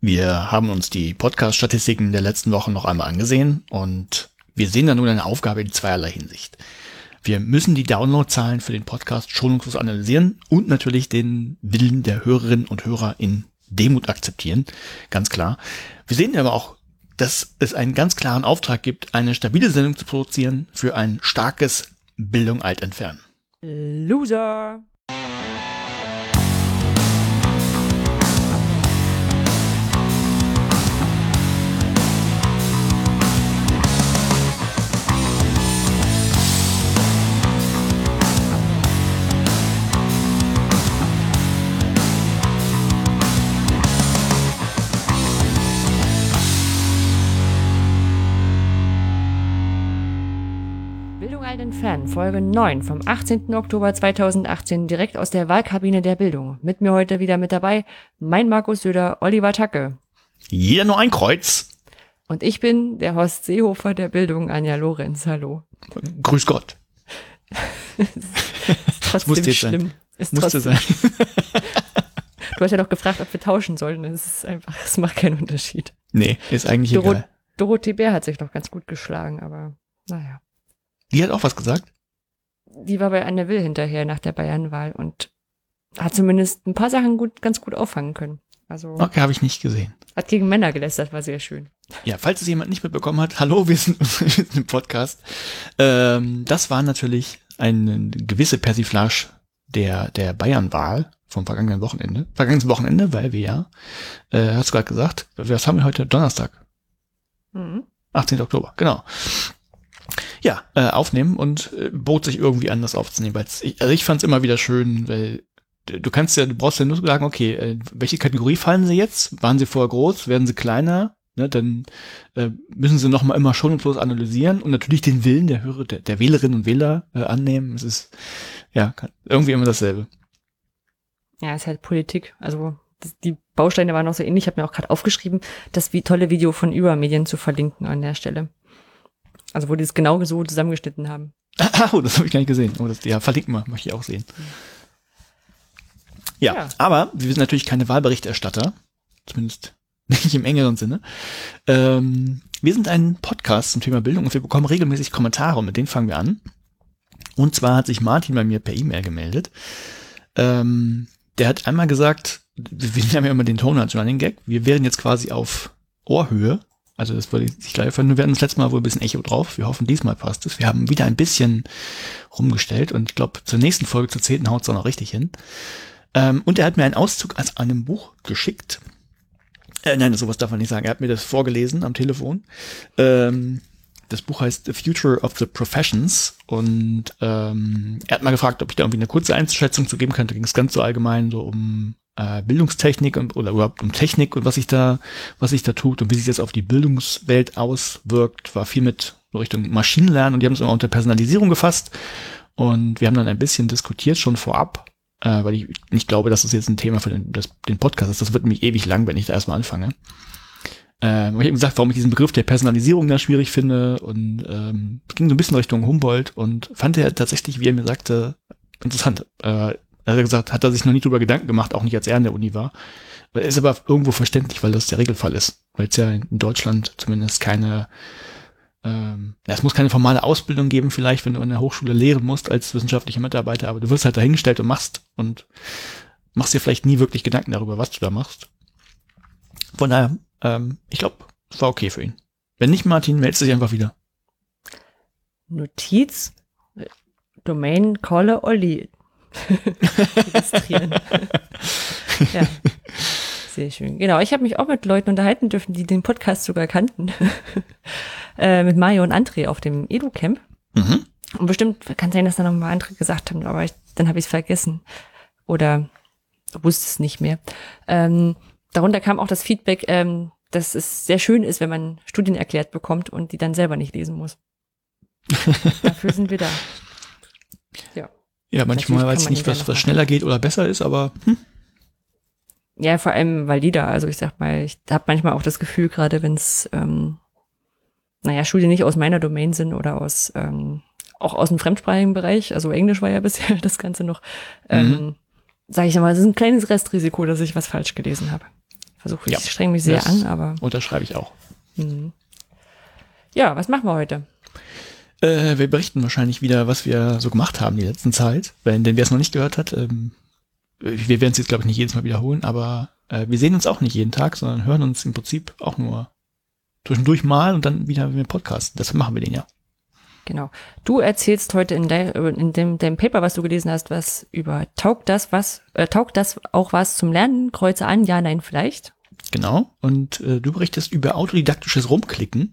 Wir haben uns die Podcast-Statistiken der letzten Wochen noch einmal angesehen und wir sehen da nun eine Aufgabe in zweierlei Hinsicht. Wir müssen die Downloadzahlen für den Podcast schonungslos analysieren und natürlich den Willen der Hörerinnen und Hörer in Demut akzeptieren, ganz klar. Wir sehen aber auch, dass es einen ganz klaren Auftrag gibt, eine stabile Sendung zu produzieren für ein starkes Bildung alt entfernen. Loser! Entfernen, Folge 9 vom 18. Oktober 2018, direkt aus der Wahlkabine der Bildung. Mit mir heute wieder mit dabei mein Markus Söder, Oliver Tacke. Jeder nur ein Kreuz. Und ich bin der Horst Seehofer der Bildung, Anja Lorenz. Hallo. Grüß Gott. Ist trotzdem schlimm. Musste sein. Du hast ja doch gefragt, ob wir tauschen sollen. Es macht keinen Unterschied. Nee, ist eigentlich egal. Dorothee Bär hat sich noch ganz gut geschlagen, aber naja. Die hat auch was gesagt? Die war bei Anne Will hinterher nach der Bayernwahl und hat zumindest ein paar Sachen ganz gut auffangen können. Also okay, habe ich nicht gesehen. Hat gegen Männer gelästert, war sehr schön. Ja, falls es jemand nicht mitbekommen hat, hallo, wir sind im Podcast. Das war natürlich eine gewisse Persiflage der Bayernwahl vom vergangenen Wochenende. Vergangenes Wochenende, weil wir ja, hast du gerade gesagt, was haben wir heute? Donnerstag. 18. Oktober, genau. Ja, aufnehmen und bot sich irgendwie anders aufzunehmen, weil ich fand es immer wieder schön, weil du brauchst ja nur sagen, okay, welche Kategorie fallen sie jetzt? Waren sie vorher groß? Werden sie kleiner? Ne, dann müssen sie nochmal immer schonungslos analysieren und natürlich den Willen der Hörer, der Wählerinnen und Wähler annehmen. Es ist ja irgendwie immer dasselbe. Ja, es ist halt Politik. Also die Bausteine waren auch so ähnlich. Ich habe mir auch gerade aufgeschrieben, das tolle Video von Übermedien zu verlinken an der Stelle. Also wo die es genau so zusammengeschnitten haben. Oh, das habe ich gar nicht gesehen. Oh, verlinken wir, möchte ich auch sehen. Ja, aber wir sind natürlich keine Wahlberichterstatter. Zumindest nicht im engeren Sinne. Wir sind ein Podcast zum Thema Bildung und wir bekommen regelmäßig Kommentare und mit denen fangen wir an. Und zwar hat sich Martin bei mir per E-Mail gemeldet. Der hat einmal gesagt, wir haben ja immer den Ton als Running Gag, wir wären jetzt quasi auf Ohrhöhe. Also das wollte ich nicht gleich finden. Wir hatten das letzte Mal wohl ein bisschen Echo drauf. Wir hoffen, diesmal passt es. Wir haben wieder ein bisschen rumgestellt und ich glaube, zur nächsten Folge, zur 10. haut es auch noch richtig hin. Und er hat mir einen Auszug aus einem Buch geschickt. Nein, sowas darf man nicht sagen. Er hat mir das vorgelesen am Telefon. Das Buch heißt The Future of the Professions und er hat mal gefragt, ob ich da irgendwie eine kurze Einschätzung zu geben könnte. Ging es ganz so allgemein so um Bildungstechnik oder überhaupt um Technik und was sich da tut und wie sich das auf die Bildungswelt auswirkt, war viel mit so Richtung Maschinenlernen und die haben es immer unter Personalisierung gefasst und wir haben dann ein bisschen diskutiert schon vorab, weil ich nicht glaube, dass das jetzt ein Thema für den Podcast ist. Das wird nämlich ewig lang, wenn ich da erstmal anfange. Ich habe gesagt, warum ich diesen Begriff der Personalisierung da schwierig finde und es ging so ein bisschen Richtung Humboldt und fand er tatsächlich, wie er mir sagte, interessant. Er hat gesagt, hat er sich noch nie drüber Gedanken gemacht, auch nicht als er an der Uni war. Ist aber irgendwo verständlich, weil das der Regelfall ist. Weil es ja in Deutschland zumindest es muss keine formale Ausbildung geben, vielleicht, wenn du an der Hochschule lehren musst als wissenschaftlicher Mitarbeiter, aber du wirst halt dahingestellt und machst dir vielleicht nie wirklich Gedanken darüber, was du da machst. Von daher, ich glaube, es war okay für ihn. Wenn nicht, Martin, meldest du dich einfach wieder. Notiz, Domain, Caller, Olli. Registrieren. Ja, sehr schön. Genau, ich habe mich auch mit Leuten unterhalten dürfen, die den Podcast sogar kannten. Mit Mario und André auf dem Edu-Camp. Und bestimmt kann sein, dass da noch mal andere gesagt haben, aber dann habe ich es vergessen. Oder wusste es nicht mehr. Darunter kam auch das Feedback, dass es sehr schön ist, wenn man Studien erklärt bekommt und die dann selber nicht lesen muss. Dafür sind wir da. Ja. Ja, manchmal weiß ich nicht, was schneller geht oder besser ist, aber Ja, vor allem valida. Also ich sag mal, ich habe manchmal auch das Gefühl, gerade wenn es Studien nicht aus meiner Domain sind oder auch aus dem fremdsprachigen Bereich, also Englisch war ja bisher das Ganze noch, sage ich mal, es ist ein kleines Restrisiko, dass ich was falsch gelesen habe. Versuche ich, streng mich sehr an, aber. Unterschreibe ich auch. Ja, was machen wir heute? Wir berichten wahrscheinlich wieder, was wir so gemacht haben die letzten Zeit. Denn wer es noch nicht gehört hat, wir werden es jetzt, glaube ich, nicht jedes Mal wiederholen, aber wir sehen uns auch nicht jeden Tag, sondern hören uns im Prinzip auch nur zwischendurch mal und dann wieder mit dem Podcast. Das machen wir den ja. Genau. Du erzählst heute in dem Paper, was du gelesen hast, was über taugt das auch was zum Lernen? Kreuze an, ja, nein, vielleicht. Genau. Und du berichtest über autodidaktisches Rumklicken.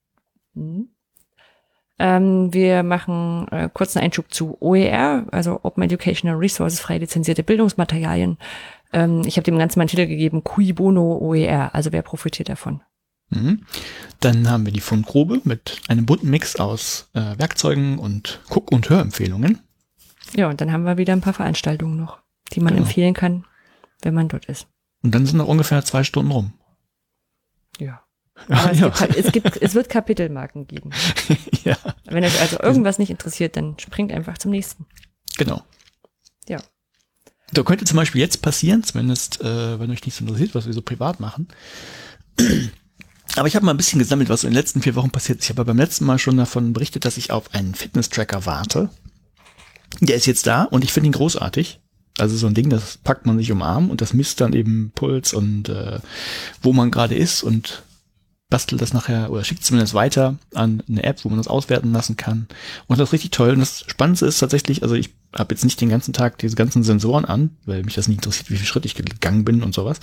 Wir machen kurzen Einschub zu OER, also Open Educational Resources, frei lizenzierte Bildungsmaterialien. Ich habe dem Ganzen meinen Titel gegeben, Cui Bono OER, also wer profitiert davon? Dann haben wir die Fundgrube mit einem bunten Mix aus Werkzeugen und Guck- und Hörempfehlungen. Ja, und dann haben wir wieder ein paar Veranstaltungen noch, die man empfehlen kann, wenn man dort ist. Und dann sind noch ungefähr 2 Stunden rum. Ja. Aber es wird Kapitelmarken geben. Ja. Wenn euch also irgendwas nicht interessiert, dann springt einfach zum nächsten. Genau. Ja. Da könnte zum Beispiel jetzt passieren, zumindest wenn euch nichts interessiert, was wir so privat machen. Aber ich habe mal ein bisschen gesammelt, was in den letzten 4 Wochen passiert ist. Ich habe beim letzten Mal schon davon berichtet, dass ich auf einen Fitness-Tracker warte. Der ist jetzt da und ich finde ihn großartig. Also so ein Ding, das packt man sich um den Arm und das misst dann eben Puls und wo man gerade ist und bastelt das nachher oder schickt zumindest weiter an eine App, wo man das auswerten lassen kann. Und das ist richtig toll. Und das Spannendste ist tatsächlich, also ich habe jetzt nicht den ganzen Tag diese ganzen Sensoren an, weil mich das nicht interessiert, wie viel Schritt ich gegangen bin und sowas.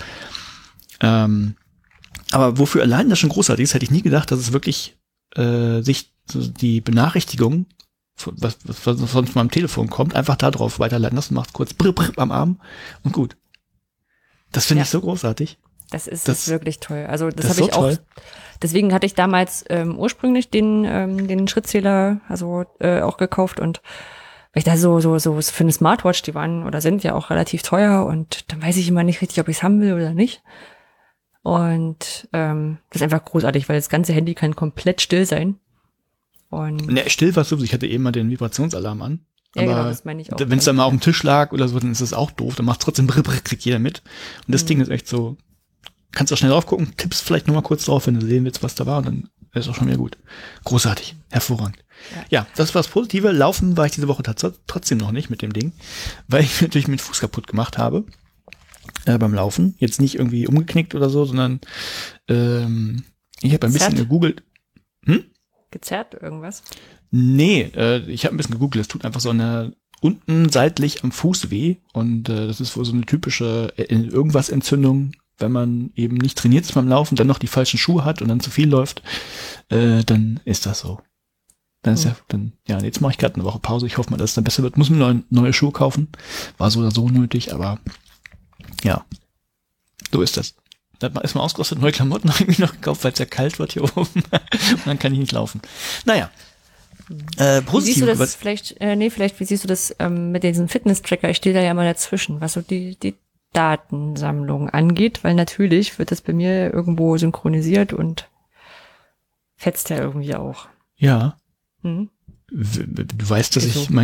Aber wofür allein das schon großartig ist, hätte ich nie gedacht, dass es wirklich sich so die Benachrichtigung, was sonst mal am Telefon kommt, einfach da drauf weiterleiten lassen, macht kurz brr, brr am Arm und gut. Das finde ich so großartig. Das ist wirklich toll. Also das habe so ich auch. Toll. Deswegen hatte ich damals ursprünglich den Schrittzähler auch gekauft und weil ich da so für eine Smartwatch, die waren oder sind ja auch relativ teuer und dann weiß ich immer nicht richtig, ob ich es haben will oder nicht. Und das ist einfach großartig, weil das ganze Handy kann komplett still sein. Und Ne, still war es sowieso. Ich hatte eben mal den Vibrationsalarm an. ja, aber genau, das meine ich auch. wenn es dann mal auf dem Tisch lag oder so, dann ist das auch doof. Dann macht trotzdem brr, brr, kriegt jeder mit. Und das Ding ist echt so, kannst auch schnell drauf gucken, tippst vielleicht nur mal kurz drauf, wenn du sehen willst, was da war, und dann ist auch schon wieder gut. Großartig, hervorragend. Ja, das war das Positive. Laufen war ich diese Woche trotzdem noch nicht mit dem Ding, weil ich natürlich meinen Fuß kaputt gemacht habe beim Laufen. Jetzt nicht irgendwie umgeknickt oder so, sondern ich habe ein bisschen gegoogelt. Gezerrt irgendwas? Nee, ich habe ein bisschen gegoogelt. Es tut einfach so unten seitlich am Fuß weh und das ist wohl so eine typische Irgendwas-Entzündung. Wenn man eben nicht trainiert ist beim Laufen, dann noch die falschen Schuhe hat und dann zu viel läuft, dann ist das so. Dann ist jetzt mache ich gerade eine Woche Pause. Ich hoffe mal, dass es dann besser wird. Muss mir neue Schuhe kaufen. War so oder so nötig, aber ja, so ist das. Dann ist mal ausgerüstet, neue Klamotten habe ich mir noch gekauft, weil es ja kalt wird hier oben. Und dann kann ich nicht laufen. Naja. Wie siehst du das wie siehst du das mit diesem Fitness-Tracker? Ich stehe da ja mal dazwischen, was so die Datensammlung angeht, weil natürlich wird das bei mir irgendwo synchronisiert und fetzt ja irgendwie auch. Ja. Du weißt, dass ich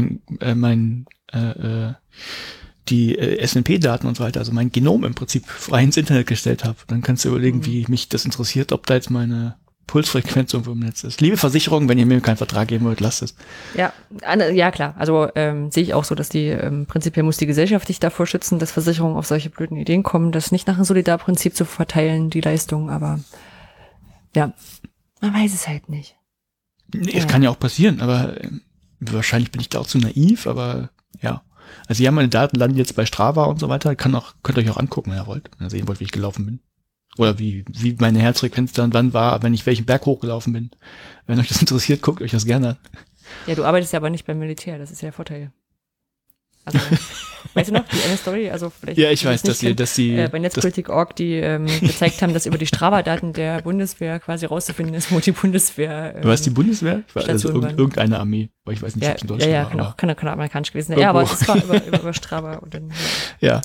die SNP-Daten und so weiter, also mein Genom im Prinzip frei ins Internet gestellt habe. Dann kannst du überlegen, wie mich das interessiert, ob da jetzt meine Pulsfrequenz irgendwo im Netz ist. Liebe Versicherung, wenn ihr mir keinen Vertrag geben wollt, lasst es. Ja, klar. Also sehe ich auch so, dass prinzipiell muss die Gesellschaft dich davor schützen, dass Versicherungen auf solche blöden Ideen kommen, das nicht nach dem Solidarprinzip zu verteilen, die Leistung, aber ja, man weiß es halt nicht. Nee, es kann ja auch passieren, aber wahrscheinlich bin ich da auch zu naiv, aber ja. Also ja, meine Daten landen jetzt bei Strava und so weiter. Könnt ihr euch auch angucken, wenn ihr wollt. Wenn ihr sehen wollt, wie ich gelaufen bin. Oder wie meine Herzfrequenz dann wann war, wenn ich welchen Berg hochgelaufen bin. Wenn euch das interessiert, guckt euch das gerne an. Ja, du arbeitest ja aber nicht beim Militär, das ist ja der Vorteil. Also, weißt du noch, die eine Story, also vielleicht. Ja, ich weiß, dass sie bei Netzpolitik.org, die gezeigt haben, dass über die Strava-Daten der Bundeswehr quasi rauszufinden ist, wo die Bundeswehr. Was die Bundeswehr? Also irgendeine Armee, weil ich weiß nicht, ob es in Deutschland war. Genau, kann amerikanisch gewesen sein. Ja, aber es war über Strava und dann. Ja.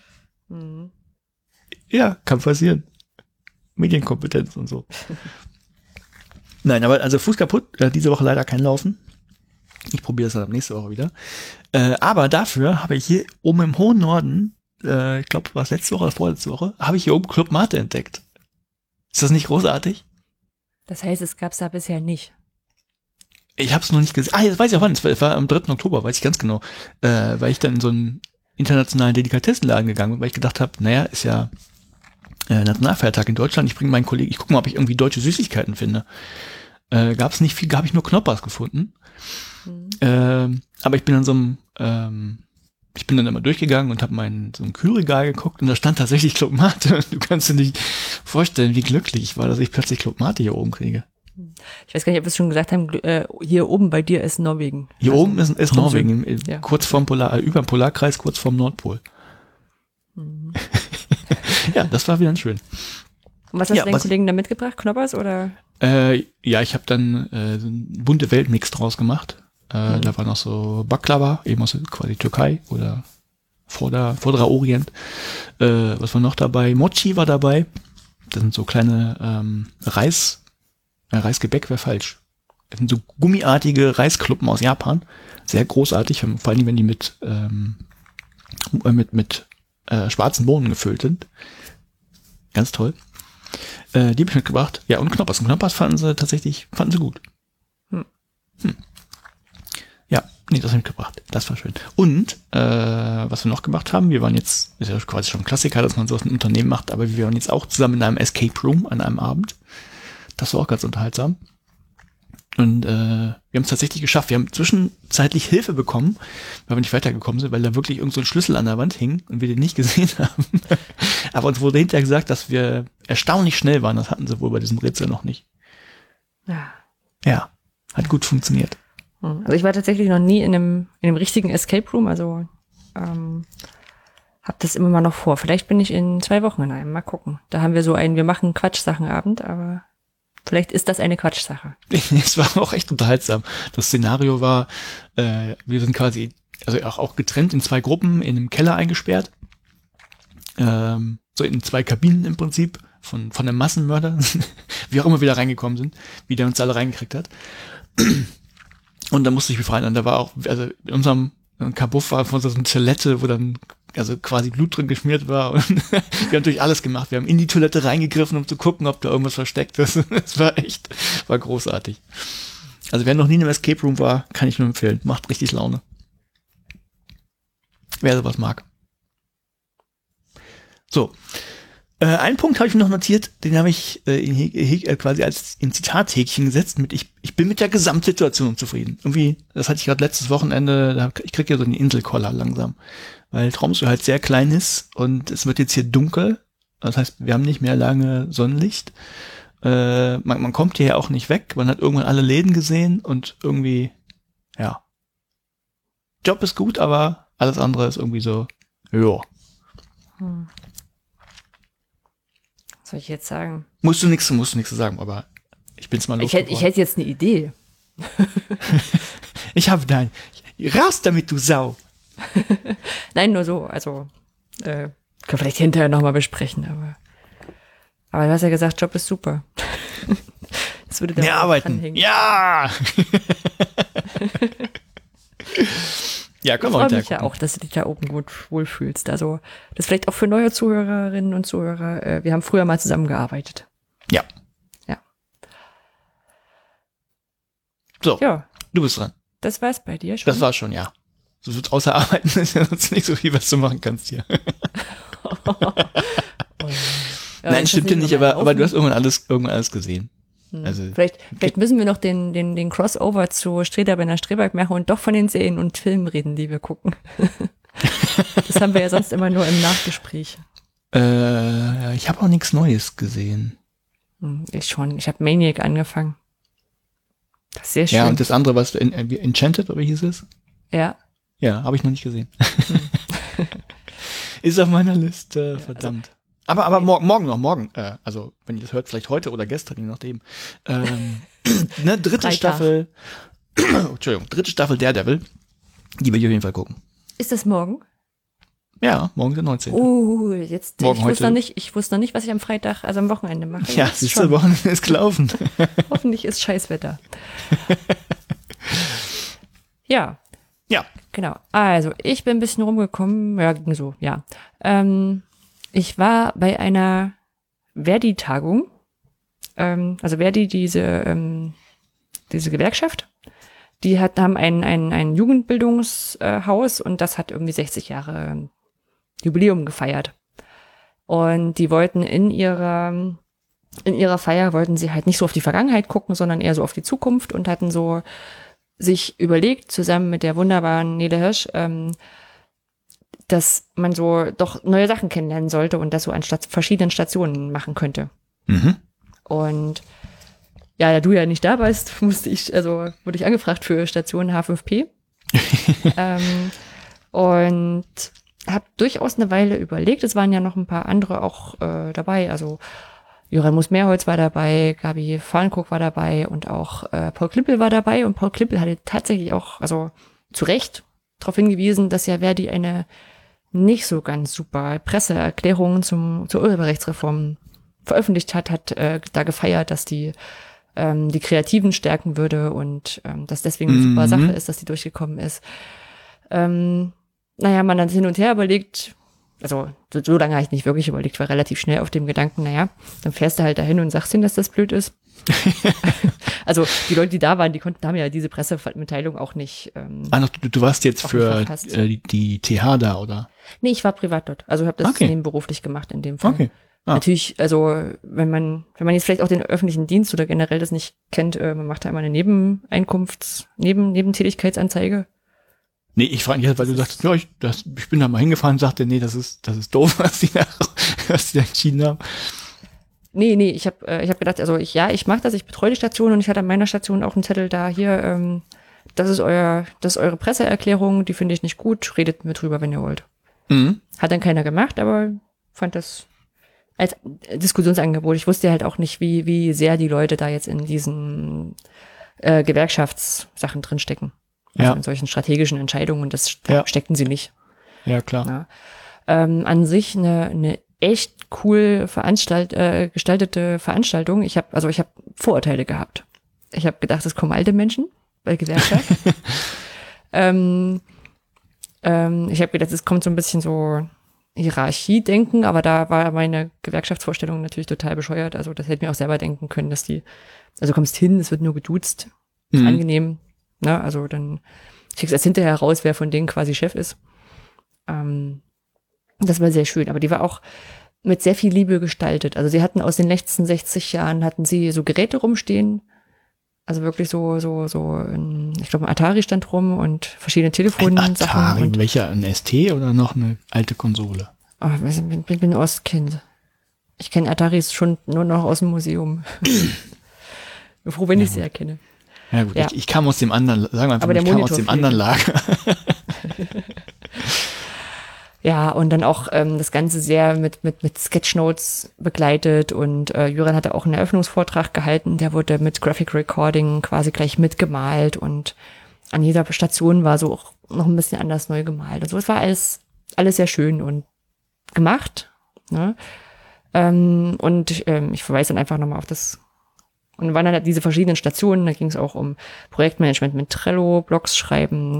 Ja, kann passieren. Medienkompetenz und so. Nein, aber also Fuß kaputt, diese Woche leider kein Laufen. Ich probiere das dann ab nächste Woche wieder. Aber dafür habe ich hier oben im hohen Norden ich glaube, war es letzte Woche oder vorletzte Woche, habe ich hier oben Club Mate entdeckt. Ist das nicht großartig? Das heißt, es gab's da bisher nicht. Ich habe es noch nicht gesehen. Jetzt weiß ich auch wann. Es war am 3. Oktober, weiß ich ganz genau. Weil ich dann in so einen internationalen Delikatessenladen gegangen bin, weil ich gedacht habe, naja, ist ja Nationalfeiertag in Deutschland. Ich bringe meinen Kollegen, ich gucke mal, ob ich irgendwie deutsche Süßigkeiten finde. Gab es nicht viel, habe ich nur Knoppers gefunden. Aber ich bin an so einem, ich bin dann immer durchgegangen und habe so ein Kühlregal geguckt und da stand tatsächlich Club Mate. Du kannst dir nicht vorstellen, wie glücklich ich war, dass ich plötzlich Club Mate hier oben kriege. Ich weiß gar nicht, ob wir es schon gesagt haben, hier oben bei dir ist Norwegen. Hier also oben ist Norwegen, ja. Kurz vorm über dem Polarkreis, kurz vorm Nordpol. Ja, das war wieder schön. Und was hast du deinen Kollegen da mitgebracht? Knoppers oder? Ja, ich habe dann so einen bunte Weltmix draus gemacht. Da war noch so Baklava, eben aus quasi Türkei oder Vorderer Orient. Was war noch dabei? Mochi war dabei. Das sind so kleine Reisgebäck wäre falsch. Das sind so gummiartige Reiskluppen aus Japan. Sehr großartig, vor allem wenn die mit schwarzen Bohnen gefüllt sind. Ganz toll. Die habe ich mitgebracht. Ja, und Knoppers. Und Knoppers fanden sie gut. Ja, nee, das habe ich mitgebracht. Das war schön. Und, was wir noch gemacht haben, wir waren jetzt, ist ja quasi schon ein Klassiker, dass man so aus einem Unternehmen macht, aber wir waren jetzt auch zusammen in einem Escape Room an einem Abend. Das war auch ganz unterhaltsam. Und wir haben es tatsächlich geschafft. Wir haben zwischenzeitlich Hilfe bekommen, weil wir nicht weitergekommen sind, weil da wirklich irgend so ein Schlüssel an der Wand hing und wir den nicht gesehen haben. Aber uns wurde hinterher gesagt, dass wir erstaunlich schnell waren. Das hatten sie wohl bei diesem Rätsel noch nicht. Ja, hat gut funktioniert. Also ich war tatsächlich noch nie in einem richtigen Escape Room, also hab das immer mal noch vor. Vielleicht bin ich in 2 Wochen in einem, mal gucken. Da haben wir wir machen Quatschsachenabend, aber vielleicht ist das eine Quatschsache. Es war auch echt unterhaltsam. Das Szenario war, wir sind quasi, also auch getrennt in 2 Gruppen in einem Keller eingesperrt. So in 2 Kabinen im Prinzip von einem Massenmörder, wie auch immer wir da reingekommen sind, wie der uns alle reingekriegt hat. Und da musste ich befreien. Und da war auch, also in unserem Kabuff war von so einer Toilette, wo dann also quasi Blut drin geschmiert war. Und wir haben natürlich alles gemacht. Wir haben in die Toilette reingegriffen, um zu gucken, ob da irgendwas versteckt ist. Es war großartig. Also wer noch nie in einem Escape Room war, kann ich nur empfehlen. Macht richtig Laune. Wer sowas mag. So. Einen Punkt habe ich mir noch notiert, den habe ich quasi als in Zitathäkchen gesetzt mit ich bin mit der Gesamtsituation unzufrieden. Irgendwie, das hatte ich gerade letztes Wochenende, ich kriege ja so einen Inselkoller langsam, weil Tromsø halt sehr klein ist und es wird jetzt hier dunkel. Das heißt, wir haben nicht mehr lange Sonnenlicht. Man kommt hierher auch nicht weg. Man hat irgendwann alle Läden gesehen und irgendwie, ja. Job ist gut, aber alles andere ist irgendwie so, ja. Was soll ich jetzt sagen? Musst du nichts sagen, aber ich bin's mal los. Ich hätte jetzt eine Idee. Raus damit, du Sau! Nein, nur so, also, können wir vielleicht hinterher nochmal besprechen, aber du hast ja gesagt, Job ist super. Das würde da mehr arbeiten. Anhängen. Ja! Ja, können wir Ich freue mich ja auch, dass du dich da oben gut wohlfühlst. Also, das vielleicht auch für neue Zuhörerinnen und Zuhörer. Wir haben früher mal zusammengearbeitet. Ja. So, ja. Du bist dran. Das war's bei dir schon? Das war's schon, ja. So außer Arbeiten ist ja sonst nicht so viel, was du machen kannst hier. Nein, stimmt ja nicht, aber du hast irgendwann alles gesehen. Also, vielleicht müssen wir noch den Crossover zu Streberner Streberg machen und doch von den Serien und Filmen reden, die wir gucken. Das haben wir ja sonst immer nur im Nachgespräch. Ich habe auch nichts Neues gesehen. Ich schon. Ich habe Maniac angefangen. Das ist sehr schön. Ja, und das andere, was Enchanted, oder wie hieß es? Ja. Ja, habe ich noch nicht gesehen. Ist auf meiner Liste, verdammt. Also, aber morgen. Also, wenn ihr das hört, vielleicht heute oder gestern, je nachdem. Dritte Staffel Daredevil. Die will ich auf jeden Fall gucken. Ist das morgen? Ja, morgen der 19. Ich wusste noch nicht, was ich am Freitag, also am Wochenende mache. Ja, siehst du, Wochenende ist gelaufen. Hoffentlich ist Scheißwetter. Ja. Ja, Genau. Also, ich bin ein bisschen rumgekommen, ja, ging so, ja. Ich war bei einer Verdi-Tagung, also Verdi, diese Gewerkschaft, die haben ein Jugendbildungshaus und das hat irgendwie 60 Jahre Jubiläum gefeiert. Und die wollten in ihrer Feier wollten sie halt nicht so auf die Vergangenheit gucken, sondern eher so auf die Zukunft und hatten so sich überlegt, zusammen mit der wunderbaren Nele Hirsch, dass man so doch neue Sachen kennenlernen sollte und das so an verschiedenen Stationen machen könnte. Mhm. Und ja, da du ja nicht da warst, wurde ich angefragt für Station H5P. Und habe durchaus eine Weile überlegt. Es waren ja noch ein paar andere auch dabei. Also Jöran Mus-Mehrholz war dabei, Gabi Fahnenkog war dabei und auch Paul Klippel war dabei. Und Paul Klippel hatte tatsächlich auch, also zu Recht, darauf hingewiesen, dass ja Verdi eine nicht so ganz super Presseerklärung zur Urheberrechtsreform veröffentlicht hat da gefeiert, dass die Kreativen stärken würde und dass deswegen eine super Sache ist, dass die durchgekommen ist. Man dann hin und her überlegt, also so lange habe ich nicht wirklich überlegt, war relativ schnell auf dem Gedanken, dann fährst du halt dahin und sagst ihnen, dass das blöd ist. Also die Leute, die da waren, haben ja diese Pressemitteilung auch nicht. Du warst jetzt für die TH da, oder? Nee, ich war privat dort. Also habe das nebenberuflich gemacht in dem Fall. Okay. Natürlich, also wenn man jetzt vielleicht auch den öffentlichen Dienst oder generell das nicht kennt, man macht da immer eine Nebentätigkeitsanzeige. Nee, ich frage dich, weil du sagst, ja, ich bin da mal hingefahren und sagte, nee, das ist doof, was die da entschieden haben. Nee, ich habe gedacht, also ich mache das, ich betreue die Station und ich hatte an meiner Station auch einen Zettel da, hier, das ist eure Presseerklärung, die finde ich nicht gut, redet mir drüber, wenn ihr wollt. Mhm. Hat dann keiner gemacht, aber fand das als Diskussionsangebot. Ich wusste halt auch nicht, wie sehr die Leute da jetzt in diesen Gewerkschaftssachen drinstecken. Also in solchen strategischen Entscheidungen, und das steckten sie nicht. Ja, klar. Ja. An sich eine echt cool gestaltete Veranstaltung. Ich habe Vorurteile gehabt. Ich habe gedacht, es kommen alte Menschen bei Gewerkschaft. Ich habe gedacht, es kommt so ein bisschen so Hierarchie-Denken, aber da war meine Gewerkschaftsvorstellung natürlich total bescheuert. Also das hätte mir auch selber denken können, dass also kommst hin, es wird nur geduzt, ist angenehm. Ne? Also dann kriegst du erst hinterher raus, wer von denen quasi Chef ist. Das war sehr schön, aber die war auch mit sehr viel Liebe gestaltet. Also sie hatten aus den letzten 60 Jahren so Geräte rumstehen, also wirklich ich glaube ein Atari stand rum und verschiedene Telefonsachen. Atari, welcher, ein ST oder noch eine alte Konsole? Oh, ich bin ein Ostkind. Ich kenne Ataris schon nur noch aus dem Museum. Bin froh, wenn ich sie erkenne. Ja gut, ich kam aus dem anderen, sagen wir einfach, ich kam aus dem anderen Lager. Ja, und dann auch das Ganze sehr mit Sketchnotes begleitet und Jöran hatte auch einen Eröffnungsvortrag gehalten, der wurde mit Graphic Recording quasi gleich mitgemalt und an jeder Station war so auch noch ein bisschen anders neu gemalt und so. Es war alles sehr schön und gemacht. Ne? Ich verweise dann einfach nochmal auf das. Und waren dann diese verschiedenen Stationen, da ging es auch um Projektmanagement mit Trello, Blogs schreiben,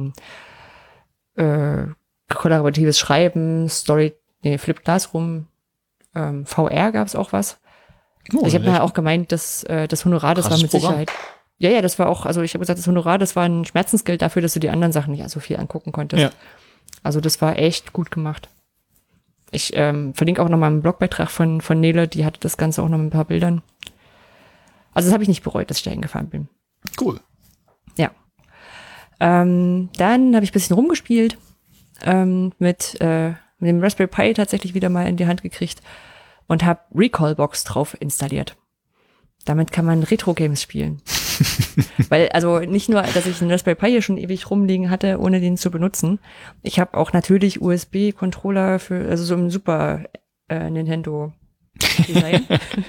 kollaboratives Schreiben, Flip Classroom, VR gab es auch was. Oh, ich habe nachher auch gemeint, dass das Honorar, das war mit Sicherheit. Ja, das war auch, also ich habe gesagt, das Honorar, das war ein Schmerzensgeld dafür, dass du die anderen Sachen nicht so viel angucken konntest. Ja. Also das war echt gut gemacht. Ich verlinke auch nochmal einen Blogbeitrag von Nele, die hatte das Ganze auch noch mit ein paar Bildern. Also das habe ich nicht bereut, dass ich da hingefahren bin. Cool. Ja. Dann habe ich ein bisschen rumgespielt, mit dem Raspberry Pi tatsächlich wieder mal in die Hand gekriegt und habe Recalbox drauf installiert. Damit kann man Retro-Games spielen. Weil, also nicht nur, dass ich einen Raspberry Pi hier schon ewig rumliegen hatte, ohne den zu benutzen. Ich habe auch natürlich USB-Controller also so ein Super Nintendo-Design.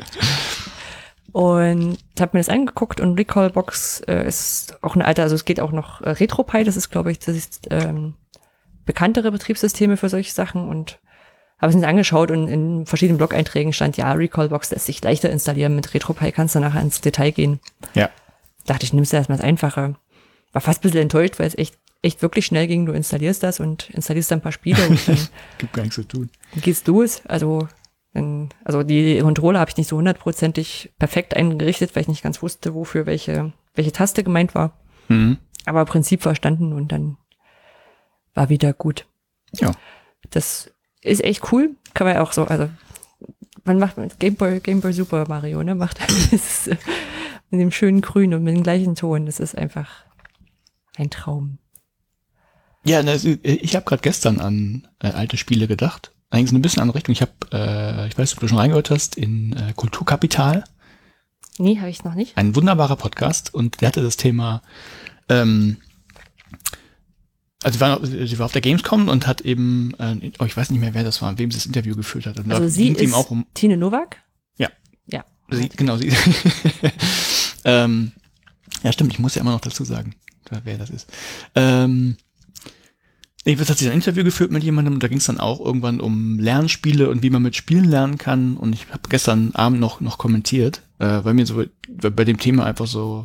Und habe mir das angeguckt und Recalbox ist auch eine alte, also es geht auch noch RetroPie, das ist, glaube ich, bekanntere Betriebssysteme für solche Sachen und habe es mir angeschaut und in verschiedenen Blog-Einträgen stand, ja, Recalbox lässt sich leichter installieren, mit RetroPie kannst du nachher ins Detail gehen. Ja. Dachte ich, nimmst du erstmal das Einfache. War fast ein bisschen enttäuscht, weil es echt echt wirklich schnell ging. Du installierst das und installierst dann ein paar Spiele und dann Gibt gar nichts zu tun. geht's los. Also die Controller habe ich nicht so 100%ig perfekt eingerichtet, weil ich nicht ganz wusste, wofür welche Taste gemeint war. Mhm. Aber Prinzip verstanden und dann war wieder gut. Ja. Das ist echt cool. Kann man auch so, also man macht mit Game Boy Super Mario, ne? Macht das mit dem schönen Grün und mit dem gleichen Ton. Das ist einfach ein Traum. Ja, ich habe gerade gestern an alte Spiele gedacht. Eigentlich ein bisschen andere Richtung. Ich weiß nicht, ob du schon reingehört hast, in Kulturkapital. Nee, habe ich noch nicht. Ein wunderbarer Podcast und der hatte das Thema, also sie war auf der Gamescom und hat eben, ich weiß nicht mehr, wer das war, wem sie das Interview geführt hat. Und Also sie ist ihm auch Tine Nowak? Ja. Ja. Genau, sie. Ja, stimmt, ich muss ja immer noch dazu sagen, wer das ist. Jedenfalls hat sie ein Interview geführt mit jemandem und da ging es dann auch irgendwann um Lernspiele und wie man mit Spielen lernen kann. Und ich habe gestern Abend noch kommentiert, weil mir so bei dem Thema einfach so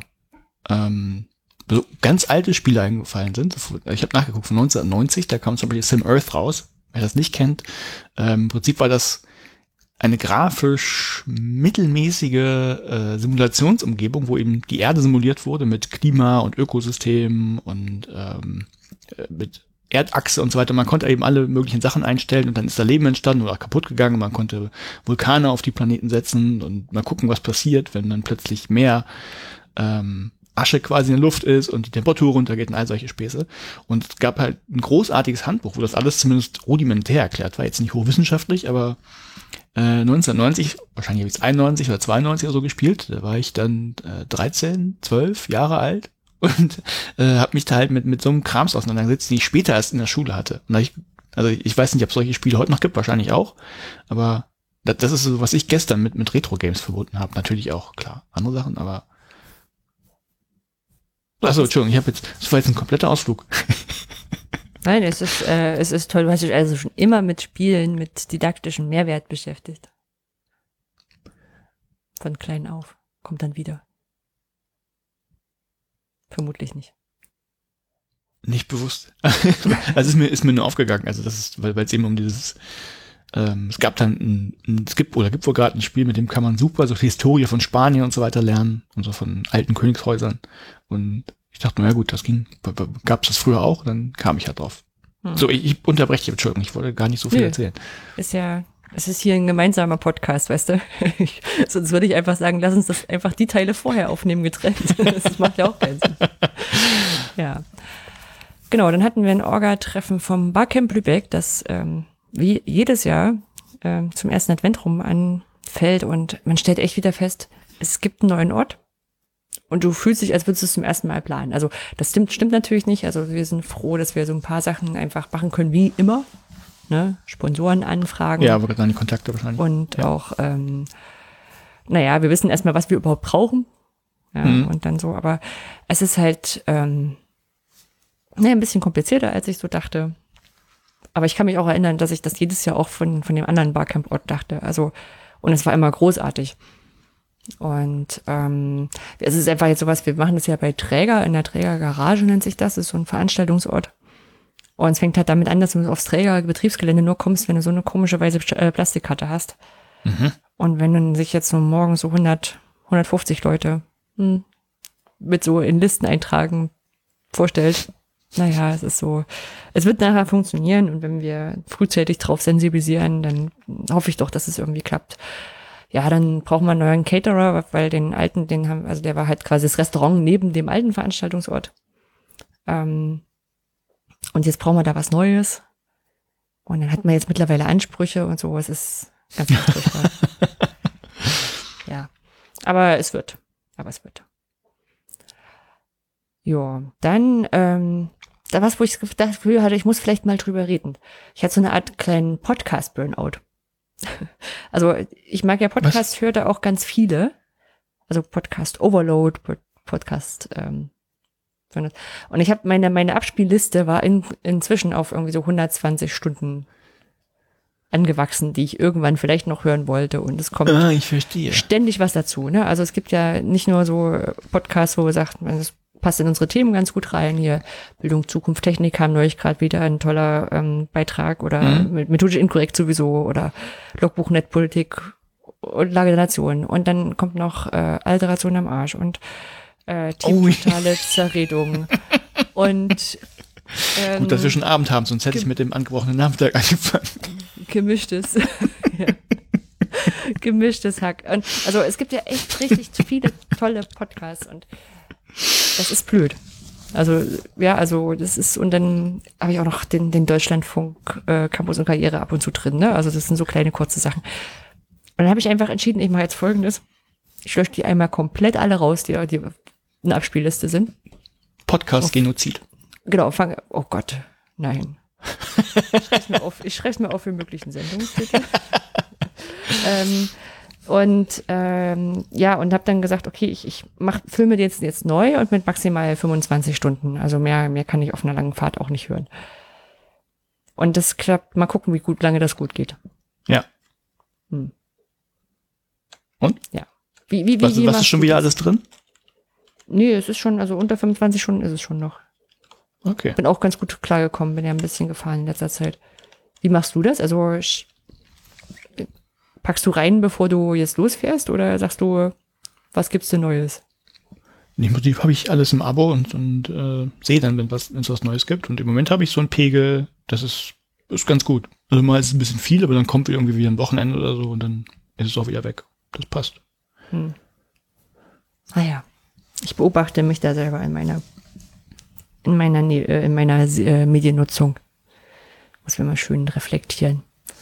ganz alte Spiele eingefallen sind. Ich habe nachgeguckt, von 1990, da kam zum Beispiel Sim Earth raus. Wer das nicht kennt, im Prinzip war das eine grafisch mittelmäßige Simulationsumgebung, wo eben die Erde simuliert wurde mit Klima und Ökosystemen und mit Erdachse und so weiter. Man konnte eben alle möglichen Sachen einstellen und dann ist da Leben entstanden oder kaputt gegangen. Man konnte Vulkane auf die Planeten setzen und mal gucken, was passiert, wenn dann plötzlich mehr Asche quasi in der Luft ist und die Temperatur runtergeht und all solche Späße. Und es gab halt ein großartiges Handbuch, wo das alles zumindest rudimentär erklärt war. Jetzt nicht hochwissenschaftlich, aber 1990, wahrscheinlich habe ich es 91 oder 92 oder so gespielt. Da war ich dann 13, 12 Jahre alt. Und habe mich da halt mit so einem Krams auseinandergesetzt, den ich später erst in der Schule hatte. Und ich weiß nicht, ob es solche Spiele heute noch gibt, wahrscheinlich auch. Aber das ist so, was ich gestern mit Retro-Games verbunden habe. Natürlich auch, klar, andere Sachen, aber achso, Entschuldigung, das war jetzt ein kompletter Ausflug. Nein, es ist toll. Du hast dich also schon immer mit Spielen, mit didaktischem Mehrwert beschäftigt. Von klein auf. Kommt dann wieder. Vermutlich nicht. Nicht bewusst. Also ist mir nur aufgegangen. Also das ist, weil es eben um dieses, es gab dann gibt wohl gerade ein Spiel, mit dem kann man super so die Historie von Spanien und so weiter lernen und so von alten Königshäusern. Und ich dachte, na ja gut, gab es das früher auch? Dann kam ich halt drauf. So, ich unterbreche dich, Entschuldigung, ich wollte gar nicht so viel erzählen. Es ist hier ein gemeinsamer Podcast, weißt du? Sonst würde ich einfach sagen, lass uns das einfach die Teile vorher aufnehmen, getrennt. Das macht ja auch keinen Sinn. Ja. Genau, dann hatten wir ein Orga-Treffen vom Barcamp Lübeck, das wie jedes Jahr zum ersten Advent rum anfällt und man stellt echt wieder fest, es gibt einen neuen Ort und du fühlst dich, als würdest du es zum ersten Mal planen. Also das stimmt natürlich nicht. Also wir sind froh, dass wir so ein paar Sachen einfach machen können, wie immer. Ne? Sponsoren anfragen. Ja, aber dann die Kontakte wahrscheinlich. Und auch, wir wissen erstmal, was wir überhaupt brauchen. Ja, und dann so, aber es ist halt ein bisschen komplizierter, als ich so dachte. Aber ich kann mich auch erinnern, dass ich das jedes Jahr auch von dem anderen Barcamp-Ort dachte. Also, und es war immer großartig. Und es ist einfach jetzt sowas, wir machen das ja bei Träger, in der Trägergarage nennt sich das, ist so ein Veranstaltungsort. Und es fängt halt damit an, dass du aufs Trägerbetriebsgelände nur kommst, wenn du so eine komische weiße Plastikkarte hast. Mhm. Und wenn du sich jetzt so morgen so 150 Leute mit so in Listen eintragen vorstellt, naja, es ist so, es wird nachher funktionieren und wenn wir frühzeitig drauf sensibilisieren, dann hoffe ich doch, dass es irgendwie klappt. Ja, dann brauchen wir einen neuen Caterer, weil den alten, der war halt quasi das Restaurant neben dem alten Veranstaltungsort. Und jetzt brauchen wir da was Neues. Und dann hat man jetzt mittlerweile Ansprüche und so. Es ist ganz furchtbar. Ja, aber es wird. Ja, dann, da was, wo ich das Gefühl hatte, ich muss vielleicht mal drüber reden. Ich hatte so eine Art kleinen Podcast-Burnout. Also ich mag ja Podcasts, höre da auch ganz viele. Also Podcast Overload, Podcast, und ich habe meine Abspielliste war inzwischen auf irgendwie so 120 Stunden angewachsen, die ich irgendwann vielleicht noch hören wollte. Und es kommt ständig was dazu. Ne? Also es gibt ja nicht nur so Podcasts, wo man sagt, das passt in unsere Themen ganz gut rein. Hier Bildung, Zukunft, Technik kam neulich gerade wieder ein toller Beitrag oder methodisch inkorrekt sowieso oder Logbuch Netzpolitik und Lage der Nation. Und dann kommt noch Alteration am Arsch und totale Zerredung. Und gut, dass wir schon Abend haben, sonst hätte ich mit dem angebrochenen Nachmittag angefangen. Gemischtes. Ja. Gemischtes Hack. Und also es gibt ja echt richtig viele tolle Podcasts und das ist blöd. Also, ja, also das ist, und dann habe ich auch noch den Deutschlandfunk Campus und Karriere ab und zu drin, ne? Also das sind so kleine, kurze Sachen. Und dann habe ich einfach entschieden, ich mache jetzt Folgendes. Ich lösche die einmal komplett alle raus, die eine Abspielliste sind. Podcast-Genozid. Genau, oh Gott, nein. Ich schreibe es mir auf für möglichen Sendungstitel. Und habe dann gesagt, okay, ich filme den jetzt neu und mit maximal 25 Stunden. Also mehr kann ich auf einer langen Fahrt auch nicht hören. Und das klappt, mal gucken, wie lange das gut geht. Ja. Und? Ja. Was ist schon wieder alles drin? Nee, es ist schon, also unter 25 Stunden ist es schon noch. Okay. Bin auch ganz gut klargekommen, bin ja ein bisschen gefahren in letzter Zeit. Wie machst du das? Also packst du rein, bevor du jetzt losfährst, oder sagst du, was gibt's denn Neues? Im Prinzip habe ich alles im Abo und sehe dann, wenn es was Neues gibt. Und im Moment habe ich so einen Pegel, das ist ganz gut. Also mal ist es ein bisschen viel, aber dann kommt irgendwie wieder ein Wochenende oder so und dann ist es auch wieder weg. Das passt. Naja, ich beobachte mich da selber in meiner Mediennutzung. Muss man mal schön reflektieren.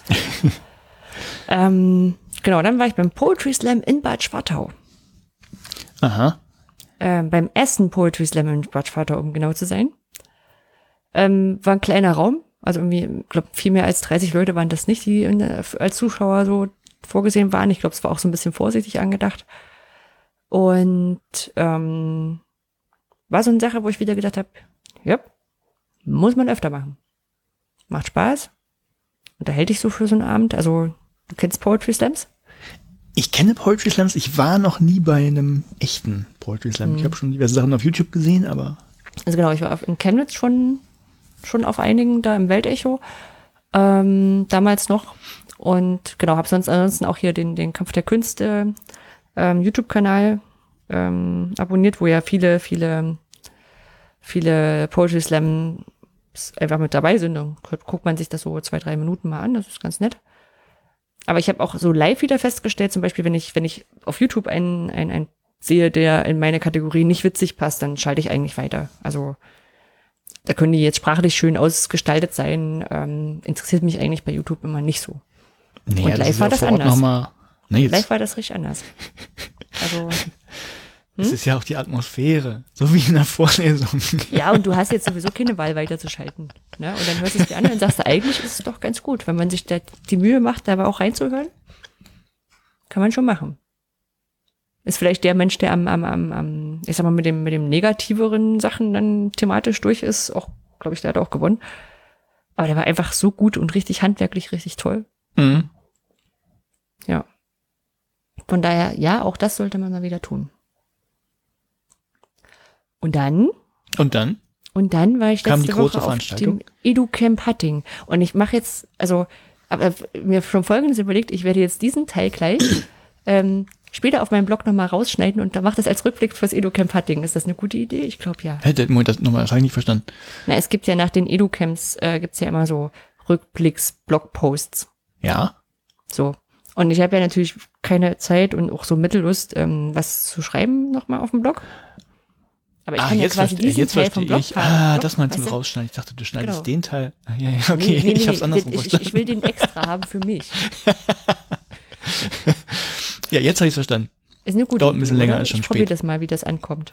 Genau, dann war ich beim Poetry Slam in Bad Schwartau. Aha. Beim ersten Poetry Slam in Bad Schwartau, um genau zu sein. War ein kleiner Raum, also irgendwie, ich glaube, viel mehr als 30 Leute waren das nicht, die als Zuschauer so vorgesehen waren. Ich glaube, es war auch so ein bisschen vorsichtig angedacht. Und war so eine Sache, wo ich wieder gedacht habe, ja, muss man öfter machen. Macht Spaß. Unterhält dich so für so einen Abend. Also, du kennst Poetry Slams? Ich kenne Poetry Slams. Ich war noch nie bei einem echten Poetry Slam. Ich habe schon diverse Sachen auf YouTube gesehen, aber... Also genau, ich war in Chemnitz schon auf einigen, da im Weltecho. Damals noch. Und genau, habe ansonsten auch hier den Kampf der Künste YouTube-Kanal abonniert, wo ja viele Poetry Slams einfach mit dabei sind. Dann guckt man sich das so 2-3 Minuten mal an, das ist ganz nett. Aber ich habe auch so live wieder festgestellt, zum Beispiel, wenn ich auf YouTube einen sehe, der in meine Kategorie nicht witzig passt, dann schalte ich eigentlich weiter. Also da können die jetzt sprachlich schön ausgestaltet sein, interessiert mich eigentlich bei YouTube immer nicht so. Nee, und live war das anders. Live war das richtig anders. Also das ist ja auch die Atmosphäre, so wie in der Vorlesung. Ja, und du hast jetzt sowieso keine Wahl weiterzuschalten. Ne? Und dann hörst du es dir an und sagst, eigentlich ist es doch ganz gut, wenn man sich da die Mühe macht, dabei auch reinzuhören. Kann man schon machen. Ist vielleicht der Mensch, der ich sag mal, mit dem negativeren Sachen dann thematisch durch ist, auch, glaube ich, der hat auch gewonnen. Aber der war einfach so gut und richtig handwerklich, richtig toll. Mhm. Ja. Von daher, ja, auch das sollte man mal wieder tun. Und dann war ich letzte Woche auf dem EduCamp Hatting. Und ich mache jetzt, also, aber mir schon Folgendes überlegt, ich werde jetzt diesen Teil gleich später auf meinem Blog nochmal rausschneiden und dann mache das als Rückblick fürs EduCamp Hatting. Ist das eine gute Idee? Ich glaube, ja. Moment, das habe ich nicht verstanden. Na, es gibt ja nach den EduCamps, gibt's ja immer so Rückblicks-Blogposts. Ja. So. Und ich habe ja natürlich keine Zeit und auch so Mittellust, was zu schreiben nochmal auf dem Blog. Aber ich kann ja quasi diesen Teil vom Blog das meinst du rausschneiden. Ich dachte, du schneidest den Teil. Ja, okay, nee, ich hab's andersrum verstanden. Ich will den extra haben für mich. Ja, jetzt habe ich verstanden. Ist eine gute Dauert ein bisschen Idee, länger oder? als schon Ich probiere spät. das mal, wie das ankommt.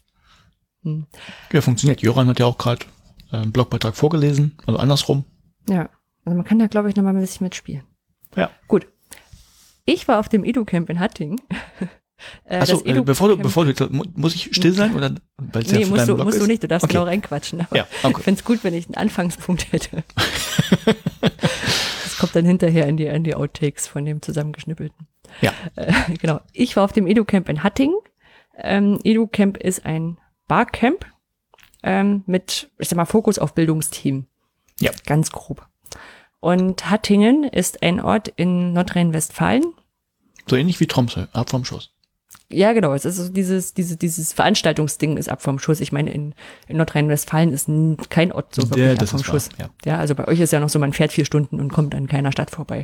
Ja, funktioniert. Joran hat ja auch gerade einen Blogbeitrag vorgelesen, also andersrum. Ja, also man kann da, glaube ich, nochmal ein bisschen mitspielen. Ja. Gut. Ich war auf dem EduCamp in Hatting. Achso, bevor du, muss ich still sein? Oder, nee, musst du nicht, du darfst okay. genau reinquatschen. Aber ja, okay. Ich find's gut, wenn ich einen Anfangspunkt hätte. Das kommt dann hinterher in die Outtakes von dem zusammengeschnippelten. Ja. Genau. Ich war auf dem EduCamp in Hatting. EduCamp ist ein Barcamp mit, ich sag mal, Fokus auf Bildungsteam. Ja. Ganz grob. Und Hattingen ist ein Ort in Nordrhein-Westfalen. So ähnlich wie Tromsø, ab vom Schuss. Ja, genau. Es ist so dieses Veranstaltungsding ist ab vom Schuss. Ich meine, in Nordrhein-Westfalen ist kein Ort so wirklich ab vom Schuss. Ja. Ja, also bei euch ist ja noch so, man fährt 4 Stunden und kommt an keiner Stadt vorbei.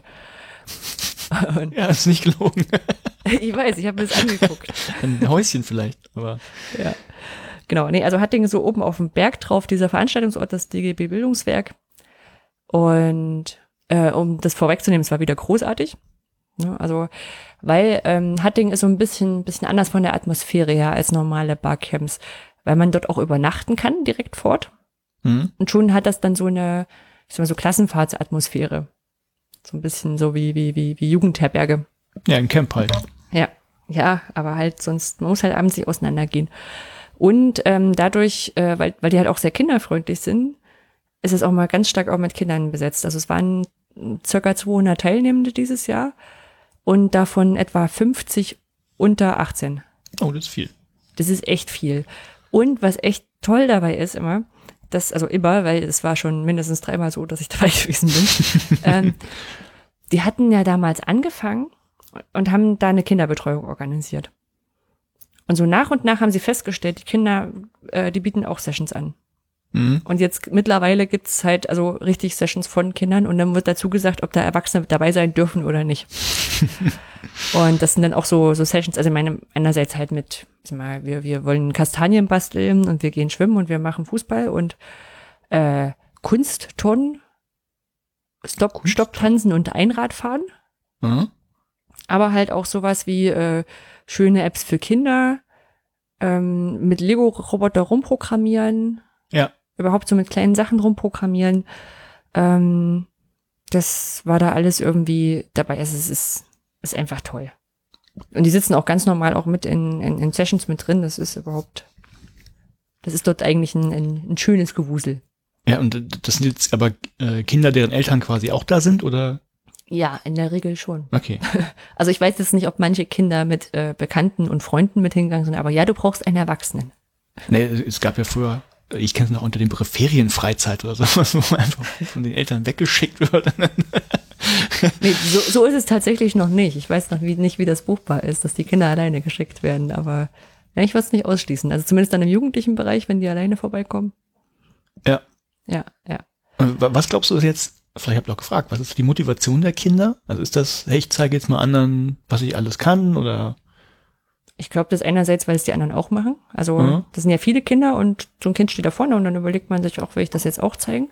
Ja, ist nicht gelogen. Ich weiß, ich habe mir das angeguckt. Ein Häuschen vielleicht, aber. Ja. Genau, nee, also Hattingen so oben auf dem Berg drauf, dieser Veranstaltungsort, das DGB Bildungswerk. Und um das vorwegzunehmen, es war wieder großartig. Ja, also, weil Hattingen ist so ein bisschen anders von der Atmosphäre her als normale Barcamps, weil man dort auch übernachten kann, direkt vor Ort. Mhm. Und schon hat das dann so eine, ich sag mal, so Klassenfahrtsatmosphäre. So ein bisschen so wie Jugendherberge. Ja, ein Camp halt. Ja, aber halt sonst, man muss halt abends nicht auseinandergehen. Und dadurch, weil die halt auch sehr kinderfreundlich sind, ist es auch mal ganz stark auch mit Kindern besetzt. Also es waren circa 200 Teilnehmende dieses Jahr und davon etwa 50 unter 18. Oh, das ist viel. Das ist echt viel. Und was echt toll dabei ist immer, weil es war schon mindestens 3-mal so, dass ich dabei gewesen bin, die hatten ja damals angefangen und haben da eine Kinderbetreuung organisiert. Und so nach und nach haben sie festgestellt, die Kinder, die bieten auch Sessions an. Mhm. Und jetzt mittlerweile gibt's halt also richtig Sessions von Kindern und dann wird dazu gesagt, ob da Erwachsene dabei sein dürfen oder nicht. Und das sind dann auch so Sessions, also einerseits halt mit, sag mal, wir wollen Kastanien basteln und wir gehen schwimmen und wir machen Fußball und Kunstturnen, Stocktanzen und Einradfahren. Mhm. Aber halt auch sowas wie schöne Apps für Kinder, mit Lego-Roboter rumprogrammieren, Ja. überhaupt so mit kleinen Sachen rumprogrammieren. Das war da alles irgendwie dabei. Also es ist einfach toll. Und die sitzen auch ganz normal auch mit in Sessions mit drin. Das ist dort eigentlich ein schönes Gewusel. Ja, und das sind jetzt aber Kinder, deren Eltern quasi auch da sind, oder? Ja, in der Regel schon. Okay. Also ich weiß jetzt nicht, ob manche Kinder mit Bekannten und Freunden mit hingegangen sind, aber ja, du brauchst einen Erwachsenen. Nee, es gab ja früher, ich kenne es noch unter dem Begriff Ferienfreizeit oder sowas, wo man einfach von den Eltern weggeschickt wird. Nee, so ist es tatsächlich noch nicht. Ich weiß noch nicht, wie das buchbar ist, dass die Kinder alleine geschickt werden, aber ja, ich würde es nicht ausschließen. Also zumindest dann im jugendlichen Bereich, wenn die alleine vorbeikommen. Ja. Ja. Was glaubst du ist jetzt, vielleicht habt ihr auch gefragt, was ist die Motivation der Kinder? Also ist das, hey, ich zeige jetzt mal anderen, was ich alles kann, oder? Ich glaube, das einerseits, weil es die anderen auch machen. Also das sind ja viele Kinder und so ein Kind steht da vorne und dann überlegt man sich auch, will ich das jetzt auch zeigen?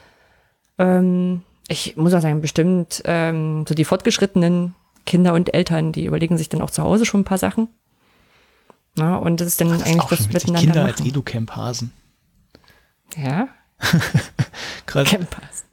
Ich muss auch sagen, bestimmt so die fortgeschrittenen Kinder und Eltern, die überlegen sich dann auch zu Hause schon ein paar Sachen. Na, und das ist dann eigentlich auch das schon witzig, Miteinander Kinder machen. als Educamp-Hasen. Ja. Krass. Campers.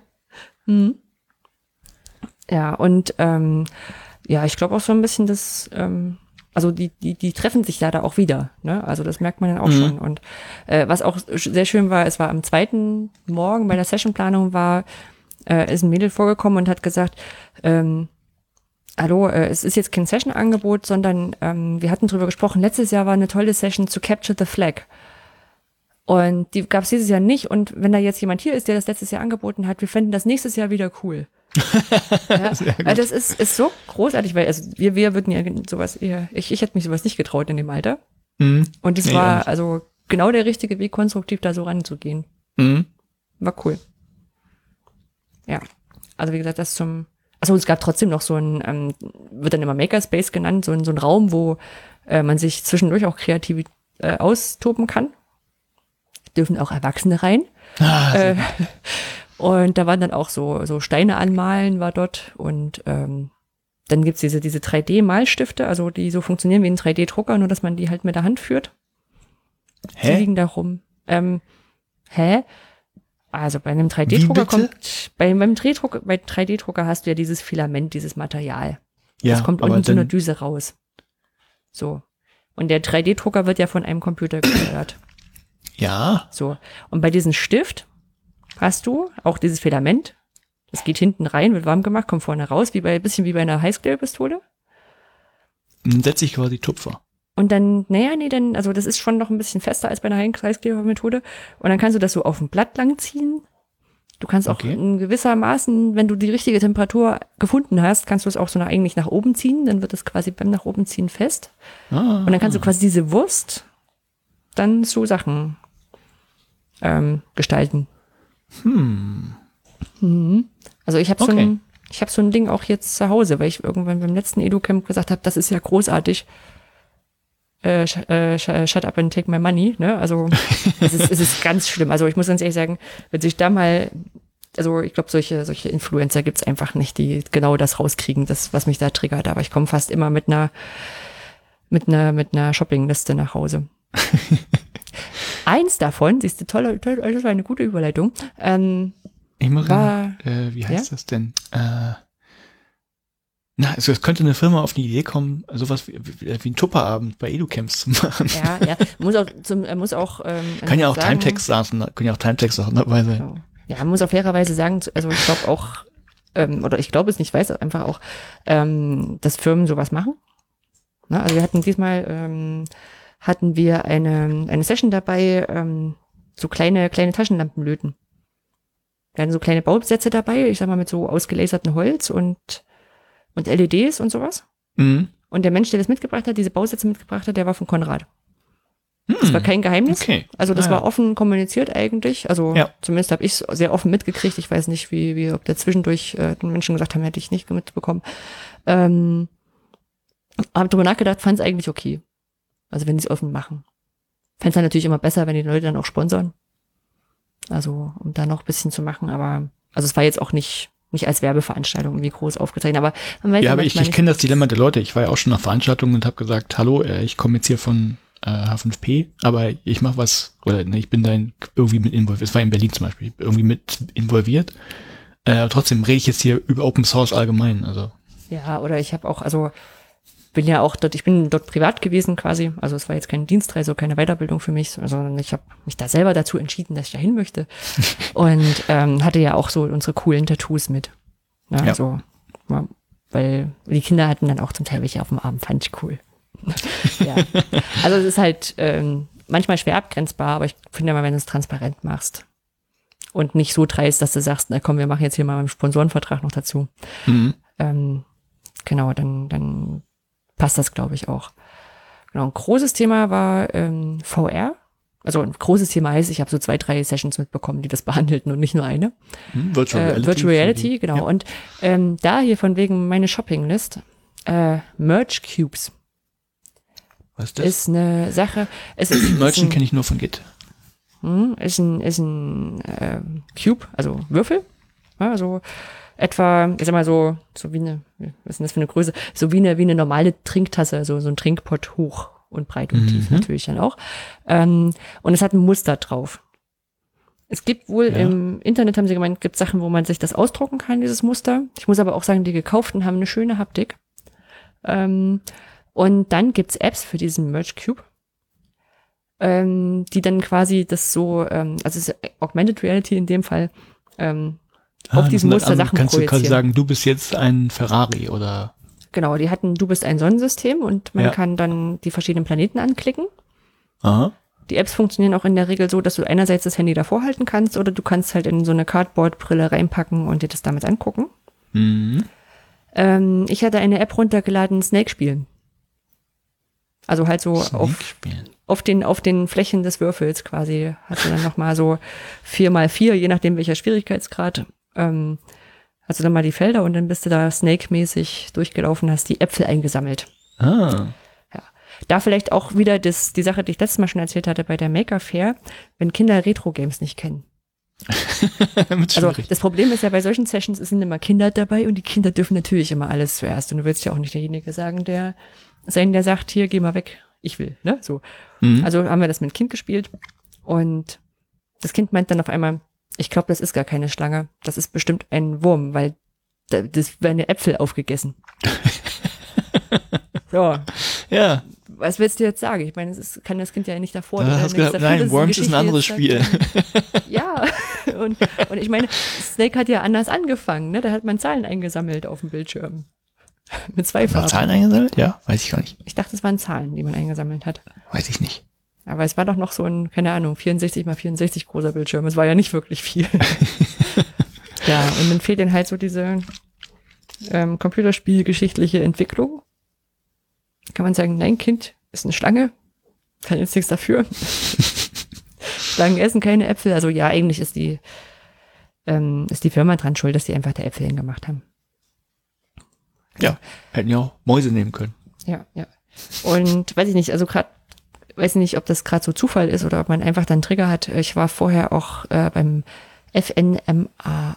Ja, und ja, ich glaube auch so ein bisschen, dass also die treffen sich da auch wieder, ne? Also das merkt man dann auch schon. Und was auch sehr schön war, es war am 2. Morgen bei der Sessionplanung ist ein Mädel vorgekommen und hat gesagt, hallo, es ist jetzt kein Session-Angebot, sondern wir hatten drüber gesprochen, letztes Jahr war eine tolle Session zu Capture the Flag. Und die gab es dieses Jahr nicht. Und wenn da jetzt jemand hier ist, der das letztes Jahr angeboten hat, wir fänden das nächstes Jahr wieder cool. Ja, weil das ist so großartig, weil also wir würden ja sowas eher, ich hätte mich sowas nicht getraut in dem Alter. Mhm. Und es Nee, war also genau der richtige Weg, konstruktiv da so ranzugehen. Mhm. War cool. Ja, also wie gesagt, es gab trotzdem noch so ein, wird dann immer Makerspace genannt, so ein Raum, wo man sich zwischendurch auch kreativ austoben kann. Dürfen auch Erwachsene rein. Und da waren dann auch so Steine anmalen war dort und dann gibt's diese 3D-Malstifte, also die so funktionieren wie ein 3D-Drucker, nur dass man die halt mit der Hand führt. Die liegen da rum. Also bei einem 3D-Drucker beim 3D-Drucker hast du ja dieses Filament, dieses Material. Ja, das kommt unten so eine Düse raus. So. Und der 3D-Drucker wird ja von einem Computer gesteuert. Ja. So. Und bei diesem Stift hast du auch dieses Filament. Das geht hinten rein, wird warm gemacht, kommt vorne raus, bisschen wie bei einer Heißklebepistole. Dann setze ich quasi Tupfer. Und dann, also das ist schon noch ein bisschen fester als bei einer Heißklebermethode. Und dann kannst du das so auf dem Blatt lang ziehen. Du kannst auch in gewissermaßen, wenn du die richtige Temperatur gefunden hast, kannst du es auch so eigentlich nach oben ziehen. Dann wird es quasi beim nach oben ziehen fest. Und dann kannst du quasi diese Wurst dann zu Sachen gestalten. Also ich habe so ein Ding auch jetzt zu Hause, weil ich irgendwann beim letzten Edu-Camp gesagt habe, das ist ja großartig. Shut up and take my money, ne? Also es ist ganz schlimm. Also ich muss ganz ehrlich sagen, wenn sich da mal, also ich glaube, solche Influencer gibt's einfach nicht, die genau das rauskriegen, das, was mich da triggert. Aber ich komme fast immer mit einer Shoppingliste nach Hause. Eins davon, siehst du, toll, das war eine gute Überleitung. Ich muss wie heißt das denn? Es könnte eine Firma auf die Idee kommen, sowas wie ein Tupperabend bei Edu-Camps zu machen. Ja, muss auch kann ja auch Timetext-Sachen dabei sein. Ja, man muss auch fairerweise sagen, also ich glaube auch, oder ich glaube es nicht, weiß einfach auch, dass Firmen sowas machen. Na, also wir hatten diesmal eine Session dabei, so kleine Taschenlampen löten. Wir hatten so kleine Bausätze dabei, ich sag mal mit so ausgelasertem Holz und LEDs und sowas. Und der Mensch, der das mitgebracht hat, diese Bausätze mitgebracht hat, der war von Konrad. Das war kein Geheimnis. Okay. Also das war offen kommuniziert eigentlich. Also zumindest habe ich es sehr offen mitgekriegt. Ich weiß nicht, ob der zwischendurch den Menschen gesagt haben, hätte ich nicht mitbekommen. Habe drüber nachgedacht, fand es eigentlich okay. Also wenn die es offen machen. Fände es dann natürlich immer besser, wenn die Leute dann auch sponsern. Also um da noch ein bisschen zu machen. Aber also es war jetzt auch nicht als Werbeveranstaltung irgendwie groß aufgezeichnet, aber man weiß aber ich kenne das Dilemma der Leute. Ich war ja auch schon nach Veranstaltungen und habe gesagt, hallo, ich komme jetzt hier von H5P, aber ich mache was, oder ich bin da irgendwie mit involviert. Es war in Berlin zum Beispiel, irgendwie mit involviert. Trotzdem rede ich jetzt hier über Open Source allgemein. Also. Ja, oder ich habe auch, also ich bin dort privat gewesen quasi, also es war jetzt keine Dienstreise, keine Weiterbildung für mich, sondern ich habe mich da selber dazu entschieden, dass ich da hin möchte und hatte ja auch so unsere coolen Tattoos mit. Ja, ja. Also, weil die Kinder hatten dann auch zum Teil welche auf dem Arm, fand ich cool. Ja. Also es ist halt manchmal schwer abgrenzbar, aber ich finde mal, wenn du es transparent machst und nicht so dreist, dass du sagst, na komm, wir machen jetzt hier mal einen Sponsorenvertrag noch dazu. Genau, dann passt das, glaube ich, auch. Genau, ein großes Thema war VR. Also ein großes Thema heißt, ich habe so 2-3 Sessions mitbekommen, die das behandelten und nicht nur eine. Virtual Reality, genau. Ja. Und da hier von wegen meine Shoppinglist, Merge Cubes. Was ist das? Ist eine Sache. Merchen kenne ich nur von Git. Ist ein Cube, also Würfel. Ja, also etwa, ich sag mal so wie eine, was ist denn das für eine Größe? So wie eine normale Trinktasse, also so ein Trinkpott hoch und breit und tief natürlich dann auch. Und es hat ein Muster drauf. Es gibt wohl im Internet, haben sie gemeint, gibt Sachen, wo man sich das ausdrucken kann, dieses Muster. Ich muss aber auch sagen, die gekauften haben eine schöne Haptik. Und dann gibt's Apps für diesen Merge Cube, die dann quasi das so, also es ist Augmented Reality in dem Fall, auf diesem Muster Sachen kannst projizieren. Du quasi sagen, du bist jetzt ein Ferrari oder? Genau, du bist ein Sonnensystem und man kann dann die verschiedenen Planeten anklicken. Aha. Die Apps funktionieren auch in der Regel so, dass du einerseits das Handy davor halten kannst oder du kannst halt in so eine Cardboard-Brille reinpacken und dir das damit angucken. Ich hatte eine App runtergeladen, Snake spielen. Also halt so auf den Flächen des Würfels quasi. Hast du dann nochmal so 4x4, je nachdem welcher Schwierigkeitsgrad, hast du dann mal die Felder und dann bist du da Snake-mäßig durchgelaufen, hast die Äpfel eingesammelt. Ja. Da vielleicht auch wieder die Sache, die ich letztes Mal schon erzählt hatte bei der Maker Fair, wenn Kinder Retro-Games nicht kennen. Also das Problem ist ja, bei solchen Sessions sind immer Kinder dabei und die Kinder dürfen natürlich immer alles zuerst. Und du willst ja auch nicht derjenige sagen, der sagt, hier, geh mal weg, ich will, ne? So. Also haben wir das mit dem Kind gespielt und das Kind meint dann auf einmal, ich glaube, das ist gar keine Schlange, das ist bestimmt ein Wurm, weil das werden ja Äpfel aufgegessen. Ja. Was willst du jetzt sagen? Ich meine, kann das Kind ja nicht davor. Nein, Worms ist ein anderes Spiel. Ja, und ich meine, Snake hat ja anders angefangen, ne? Da hat man Zahlen eingesammelt auf dem Bildschirm. Mit 2 Noch Farben. Zahlen eingesammelt? Ja, weiß ich gar nicht. Ich dachte, es waren Zahlen, die man eingesammelt hat. Weiß ich nicht. Aber es war doch noch so ein, keine Ahnung, 64 mal 64 großer Bildschirm. Es war ja nicht wirklich viel. Ja, und dann fehlt dann halt so diese Computerspielgeschichtliche Entwicklung. Kann man sagen, nein, Kind ist eine Schlange, kann jetzt nichts dafür. Schlangen essen keine Äpfel. Also ja, eigentlich ist die Firma dran schuld, dass die einfach da Äpfel hingemacht haben. Ja, hätten ja auch Mäuse nehmen können. Ja. Und weiß ich nicht, also gerade, weiß nicht, ob das gerade so Zufall ist oder ob man einfach dann einen Trigger hat. Ich war vorher auch beim FNMA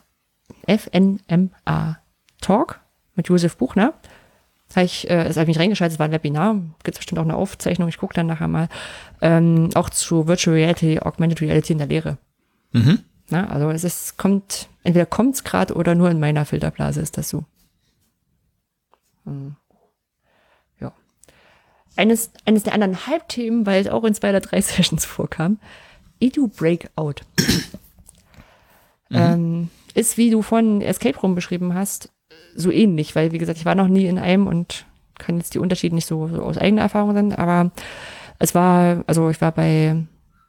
Talk mit Josef Buchner. Das habe ich mich reingeschaltet, es war ein Webinar, gibt es bestimmt auch eine Aufzeichnung, ich gucke dann nachher mal, auch zu Virtual Reality, Augmented Reality in der Lehre. Mhm. Na, also entweder kommt es gerade oder nur in meiner Filterblase ist das so. Ja. Eines der anderen Halbthemen, weil es auch in 2 oder 3 Sessions vorkam, Edu Breakout. Ist, wie du von Escape Room beschrieben hast, so ähnlich, weil, wie gesagt, ich war noch nie in einem und kann jetzt die Unterschiede nicht so aus eigener Erfahrung sagen, aber ich war bei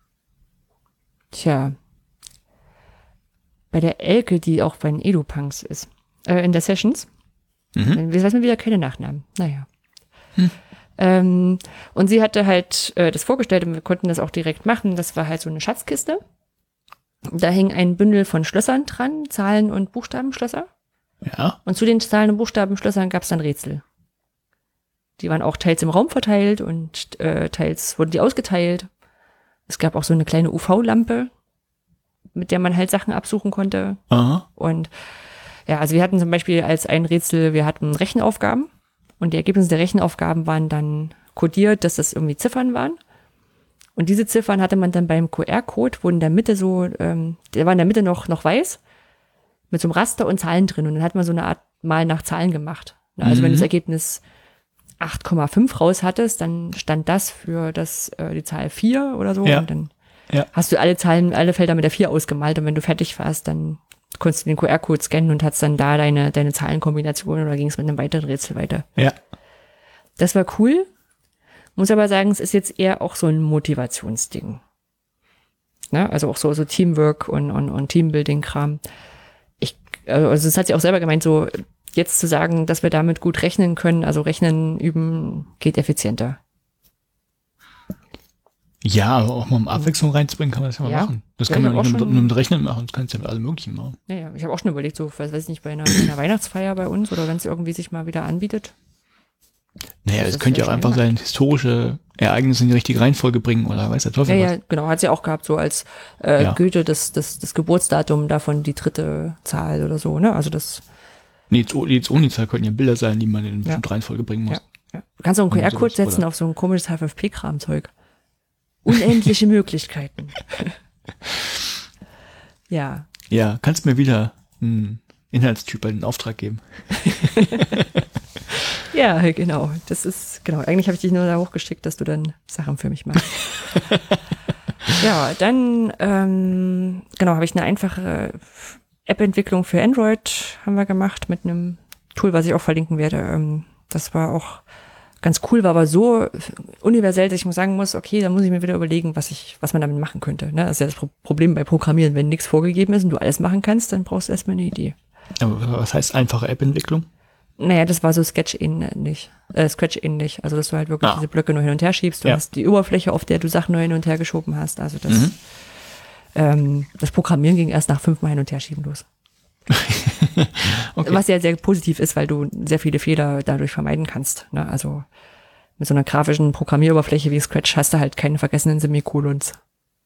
der Elke, die auch bei den Edu-Punks ist, in der Sessions. Wir weiß man wieder keine Nachnamen. Naja. Und sie hatte halt das vorgestellt und wir konnten das auch direkt machen. Das war halt so eine Schatzkiste. Da hing ein Bündel von Schlössern dran, Zahlen- und Buchstabenschlösser. Ja. Und zu den Zahlen- und Buchstabenschlössern gab es dann Rätsel. Die waren auch teils im Raum verteilt und teils wurden die ausgeteilt. Es gab auch so eine kleine UV-Lampe, mit der man halt Sachen absuchen konnte. Aha. Und ja, also wir hatten zum Beispiel als ein Rätsel, wir hatten Rechenaufgaben und die Ergebnisse der Rechenaufgaben waren dann kodiert, dass das irgendwie Ziffern waren. Und diese Ziffern hatte man dann beim QR-Code, wo in der Mitte so, der war in der Mitte noch weiß, mit so einem Raster und Zahlen drin. Und dann hat man so eine Art Mal nach Zahlen gemacht. Also wenn du das Ergebnis 8,5 raus hattest, dann stand das für die Zahl 4 oder so. Ja. Und dann hast du alle Felder mit der 4 ausgemalt. Und wenn du fertig warst, dann konntest du den QR-Code scannen und hattest dann da deine Zahlenkombination oder ging es mit einem weiteren Rätsel weiter. Ja. Das war cool. Muss aber sagen, es ist jetzt eher auch so ein Motivationsding. Ne? Also auch so Teamwork und Teambuilding-Kram. Also das hat sie auch selber gemeint, so jetzt zu sagen, dass wir damit gut rechnen können, also rechnen, üben, geht effizienter. Ja, aber auch mal um Abwechslung reinzubringen, kann man das ja mal machen. Das kann man ja nicht nur mit Rechnen machen, das kannst du ja mit allem Möglichen machen. Ja, ich habe auch schon überlegt, so, weiß ich nicht, bei einer Weihnachtsfeier bei uns oder wenn es irgendwie sich mal wieder anbietet. Naja, es könnte ja auch einfach sein, historische Ereignisse in die richtige Reihenfolge bringen oder weiß der Teufel was. Ja, genau, hat sie auch gehabt, so als Goethe das Geburtsdatum davon die 3. Zahl oder so, ne? Also das. Nee, jetzt ohne die Zahl könnten ja Bilder sein, die man in eine bestimmte Reihenfolge bringen muss. Ja. Du kannst auch einen QR-Code setzen oder? auf so ein komisches HFFP-Kram-Zeug. Unendliche Möglichkeiten. Ja. Ja, kannst mir wieder einen Inhaltstyp einen Auftrag geben. Ja, genau. Das ist, genau. Eigentlich habe ich dich nur da hochgeschickt, dass du dann Sachen für mich machst. Ja, dann, habe ich eine einfache App-Entwicklung für Android haben wir gemacht mit einem Tool, was ich auch verlinken werde. Das war auch ganz cool, war aber so universell, dass ich sagen muss, okay, da muss ich mir wieder überlegen, was man damit machen könnte. Ne? Das ist ja das Problem bei Programmieren, wenn nichts vorgegeben ist und du alles machen kannst, dann brauchst du erstmal eine Idee. Aber was heißt einfache App-Entwicklung? Naja, das war so Scratch-ähnlich. Also, dass du halt wirklich diese Blöcke nur hin und her schiebst. Du hast die Oberfläche, auf der du Sachen nur hin und her geschoben hast. Also das Programmieren ging erst nach 5 Mal hin und her schieben los. Okay. Was ja sehr positiv ist, weil du sehr viele Fehler dadurch vermeiden kannst. Ne? Also mit so einer grafischen Programmieroberfläche wie Scratch hast du halt keine vergessenen Semikolons.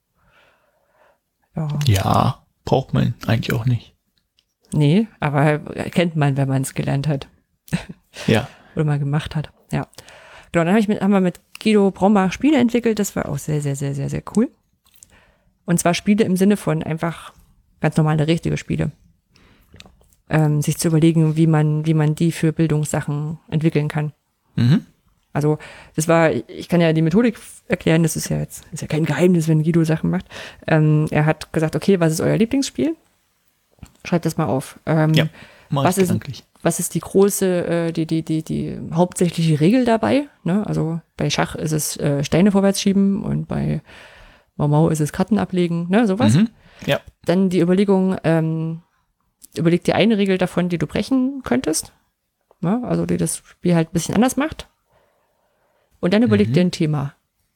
Ja, braucht man eigentlich auch nicht. Nee, aber kennt man, wenn man es gelernt hat. Ja. Oder mal gemacht hat. Ja. Genau, dann haben wir mit Guido Brombach Spiele entwickelt. Das war auch sehr, sehr, sehr, sehr, sehr cool. Und zwar Spiele im Sinne von einfach ganz normale, richtige Spiele. Sich zu überlegen, wie man die für Bildungssachen entwickeln kann. Mhm. Also, ich kann ja die Methodik erklären, das ist ja kein Geheimnis, wenn Guido Sachen macht. Er hat gesagt, okay, was ist euer Lieblingsspiel? Schreibt das mal auf. Was ist die große, die hauptsächliche Regel dabei? Ne? Also bei Schach ist es Steine vorwärts schieben und bei Mau ist es Karten ablegen, ne? Sowas. Ja. Dann die Überlegung, überleg dir eine Regel davon, die du brechen könntest. Ne? Also die das Spiel halt ein bisschen anders macht. Und dann überleg dir ein Thema.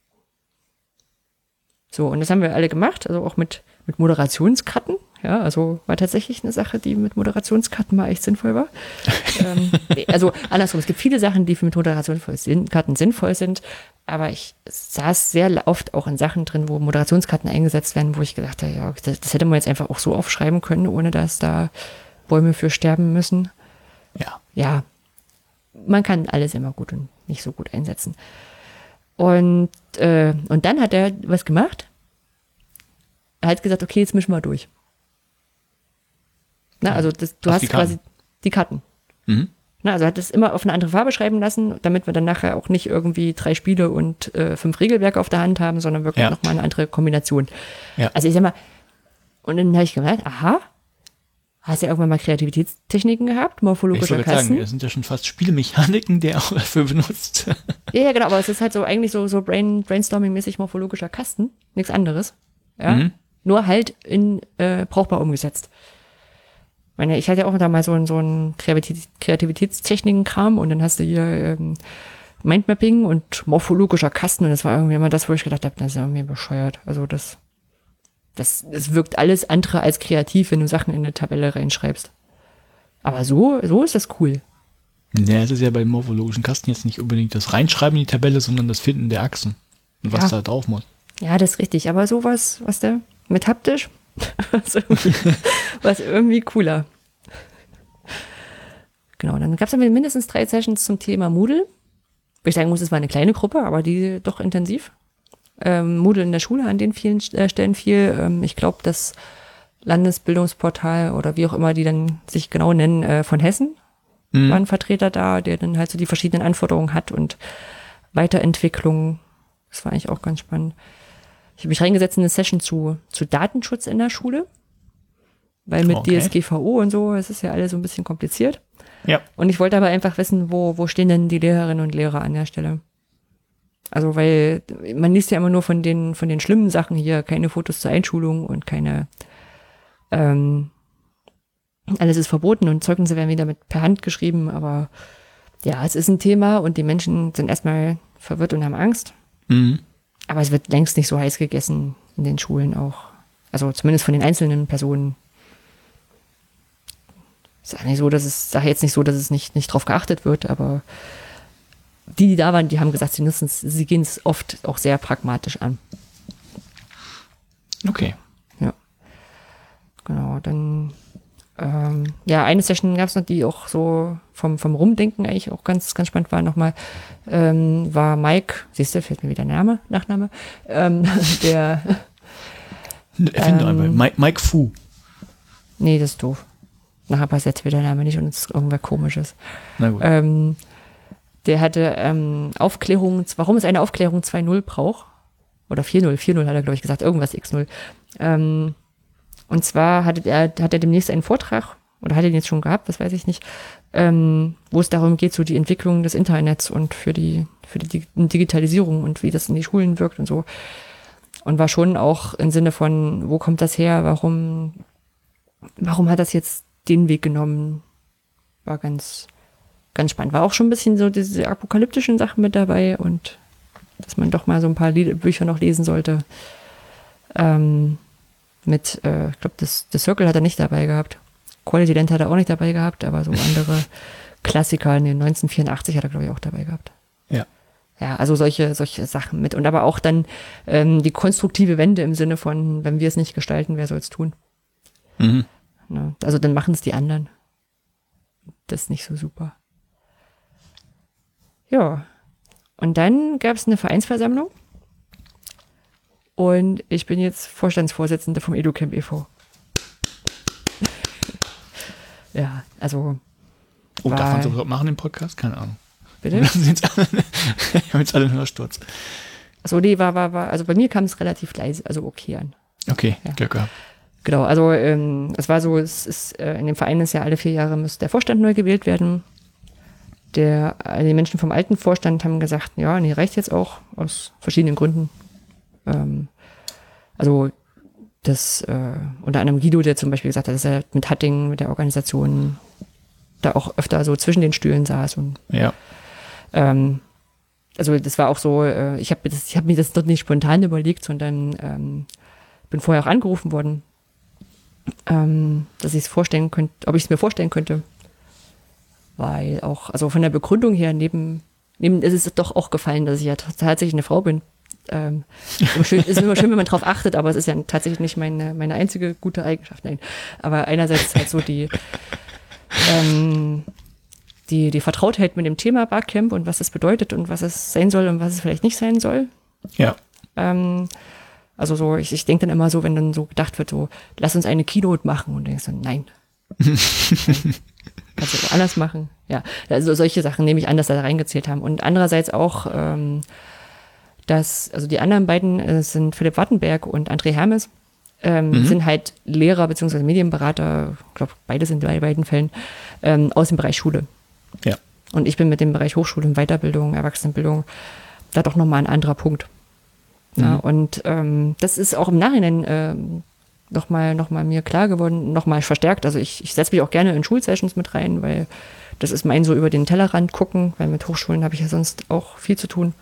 So, und das haben wir alle gemacht, also auch mit Moderationskarten. Ja, also war tatsächlich eine Sache, die mit Moderationskarten mal echt sinnvoll war. Also andersrum, es gibt viele Sachen, die mit Moderationskarten sinnvoll sind, aber ich saß sehr oft auch in Sachen drin, wo Moderationskarten eingesetzt werden, wo ich gedacht habe, ja, das hätte man jetzt einfach auch so aufschreiben können, ohne dass da Bäume für sterben müssen. Ja, man kann alles immer gut und nicht so gut einsetzen. Und dann hat er was gemacht. Er hat gesagt, okay, jetzt mischen wir durch. Na, also du hast quasi die Karten. Na, also er hat das immer auf eine andere Farbe schreiben lassen, damit wir dann nachher auch nicht irgendwie 3 Spiele und 5 Regelwerke auf der Hand haben, sondern wirklich nochmal eine andere Kombination. Ja. Also ich sag mal, und dann habe ich gemerkt, aha, hast du ja irgendwann mal Kreativitätstechniken gehabt, morphologischer Kasten? Sagen, das sind ja schon fast Spielmechaniken, die er auch dafür benutzt. Ja, genau, aber es ist halt so eigentlich so Brainstorming-mäßig morphologischer Kasten, nichts anderes. Ja? Nur halt in brauchbar umgesetzt. Ich hatte ja auch da mal so ein Kreativitätstechniken-Kram und dann hast du hier Mindmapping und morphologischer Kasten und das war irgendwie immer das, wo ich gedacht habe, das ist irgendwie bescheuert. Also das wirkt alles andere als kreativ, wenn du Sachen in eine Tabelle reinschreibst. Aber so ist das cool. Ja, es ist ja beim morphologischen Kasten jetzt nicht unbedingt das Reinschreiben in die Tabelle, sondern das Finden der Achsen und was da drauf muss. Ja, das ist richtig. Aber sowas, was der mit haptisch, was irgendwie cooler. Genau, dann gab es dann mindestens 3 Sessions zum Thema Moodle. Ich sagen muss, es war eine kleine Gruppe, aber die doch intensiv. Moodle in der Schule an den vielen Stellen viel. Ich glaube, das Landesbildungsportal oder wie auch immer die dann sich genau nennen, von Hessen war ein Vertreter da, der dann halt so die verschiedenen Anforderungen hat und Weiterentwicklung. Das war eigentlich auch ganz spannend. Ich habe mich reingesetzt in eine Session zu Datenschutz in der Schule, weil mit DSGVO und so, es ist ja alles so ein bisschen kompliziert. Ja. Und ich wollte aber einfach wissen, wo stehen denn die Lehrerinnen und Lehrer an der Stelle? Also, weil man liest ja immer nur von den schlimmen Sachen hier, keine Fotos zur Einschulung und keine, alles ist verboten und Zeugnisse werden wieder per Hand geschrieben, aber ja, es ist ein Thema und die Menschen sind erstmal verwirrt und haben Angst. Aber es wird längst nicht so heiß gegessen in den Schulen auch. Also zumindest von den einzelnen Personen. Ist auch nicht so, dass es nicht drauf geachtet wird, aber die da waren, die haben gesagt, sie gehen es oft auch sehr pragmatisch an. Okay. Ja. Genau, dann eine Session gab es noch, die auch so vom Rumdenken eigentlich auch ganz, ganz spannend war nochmal, war Mike, siehst du, fällt mir wieder Nachname, der Erfinder einfach, Mike Fu. Nee, das ist doof. Nachher passt jetzt wieder der Name nicht und es ist irgendwer Komisches. Na gut. Der hatte warum es eine Aufklärung 2.0 braucht. Oder 4.0 hat er, glaube ich, gesagt, irgendwas X0. Und zwar hat er demnächst einen Vortrag, oder hat er den jetzt schon gehabt, das weiß ich nicht, wo es darum geht, so die Entwicklung des Internets und für die Digitalisierung und wie das in die Schulen wirkt und so. Und war schon auch im Sinne von, wo kommt das her, warum hat das jetzt den Weg genommen? War ganz, ganz spannend. War auch schon ein bisschen so diese apokalyptischen Sachen mit dabei und dass man doch mal so ein paar Bücher noch lesen sollte. Ich glaube, das Circle hat er nicht dabei gehabt. Quality Land hat er auch nicht dabei gehabt, aber so andere Klassiker in den 1984 hat er, glaube ich, auch dabei gehabt. Ja. Ja, also solche Sachen mit. Und aber auch dann die konstruktive Wende im Sinne von, wenn wir es nicht gestalten, wer soll es tun? Ne? Also dann machen es die anderen. Das ist nicht so super. Ja. Und dann gab es eine Vereinsversammlung. Und ich bin jetzt Vorstandsvorsitzende vom EduCamp e.V. Ja, also. Darf man so überhaupt machen im Podcast? Keine Ahnung. Bitte? Wir haben jetzt alle einen Hörsturz. Achso, nee, also bei mir kam es relativ leise, also okay an. Okay, ja. Glück gehabt. Genau, also es war so, es ist in dem Verein ist ja alle 4 Jahre muss der Vorstand neu gewählt werden. Die Menschen vom alten Vorstand haben gesagt, ja, nee, reicht jetzt auch, aus verschiedenen Gründen. Also das unter anderem Guido, der zum Beispiel gesagt hat, dass er mit Hatting, mit der Organisation da auch öfter so zwischen den Stühlen saß. Und, Ja. also das war auch so, ich hab mir das dort nicht spontan überlegt, sondern bin vorher auch angerufen worden, dass ich es vorstellen könnte, ob ich es mir vorstellen könnte. Weil auch, also von der Begründung her, neben ist es doch auch gefallen, dass ich ja tatsächlich eine Frau bin. Ist immer schön, wenn man drauf achtet, aber es ist ja tatsächlich nicht meine einzige gute Eigenschaft. Nein. Aber einerseits halt so die Vertrautheit mit dem Thema Barcamp und was es bedeutet und was es sein soll und was es vielleicht nicht sein soll. Ja. Also so, ich denke dann immer so, wenn dann so gedacht wird, so, lass uns eine Keynote machen und denkst dann, nein. Kannst du auch anders machen. Ja, also solche Sachen nehme ich an, dass da reingezählt haben. Und andererseits auch, also die anderen beiden sind Philipp Wattenberg und André Hermes, sind halt Lehrer bzw. Medienberater, ich glaube, beide sind bei beiden Fällen, aus dem Bereich Schule. Ja. Und ich bin mit dem Bereich Hochschule und Weiterbildung, Erwachsenenbildung, da doch nochmal ein anderer Punkt. Ja, und das ist auch im Nachhinein noch mal mir klar geworden, noch mal verstärkt. Also ich setze mich auch gerne in Schulsessions mit rein, weil das ist mein so über den Tellerrand gucken, weil mit Hochschulen habe ich ja sonst auch viel zu tun.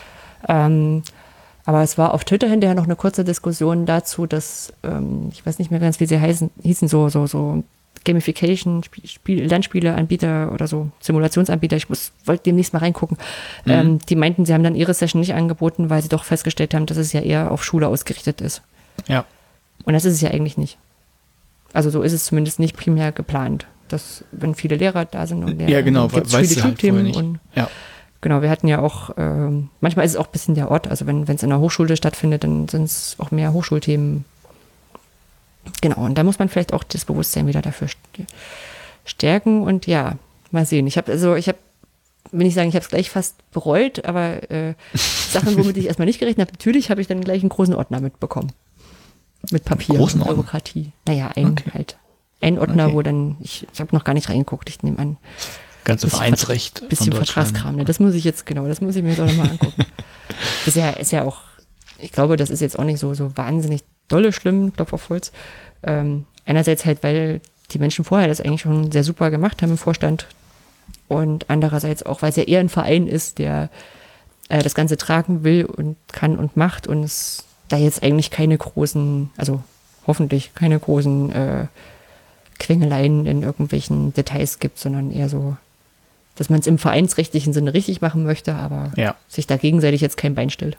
Aber es war auf Twitter hinterher noch eine kurze Diskussion dazu, dass, ich weiß nicht mehr ganz, wie sie hießen, so Gamification, Lernspieleanbieter oder so, Simulationsanbieter, wollte demnächst mal reingucken. Die meinten, sie haben dann ihre Session nicht angeboten, weil sie doch festgestellt haben, dass es ja eher auf Schule ausgerichtet ist. Ja. Und das ist es ja eigentlich nicht. Also so ist es zumindest nicht primär geplant, dass wenn viele Lehrer da sind und ja, genau, gibt es weißt viele du halt Schulthemen nicht. und Ja. genau, wir hatten ja auch, manchmal ist es auch ein bisschen der Ort, also wenn es in einer Hochschule stattfindet, dann sind es auch mehr Hochschulthemen. Genau, und da muss man vielleicht auch das Bewusstsein wieder dafür stärken und ja, mal sehen. Ich habe will nicht sagen, ich habe es gleich fast bereut, aber Sachen, womit ich erstmal nicht gerechnet habe, natürlich habe ich dann gleich einen großen Ordner mitbekommen. Mit Papier und Bürokratie. Naja, ein Ordner, okay. Wo dann, ich habe noch gar nicht reingeguckt, ich nehme an. Ganze Vereinsrecht. Bisschen Vertragskram, ne? Das muss ich mir jetzt auch nochmal angucken. Das ist ja auch, ich glaube, das ist jetzt auch nicht so wahnsinnig dolle schlimm, Klopf auf Holz. Einerseits halt, weil die Menschen vorher das eigentlich schon sehr super gemacht haben im Vorstand und andererseits auch, weil es ja eher ein Verein ist, der das Ganze tragen will und kann und macht und es da jetzt eigentlich keine großen, also hoffentlich keine großen Quengeleien in irgendwelchen Details gibt, sondern eher so, dass man es im vereinsrechtlichen Sinne richtig machen möchte, aber sich da gegenseitig jetzt kein Bein stellt.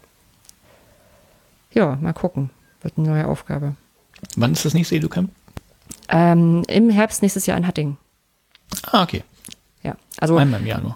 Ja, mal gucken. Wird eine neue Aufgabe. Wann ist das nächste EduCamp? Im Herbst nächstes Jahr in Hattingen. Ah, okay. Ja, also einmal im Januar.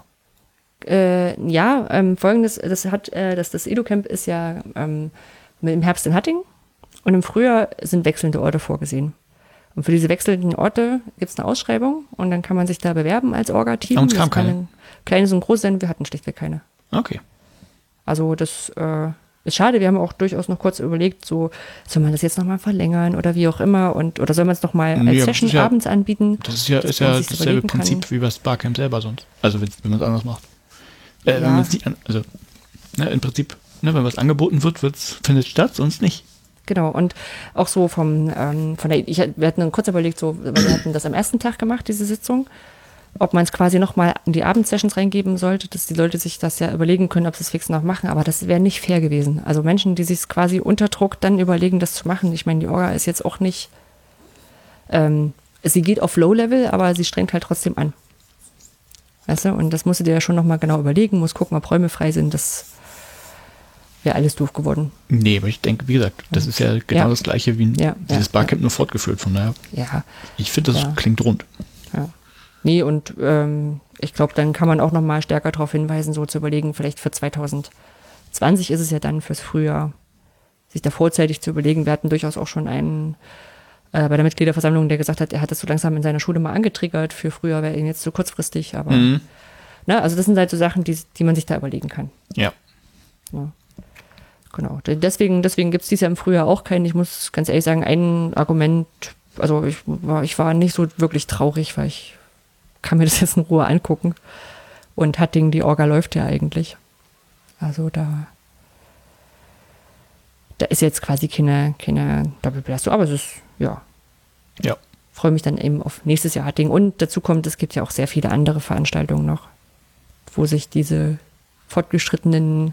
Folgendes, das EduCamp ist ja im Herbst in Hattingen und im Frühjahr sind wechselnde Orte vorgesehen. Und für diese wechselnden Orte gibt es eine Ausschreibung und dann kann man sich da bewerben als Orga-Team. Und es kam keine? Kleines und groß sein, wir hatten schlichtweg keine. Okay. Also das ist schade, wir haben auch durchaus noch kurz überlegt, so soll man das jetzt nochmal verlängern oder wie auch immer oder soll man es nochmal als Session abends anbieten? Das ist ja dasselbe Prinzip wie das Barcamp selber sonst. Also wenn man es anders macht. Wenn man es nicht im Prinzip, wenn was angeboten wird, findet es statt, sonst nicht. Genau, und auch so wir hatten kurz überlegt, weil wir hatten das am ersten Tag gemacht, diese Sitzung, ob man es quasi nochmal in die Abendsessions reingeben sollte, dass die Leute sich das ja überlegen können, ob sie es fix noch machen, aber das wäre nicht fair gewesen. Also Menschen, die sich quasi unter Druck dann überlegen, das zu machen. Ich meine, die Orga ist jetzt auch nicht, sie geht auf Low-Level, aber sie strengt halt trotzdem an. Weißt du, und das musst du dir ja schon nochmal genau überlegen, musst gucken, ob Räume frei sind, das wäre alles doof geworden. Nee, aber ich denke, wie gesagt, das ist ja genau das Gleiche wie dieses Barcamp nur fortgeführt, von daher. Ja. Ich finde, das klingt rund. Ja. Nee, und ich glaube, dann kann man auch nochmal stärker darauf hinweisen, so zu überlegen, vielleicht für 2020 ist es ja dann fürs Frühjahr, sich da vorzeitig zu überlegen. Wir hatten durchaus auch schon einen bei der Mitgliederversammlung, der gesagt hat, er hat das so langsam in seiner Schule mal angetriggert, für Frühjahr wäre ihn jetzt zu kurzfristig, aber also das sind halt so Sachen, die man sich da überlegen kann. Ja. Genau. Deswegen gibt es dies Jahr im Frühjahr auch keinen. Ich muss ganz ehrlich sagen, ein Argument, also ich war nicht so wirklich traurig, weil ich kann mir das jetzt in Ruhe angucken. Und Hattingen, die Orga läuft ja eigentlich. Also da ist jetzt quasi keine Doppelbelastung, aber es ist, ja. Ja. Freue mich dann eben auf nächstes Jahr Hattingen. Und dazu kommt, es gibt ja auch sehr viele andere Veranstaltungen noch, wo sich diese fortgeschrittenen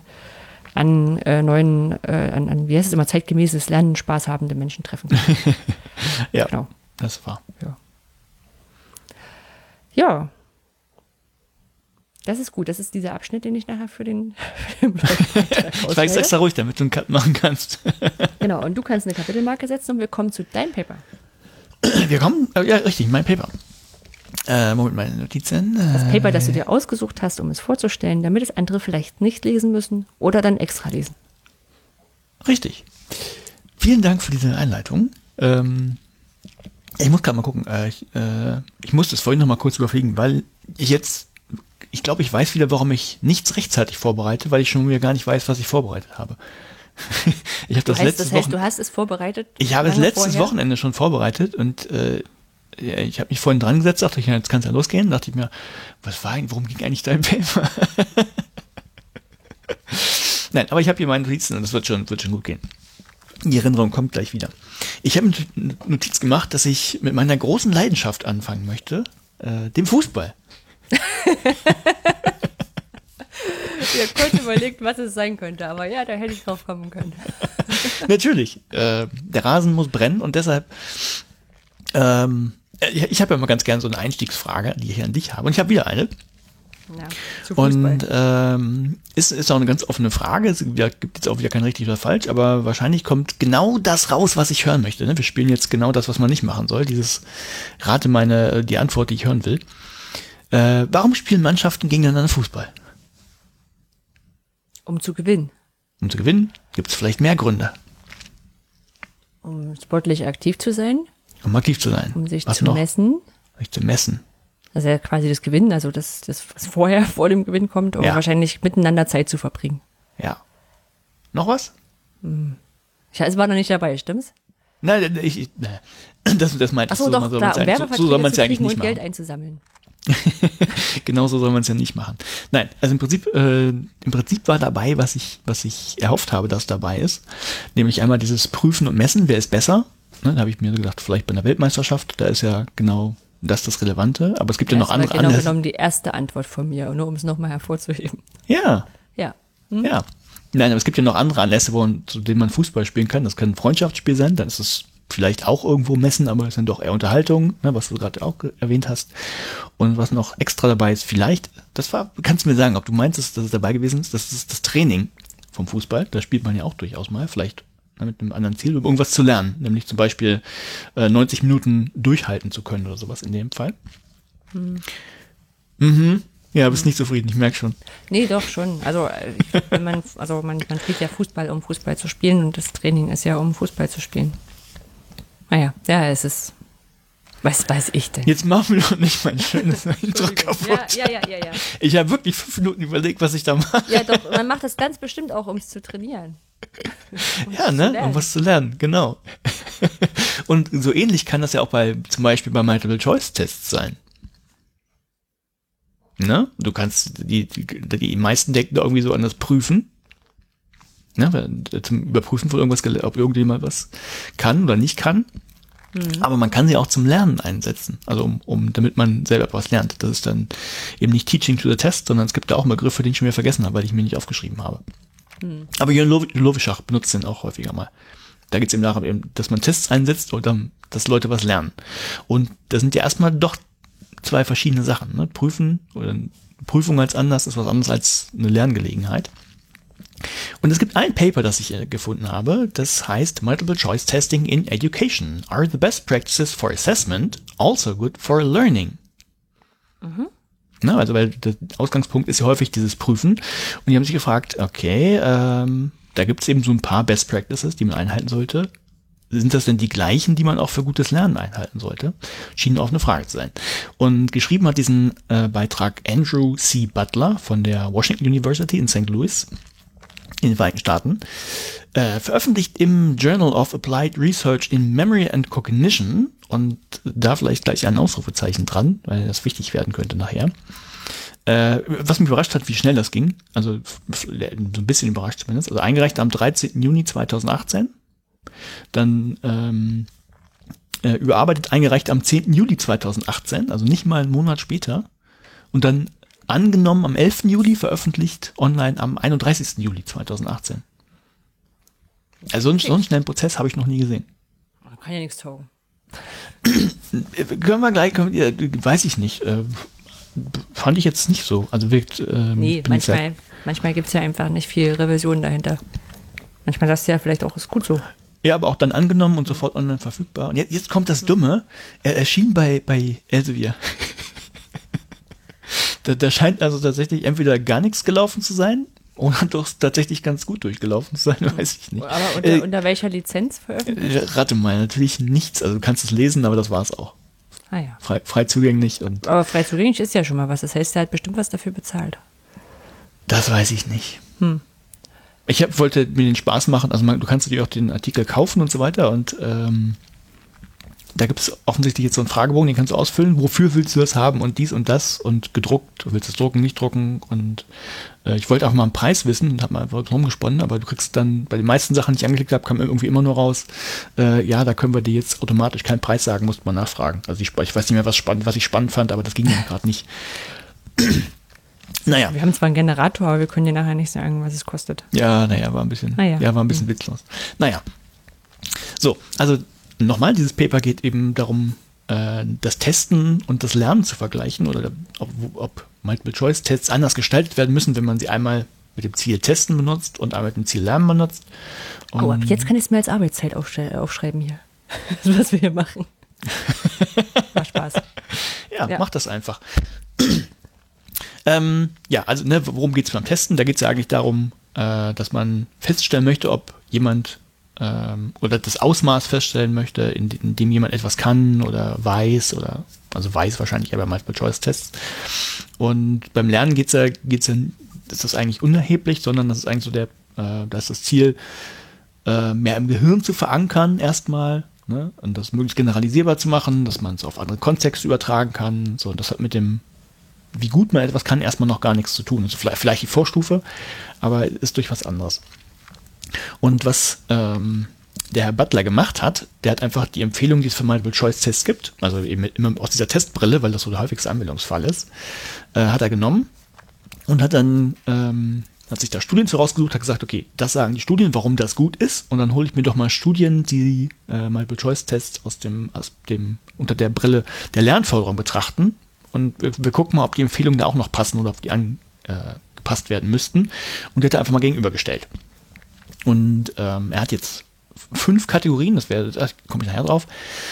wie heißt es immer, zeitgemäßes Lernen, Spaß habende Menschen treffen können. Ja, genau. Das war. Ja. Das ist gut. Das ist dieser Abschnitt, den ich nachher für den Ich war jetzt extra ruhig, damit du einen Cut machen kannst. Genau, und du kannst eine Kapitelmarke setzen und wir kommen zu deinem Paper. Wir kommen, ja richtig, mein Paper. Moment, meine Notizen. Das Paper, das du dir ausgesucht hast, um es vorzustellen, damit es andere vielleicht nicht lesen müssen oder dann extra lesen. Richtig. Vielen Dank für diese Einleitung. Ich muss gerade mal gucken. Ich musste es vorhin noch mal kurz überfliegen, weil ich glaube, ich weiß wieder, warum ich nichts rechtzeitig vorbereite, weil ich schon wieder gar nicht weiß, was ich vorbereitet habe. Ich habe du hast es vorbereitet? Ich habe es letztes Wochenende schon vorbereitet und ich habe mich vorhin dran gesetzt, dachte ich, jetzt kann es ja losgehen. Dachte ich mir, worum ging eigentlich dein Paper? Nein, aber ich habe hier meine Notizen und das wird schon gut gehen. Die Erinnerung kommt gleich wieder. Ich habe eine Notiz gemacht, dass ich mit meiner großen Leidenschaft anfangen möchte, dem Fußball. Ich habe kurz überlegt, was es sein könnte, aber ja, da hätte ich drauf kommen können. Natürlich. Der Rasen muss brennen und deshalb ich habe ja immer ganz gerne so eine Einstiegsfrage, die ich an dich habe. Und ich habe wieder eine. Ja, zu Fußball. Und ist auch eine ganz offene Frage. Es gibt jetzt auch wieder kein richtig oder falsch, aber wahrscheinlich kommt genau das raus, was ich hören möchte. Ne? Wir spielen jetzt genau das, was man nicht machen soll. Die Antwort, die ich hören will. Warum spielen Mannschaften gegeneinander Fußball? Um zu gewinnen. Um zu gewinnen? Gibt es vielleicht mehr Gründe? Um sportlich aktiv zu sein. Um aktiv zu sein. Um sich zu messen. Sich zu messen. Das ist ja quasi das Gewinnen, also das was vor dem Gewinn kommt, um wahrscheinlich miteinander Zeit zu verbringen. Ja. Noch was? Es war noch nicht dabei, stimmt's? Nein, das meinte ich so. Doch, klar, um Werbeverträge so soll man es zu ja eigentlich kriegen nicht und machen. Geld einzusammeln. Genau so soll man es ja nicht machen. Nein, also im Prinzip war dabei, was ich erhofft habe, dass dabei ist. Nämlich einmal dieses Prüfen und Messen, wer ist besser. Ne, da habe ich mir gedacht, vielleicht bei einer Weltmeisterschaft, da ist ja genau das Relevante. Aber es gibt ja noch andere Anlässe. Genau genommen die erste Antwort von mir, nur um es nochmal hervorzuheben. Ja. Ja. Ja. Nein, aber es gibt ja noch andere Anlässe, zu denen man Fußball spielen kann. Das kann ein Freundschaftsspiel sein, dann ist es vielleicht auch irgendwo Messen, aber es sind doch eher Unterhaltungen, ne, was du gerade auch erwähnt hast. Und was noch extra dabei ist, vielleicht, kannst du mir sagen, ob du meinst, dass es dabei gewesen ist, das ist das Training vom Fußball. Da spielt man ja auch durchaus mal, vielleicht mit einem anderen Ziel, um irgendwas zu lernen. Nämlich zum Beispiel 90 Minuten durchhalten zu können oder sowas in dem Fall. Ja, bist nicht zufrieden, ich merke schon. Nee, doch schon. Also man spielt ja Fußball, um Fußball zu spielen und das Training ist ja, um Fußball zu spielen. Naja, es ist. Was weiß ich denn? Jetzt machen wir doch nicht mein schönes Intro kaputt. Ja. Ich habe wirklich 5 Minuten überlegt, was ich da mache. Ja, doch, man macht das ganz bestimmt auch, um es zu trainieren. Um was zu lernen, genau. Und so ähnlich kann das ja auch zum Beispiel bei Multiple-Choice-Tests sein. Ne? Du kannst, die meisten denken da irgendwie so an das Prüfen. Ne? Zum Überprüfen von irgendwas, ob irgendjemand was kann oder nicht kann. Aber man kann sie auch zum Lernen einsetzen. Also damit man selber was lernt. Das ist dann eben nicht Teaching to the Test, sondern es gibt da auch Begriffe, die ich schon wieder vergessen habe, weil ich mir nicht aufgeschrieben habe. Aber Jörn Lowischach benutzt den auch häufiger mal. Da geht es eben darum, dass man Tests einsetzt oder dass Leute was lernen. Und das sind ja erstmal doch 2 verschiedene Sachen. Ne? Prüfen oder Prüfung als anders ist was anderes als eine Lerngelegenheit. Und es gibt ein Paper, das ich gefunden habe, das heißt Multiple Choice Testing in Education. Are the best practices for assessment also good for learning? Na, also weil der Ausgangspunkt ist ja häufig dieses Prüfen. Und die haben sich gefragt, okay, da gibt es eben so ein paar Best Practices, die man einhalten sollte. Sind das denn die gleichen, die man auch für gutes Lernen einhalten sollte? Schien auch eine Frage zu sein. Und geschrieben hat diesen Beitrag Andrew C. Butler von der Washington University in St. Louis in den Vereinigten Staaten, veröffentlicht im Journal of Applied Research in Memory and Cognition, und da vielleicht gleich ein Ausrufezeichen dran, weil das wichtig werden könnte nachher. Was mich überrascht hat, wie schnell das ging, also so ein bisschen überrascht zumindest, also eingereicht am 13. Juni 2018, dann überarbeitet eingereicht am 10. Juli 2018, also nicht mal einen Monat später, und dann angenommen am 11. Juli, veröffentlicht online am 31. Juli 2018. Also so einen schnellen Prozess habe ich noch nie gesehen. Kann ja nichts taugen. Können wir gleich, weiß ich nicht, fand ich jetzt nicht so. Also wirkt. Nee, manchmal gibt es ja einfach nicht viel Revision dahinter. Manchmal sagst du ja vielleicht auch, ist gut so. Ja, aber auch dann angenommen und sofort online verfügbar. Und jetzt kommt das Dumme. Er erschien bei Elsevier. Da scheint also tatsächlich entweder gar nichts gelaufen zu sein oder doch tatsächlich ganz gut durchgelaufen zu sein, weiß ich nicht. Aber unter welcher Lizenz veröffentlicht? Rate mal, natürlich nichts. Also du kannst es lesen, aber das war's auch. Ah ja. Frei zugänglich. Aber frei zugänglich ist ja schon mal was. Das heißt, er hat bestimmt was dafür bezahlt. Das weiß ich nicht. Ich wollte mir den Spaß machen, also du kannst natürlich auch den Artikel kaufen und so weiter, und da gibt es offensichtlich jetzt so einen Fragebogen, den kannst du ausfüllen, wofür willst du das haben und dies und das und gedruckt, du willst es drucken, nicht drucken, und ich wollte auch mal einen Preis wissen und habe mal einfach rumgesponnen, aber du kriegst dann, bei den meisten Sachen, die ich angeklickt habe, kam irgendwie immer nur raus, ja, da können wir dir jetzt automatisch keinen Preis sagen, musst mal nachfragen. Also ich weiß nicht mehr, was ich spannend fand, aber das ging ja gerade nicht. Naja. Wir haben zwar einen Generator, aber wir können dir nachher nicht sagen, was es kostet. Ja, war ein bisschen witzlos. Naja. So, also nochmal, dieses Paper geht eben darum, das Testen und das Lernen zu vergleichen, oder ob Multiple-Choice-Tests anders gestaltet werden müssen, wenn man sie einmal mit dem Ziel Testen benutzt und einmal mit dem Ziel Lernen benutzt. Und ab jetzt kann ich es mir als Arbeitszeit aufschreiben hier. Das, was wir hier machen. Macht Spaß. Ja, mach das einfach. Also worum geht es beim Testen? Da geht es ja eigentlich darum, dass man feststellen möchte, ob jemand oder das Ausmaß feststellen möchte, in dem jemand etwas kann oder weiß, also weiß wahrscheinlich ja bei Multiple-Choice-Tests. Und beim Lernen geht's ja, ist das eigentlich unerheblich, sondern das ist eigentlich so da ist das Ziel, mehr im Gehirn zu verankern erstmal, ne? Und das möglichst generalisierbar zu machen, dass man es auf andere Kontexte übertragen kann. So, und das hat mit dem, wie gut man etwas kann, erstmal noch gar nichts zu tun. Also vielleicht die Vorstufe, aber ist durch was anderes. Und was der Herr Butler gemacht hat, der hat einfach die Empfehlung, die es für Multiple-Choice-Tests gibt, also eben immer aus dieser Testbrille, weil das so der häufigste Anwendungsfall ist, hat er genommen und hat dann hat sich da Studien zu rausgesucht, hat gesagt, okay, das sagen die Studien, warum das gut ist, und dann hole ich mir doch mal Studien, die Multiple-Choice-Tests unter der Brille der Lernförderung betrachten, und wir gucken mal, ob die Empfehlungen da auch noch passen oder ob die angepasst werden müssten, und der hat einfach mal gegenübergestellt. Und er hat jetzt 5 Kategorien, da komme ich nachher drauf,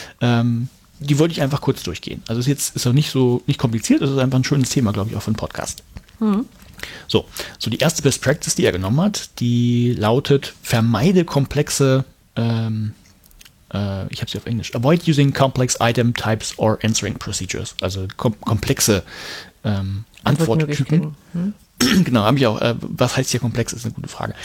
die wollte ich einfach kurz durchgehen. Also ist auch nicht kompliziert, es ist einfach ein schönes Thema, glaube ich, auch für einen Podcast. So die erste Best Practice, die er genommen hat, die lautet: vermeide komplexe, ich habe sie auf Englisch, avoid using complex item types or answering procedures, also komplexe Antworttypen. Genau, habe ich auch. Was heißt hier komplex, ist eine gute Frage.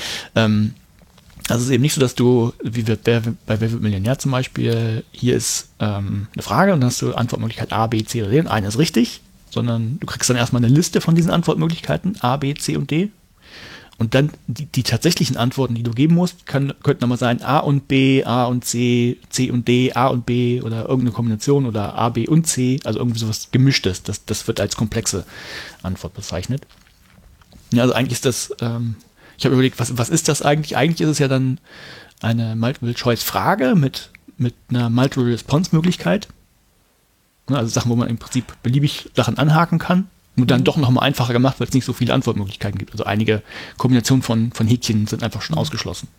Also es ist eben nicht so, dass du, wie bei Wer wird Millionär zum Beispiel, hier ist eine Frage und dann hast du Antwortmöglichkeit A, B, C oder D und eine ist richtig, sondern du kriegst dann erstmal eine Liste von diesen Antwortmöglichkeiten, A, B, C und D, und dann die tatsächlichen Antworten, die du geben musst, könnten nochmal sein A und B, A und C, C und D, A und B oder irgendeine Kombination oder A, B und C, also irgendwie sowas Gemischtes, das wird als komplexe Antwort bezeichnet. Ja, also eigentlich ist das, ich habe überlegt, was ist das eigentlich? Eigentlich ist es ja dann eine Multiple-Choice-Frage mit einer Multiple-Response-Möglichkeit. Also Sachen, wo man im Prinzip beliebig Sachen anhaken kann. Nur dann doch nochmal einfacher gemacht, weil es nicht so viele Antwortmöglichkeiten gibt. Also einige Kombinationen von Häkchen sind einfach schon ausgeschlossen.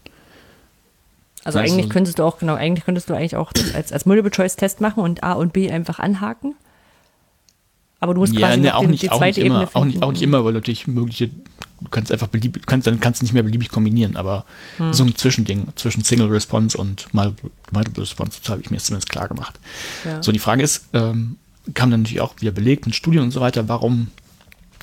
Also eigentlich könntest du eigentlich auch das als Multiple-Choice-Test machen und A und B einfach anhaken. Aber du musst quasi die zweite Ebene finden. Auch nicht immer, weil natürlich du kannst einfach kannst nicht mehr beliebig kombinieren, aber so ein Zwischending zwischen Single Response und Multiple Response, das habe ich mir zumindest klar gemacht. Ja. So, die Frage ist, kam dann natürlich auch wieder belegt in Studien und so weiter, warum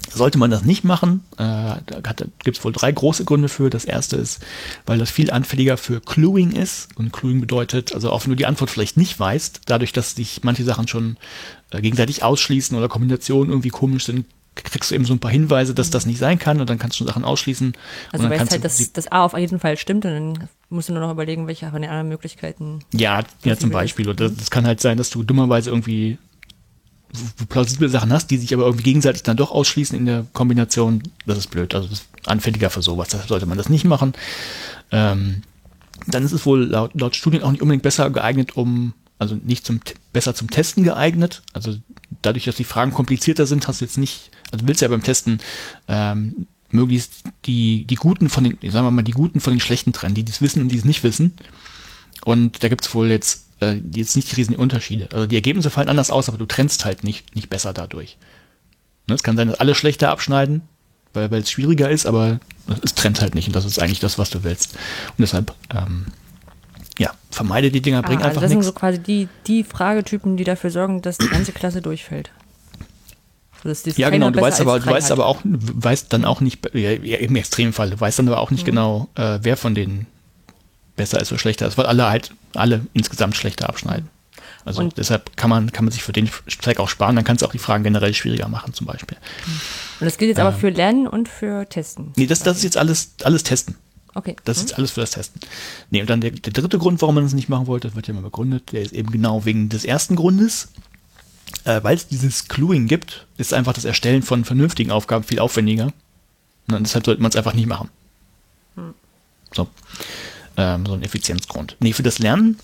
Sollte man das nicht machen, da gibt es wohl 3 große Gründe für. Das erste ist, weil das viel anfälliger für Cluing ist. Und Cluing bedeutet, also auch wenn du die Antwort vielleicht nicht weißt, dadurch, dass sich manche Sachen schon gegenseitig ausschließen oder Kombinationen irgendwie komisch sind, kriegst du eben so ein paar Hinweise, dass das nicht sein kann und dann kannst du Sachen ausschließen. Also und dann weißt kannst halt, dass das A auf jeden Fall stimmt und dann musst du nur noch überlegen, welche von den anderen Möglichkeiten. Ja, zum Beispiel. Oder das kann halt sein, dass du dummerweise irgendwie plausible Sachen hast, die sich aber irgendwie gegenseitig dann doch ausschließen in der Kombination. Das ist blöd. Also das ist anfälliger für sowas. Deshalb sollte man das nicht machen. Dann ist es wohl laut Studien auch nicht unbedingt besser geeignet, also nicht besser zum Testen geeignet. Also dadurch, dass die Fragen komplizierter sind, hast du jetzt nicht, also willst du ja beim Testen möglichst die Guten von den, sagen wir mal, die Guten von den Schlechten trennen, die es wissen und die es nicht wissen. Und da gibt es wohl jetzt nicht die riesen Unterschiede. Also die Ergebnisse fallen anders aus, aber du trennst halt nicht besser dadurch. Ne, es kann sein, dass alle schlechter abschneiden, weil es schwieriger ist, aber es trennt halt nicht und das ist eigentlich das, was du willst. Und deshalb, vermeide die Dinger, bring einfach nichts. Das sind so quasi die Fragetypen, die dafür sorgen, dass die ganze Klasse durchfällt. Ja, genau, du weißt dann auch nicht, im Extremfall, du weißt dann aber auch nicht genau, wer von denen besser ist oder schlechter ist, weil alle insgesamt schlechter abschneiden. Also und deshalb kann man sich für den Zweck auch sparen, dann kannst du auch die Fragen generell schwieriger machen zum Beispiel. Und das gilt jetzt aber für Lernen und für Testen? Nee, das ist jetzt alles Testen. Okay. Das ist jetzt alles für das Testen. Nee, und dann der dritte Grund, warum man das nicht machen wollte, das wird ja mal begründet, der ist eben genau wegen des ersten Grundes. Weil es dieses Cluing gibt, ist einfach das Erstellen von vernünftigen Aufgaben viel aufwendiger. Und deshalb sollte man es einfach nicht machen. So ein Effizienzgrund. Nee, für das Lernen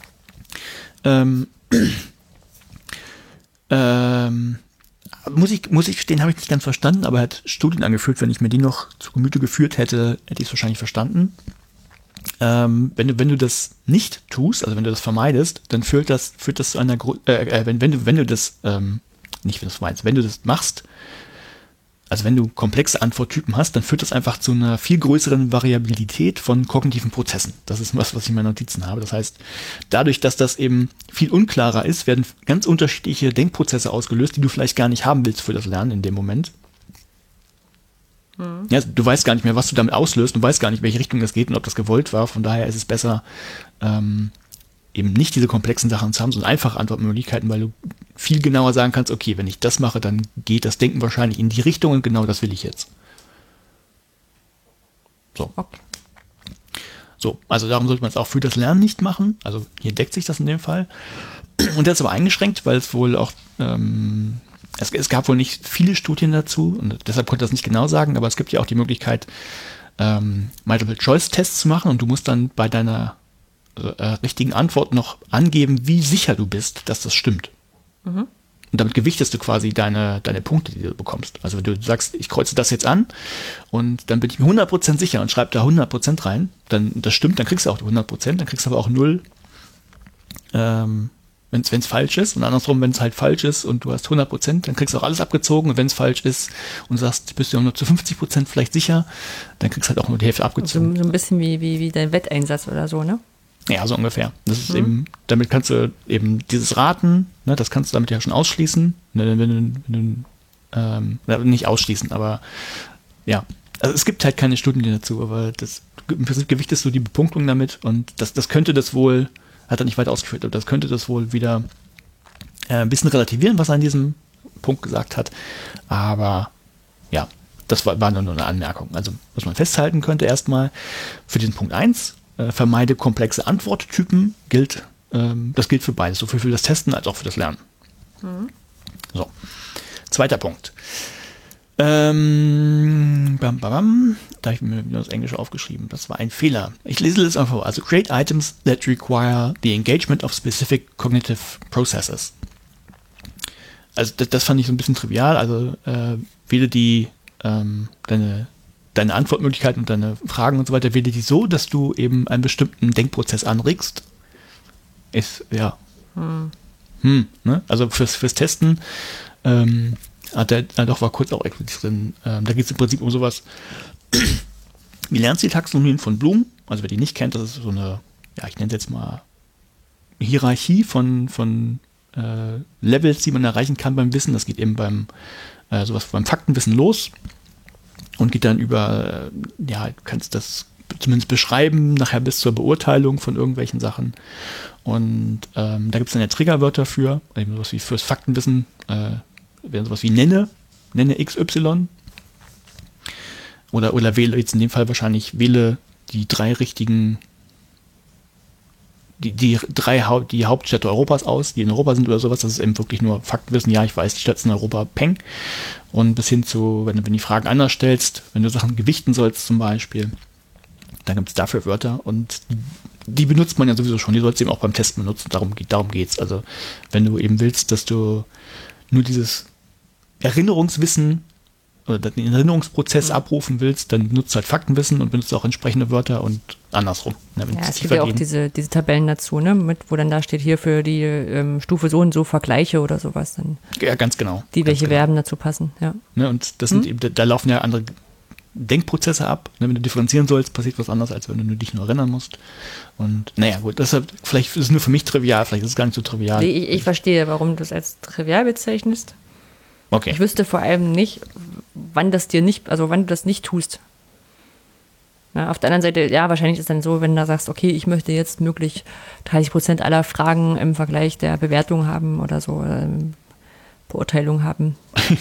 muss ich gestehen, habe ich nicht ganz verstanden, aber er hat Studien angeführt, wenn ich mir die noch zu Gemüte geführt hätte, hätte ich es wahrscheinlich verstanden. Wenn du das nicht tust, also wenn du das vermeidest, dann führt das zu einer wenn du das machst, also wenn du komplexe Antworttypen hast, dann führt das einfach zu einer viel größeren Variabilität von kognitiven Prozessen. Das ist was ich in meinen Notizen habe. Das heißt, dadurch, dass das eben viel unklarer ist, werden ganz unterschiedliche Denkprozesse ausgelöst, die du vielleicht gar nicht haben willst für das Lernen in dem Moment. Ja, du weißt gar nicht mehr, was du damit auslöst, du weißt gar nicht, welche Richtung das geht und ob das gewollt war. Von daher ist es besser, eben nicht diese komplexen Sachen zu haben, sondern einfache Antwortmöglichkeiten, weil du viel genauer sagen kannst, okay, wenn ich das mache, dann geht das Denken wahrscheinlich in die Richtung und genau das will ich jetzt. So. Okay. So, also darum sollte man es auch für das Lernen nicht machen. Also hier deckt sich das in dem Fall. Und das ist aber eingeschränkt, weil es wohl auch es gab wohl nicht viele Studien dazu und deshalb konnte ich das nicht genau sagen, aber es gibt ja auch die Möglichkeit, Multiple-Choice-Tests zu machen und du musst dann bei deiner richtigen Antwort noch angeben, wie sicher du bist, dass das stimmt. Und damit gewichtest du quasi deine Punkte, die du bekommst. Also wenn du sagst, ich kreuze das jetzt an und dann bin ich mir 100% sicher und schreibe da 100% rein, dann das stimmt, dann kriegst du auch 100%, dann kriegst du aber auch 0, wenn es falsch ist. Und andersrum, wenn es halt falsch ist und du hast 100%, dann kriegst du auch alles abgezogen. Und wenn es falsch ist und sagst, bist du nur zu 50% vielleicht sicher, dann kriegst du halt auch nur die Hälfte abgezogen. So ein bisschen wie dein Wetteinsatz oder so, ne? Ja, so ungefähr. Das ist eben, damit kannst du eben dieses Raten, ne, das kannst du damit ja schon ausschließen. Wenn du nicht ausschließen, aber ja. Also es gibt halt keine Studien dazu, aber im Prinzip gewichtest du die Bepunktung damit und das könnte das wohl, hat er nicht weiter ausgeführt, aber das könnte das wohl wieder ein bisschen relativieren, was er an diesem Punkt gesagt hat. Aber ja, das war nur eine Anmerkung. Also was man festhalten könnte erstmal für diesen Punkt 1, vermeide komplexe Antworttypen, das gilt für beides, sowohl für das Testen als auch für das Lernen. So, zweiter Punkt. Da habe ich mir wieder das Englische aufgeschrieben. Das war ein Fehler. Ich lese das einfach vor. Also create items that require the engagement of specific cognitive processes. Also das fand ich so ein bisschen trivial. Also wähle deine Antwortmöglichkeiten und deine Fragen und so weiter, wähle die so, dass du eben einen bestimmten Denkprozess anregst. Ne? Also fürs Testen war kurz auch explizit drin. Da geht es im Prinzip um sowas. Wie lernst du die Taxonomien von Bloom? Also wer die nicht kennt, das ist so eine, ja, ich nenne es jetzt mal Hierarchie von Levels, die man erreichen kann beim Wissen. Das geht eben beim sowas beim Faktenwissen los und geht dann über, ja, du kannst das zumindest beschreiben, nachher bis zur Beurteilung von irgendwelchen Sachen. Und da gibt es dann ja Triggerwörter für, eben sowas wie fürs Faktenwissen, wäre sowas wie nenne XY. Oder wähle jetzt in dem Fall wahrscheinlich, wähle die drei richtigen, die Hauptstädte Europas aus, die in Europa sind oder sowas. Das ist eben wirklich nur Faktenwissen. Ja, ich weiß, die Stadt ist in Europa, peng. Und bis hin zu, wenn du die Fragen anders stellst, wenn du Sachen gewichten sollst zum Beispiel, dann gibt es dafür Wörter und die benutzt man ja sowieso schon. Die sollst du eben auch beim Testen benutzen. Darum geht's. Also wenn du eben willst, dass du nur dieses Erinnerungswissen oder den Erinnerungsprozess abrufen willst, dann benutzt halt Faktenwissen und benutzt auch entsprechende Wörter und andersrum. Ja, es gibt ja auch diese Tabellen dazu, ne, wo dann da steht, hier für die Stufe so und so Vergleiche oder sowas. Dann ja, ganz genau. Welche Verben dazu passen, ja. Ne, und das sind eben, da laufen ja andere Denkprozesse ab. Ne, wenn du differenzieren sollst, passiert was anderes, als wenn du dich nur erinnern musst. Und naja, gut, deshalb, vielleicht ist es nur für mich trivial, vielleicht ist es gar nicht so trivial. Ich verstehe, warum du es als trivial bezeichnest. Okay. Ich wüsste vor allem nicht, wann du das nicht tust. Na, auf der anderen Seite, ja, wahrscheinlich ist es dann so, wenn du sagst, okay, ich möchte jetzt möglich 30% aller Fragen im Vergleich der Bewertung haben oder so, Beurteilung haben.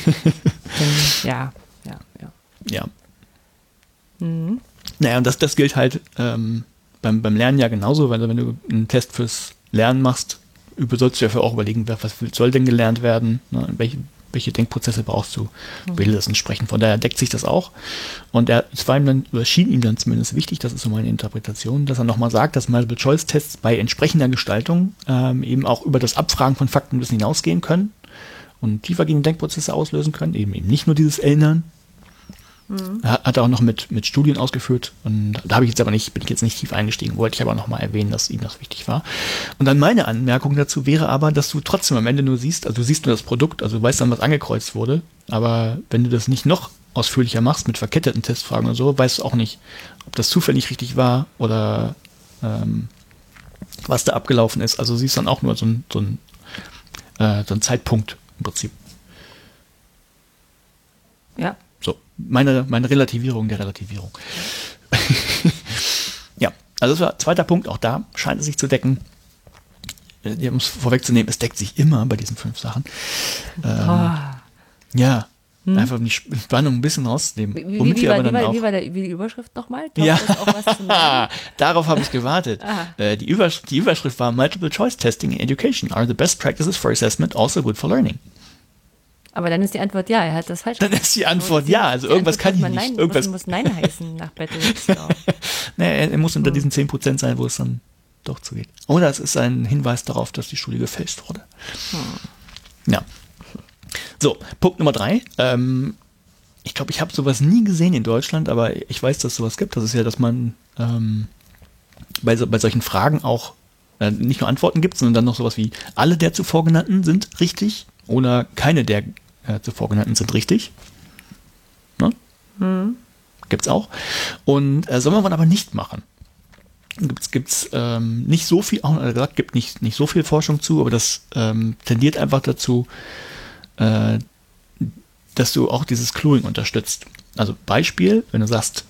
Dann, ja. Mhm. Naja, und das gilt halt beim Lernen ja genauso, weil wenn du einen Test fürs Lernen machst, sollst du dafür auch überlegen, was soll denn gelernt werden, ne, welche Denkprozesse brauchst du, wähle das entsprechend. Von daher deckt sich das auch. Und schien ihm dann zumindest wichtig, das ist so meine Interpretation, dass er nochmal sagt, dass Multiple-Choice-Tests bei entsprechender Gestaltung eben auch über das Abfragen von Faktenwissen hinausgehen können und tiefergehende Denkprozesse auslösen können, eben nicht nur dieses Erinnern. Hat er auch noch mit Studien ausgeführt und da bin ich jetzt nicht tief eingestiegen, wollte ich aber noch mal erwähnen, dass ihm das wichtig war. Und dann meine Anmerkung dazu wäre aber, dass du trotzdem am Ende nur siehst, also du siehst nur das Produkt, also du weißt dann, was angekreuzt wurde, aber wenn du das nicht noch ausführlicher machst mit verketteten Testfragen oder so, weißt du auch nicht, ob das zufällig richtig war oder was da abgelaufen ist. Also siehst dann auch nur so ein Zeitpunkt im Prinzip. Ja. So, meine Relativierung der Relativierung. Ja, also das war zweiter Punkt, auch da scheint es sich zu decken. Um es vorwegzunehmen, es deckt sich immer bei diesen 5 Sachen. Ja, einfach um die Spannung ein bisschen rauszunehmen. Wie war die Überschrift nochmal? Ja, darauf habe ich gewartet. Die Überschrift war Multiple Choice Testing in Education are the best practices for assessment, also good for learning. Aber dann ist die Antwort ja, er hat das falsch gemacht. Dann ist die Antwort ja, also irgendwas kann ich nicht. Irgendwas muss Nein heißen nach Battle. Nee, er muss unter diesen 10% sein, wo es dann doch zugeht. Oder es ist ein Hinweis darauf, dass die Studie gefälscht wurde. Ja. So, Punkt Nummer 3. Ich glaube, ich habe sowas nie gesehen in Deutschland, aber ich weiß, dass es sowas gibt. Das ist ja, dass man bei solchen Fragen auch nicht nur Antworten gibt, sondern dann noch sowas wie alle der zuvor genannten sind richtig oder keine der zuvor genannten sind richtig. Ne? Gibt's auch. Und soll man aber nicht machen. Gibt's nicht so viel, auch gesagt, gibt nicht so viel Forschung zu, aber das tendiert einfach dazu, dass du auch dieses Cluing unterstützt. Also Beispiel, wenn du sagst,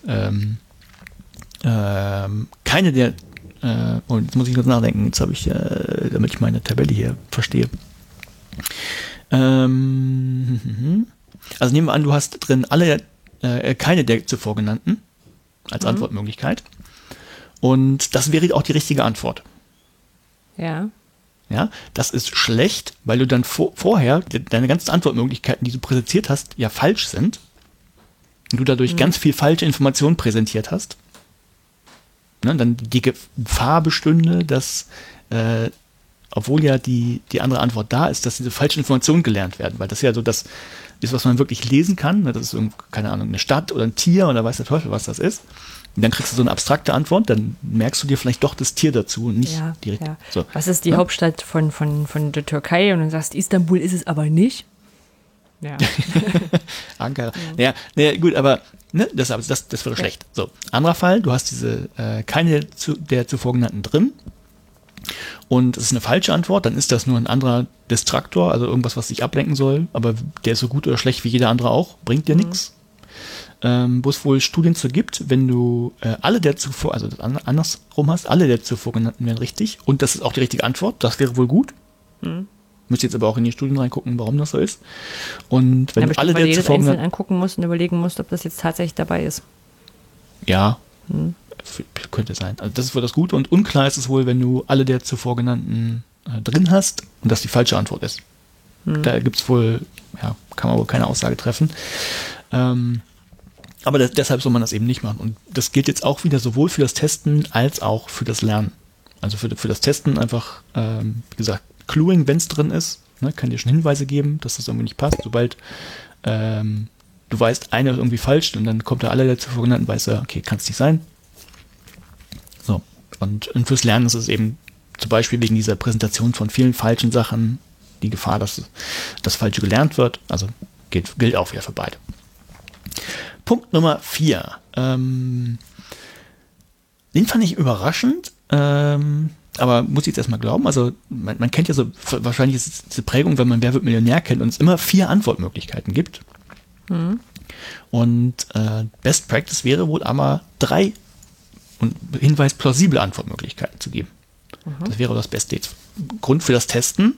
keine der, und jetzt muss ich kurz nachdenken, jetzt habe ich, damit ich meine Tabelle hier verstehe. Also nehmen wir an, du hast drin keine der zuvor genannten als Antwortmöglichkeit. Und das wäre auch die richtige Antwort. Ja. Ja, das ist schlecht, weil du dann vorher deine ganzen Antwortmöglichkeiten, die du präsentiert hast, ja falsch sind. Und du dadurch ganz viel falsche Informationen präsentiert hast. Ne, dann die Gefahr bestünde, dass, obwohl ja die andere Antwort da ist, dass diese falschen Informationen gelernt werden. Weil das ja so das ist, was man wirklich lesen kann. Ne, das ist, keine Ahnung, eine Stadt oder ein Tier oder weiß der Teufel, was das ist. Und dann kriegst du so eine abstrakte Antwort, dann merkst du dir vielleicht doch das Tier dazu und nicht direkt. Ja. So. Was ist die Hauptstadt von der Türkei? Und dann sagst du, Istanbul ist es aber nicht. Ja. Ankara. Ja, gut, aber ne, das wäre schlecht. So, anderer Fall, du hast diese keine der zuvor genannten drin und es ist eine falsche Antwort, dann ist das nur ein anderer Distraktor, also irgendwas, was dich ablenken soll, aber der ist so gut oder schlecht wie jeder andere auch, bringt dir nichts. Wo es wohl Studien zu gibt, wenn du alle der zuvor, also andersrum hast, alle der zuvor genannten wären richtig und das ist auch die richtige Antwort, das wäre wohl gut. Müsst jetzt aber auch in die Studien reingucken, warum das so ist. Und wenn du alle der zuvor einzeln angucken musst und überlegen musst, ob das jetzt tatsächlich dabei ist. Ja, könnte sein. Also das ist wohl das Gute und unklar ist es wohl, wenn du alle der zuvor genannten drin hast und das die falsche Antwort ist. Da gibt es wohl, ja, kann man wohl keine Aussage treffen. Aber deshalb soll man das eben nicht machen. Und das gilt jetzt auch wieder sowohl für das Testen als auch für das Lernen. Also für das Testen einfach, wie gesagt, Cluing, wenn es drin ist, ne, kann dir schon Hinweise geben, dass das irgendwie nicht passt. Sobald du weißt, eine ist irgendwie falsch und dann kommt da alle der zuvor genannten, weißt du, okay, kann es nicht sein. So. Und fürs Lernen ist es eben zum Beispiel wegen dieser Präsentation von vielen falschen Sachen die Gefahr, dass das Falsche gelernt wird. Also gilt auch wieder für beide. Punkt Nummer 4. Den fand ich überraschend, aber muss ich jetzt erstmal glauben. Also man kennt ja so, wahrscheinlich ist es diese Prägung, wenn man Wer wird Millionär kennt und es immer 4 Antwortmöglichkeiten gibt. Und Best Practice wäre wohl aber 3 und Hinweis plausible Antwortmöglichkeiten zu geben. Das wäre das Beste jetzt. Grund für das Testen.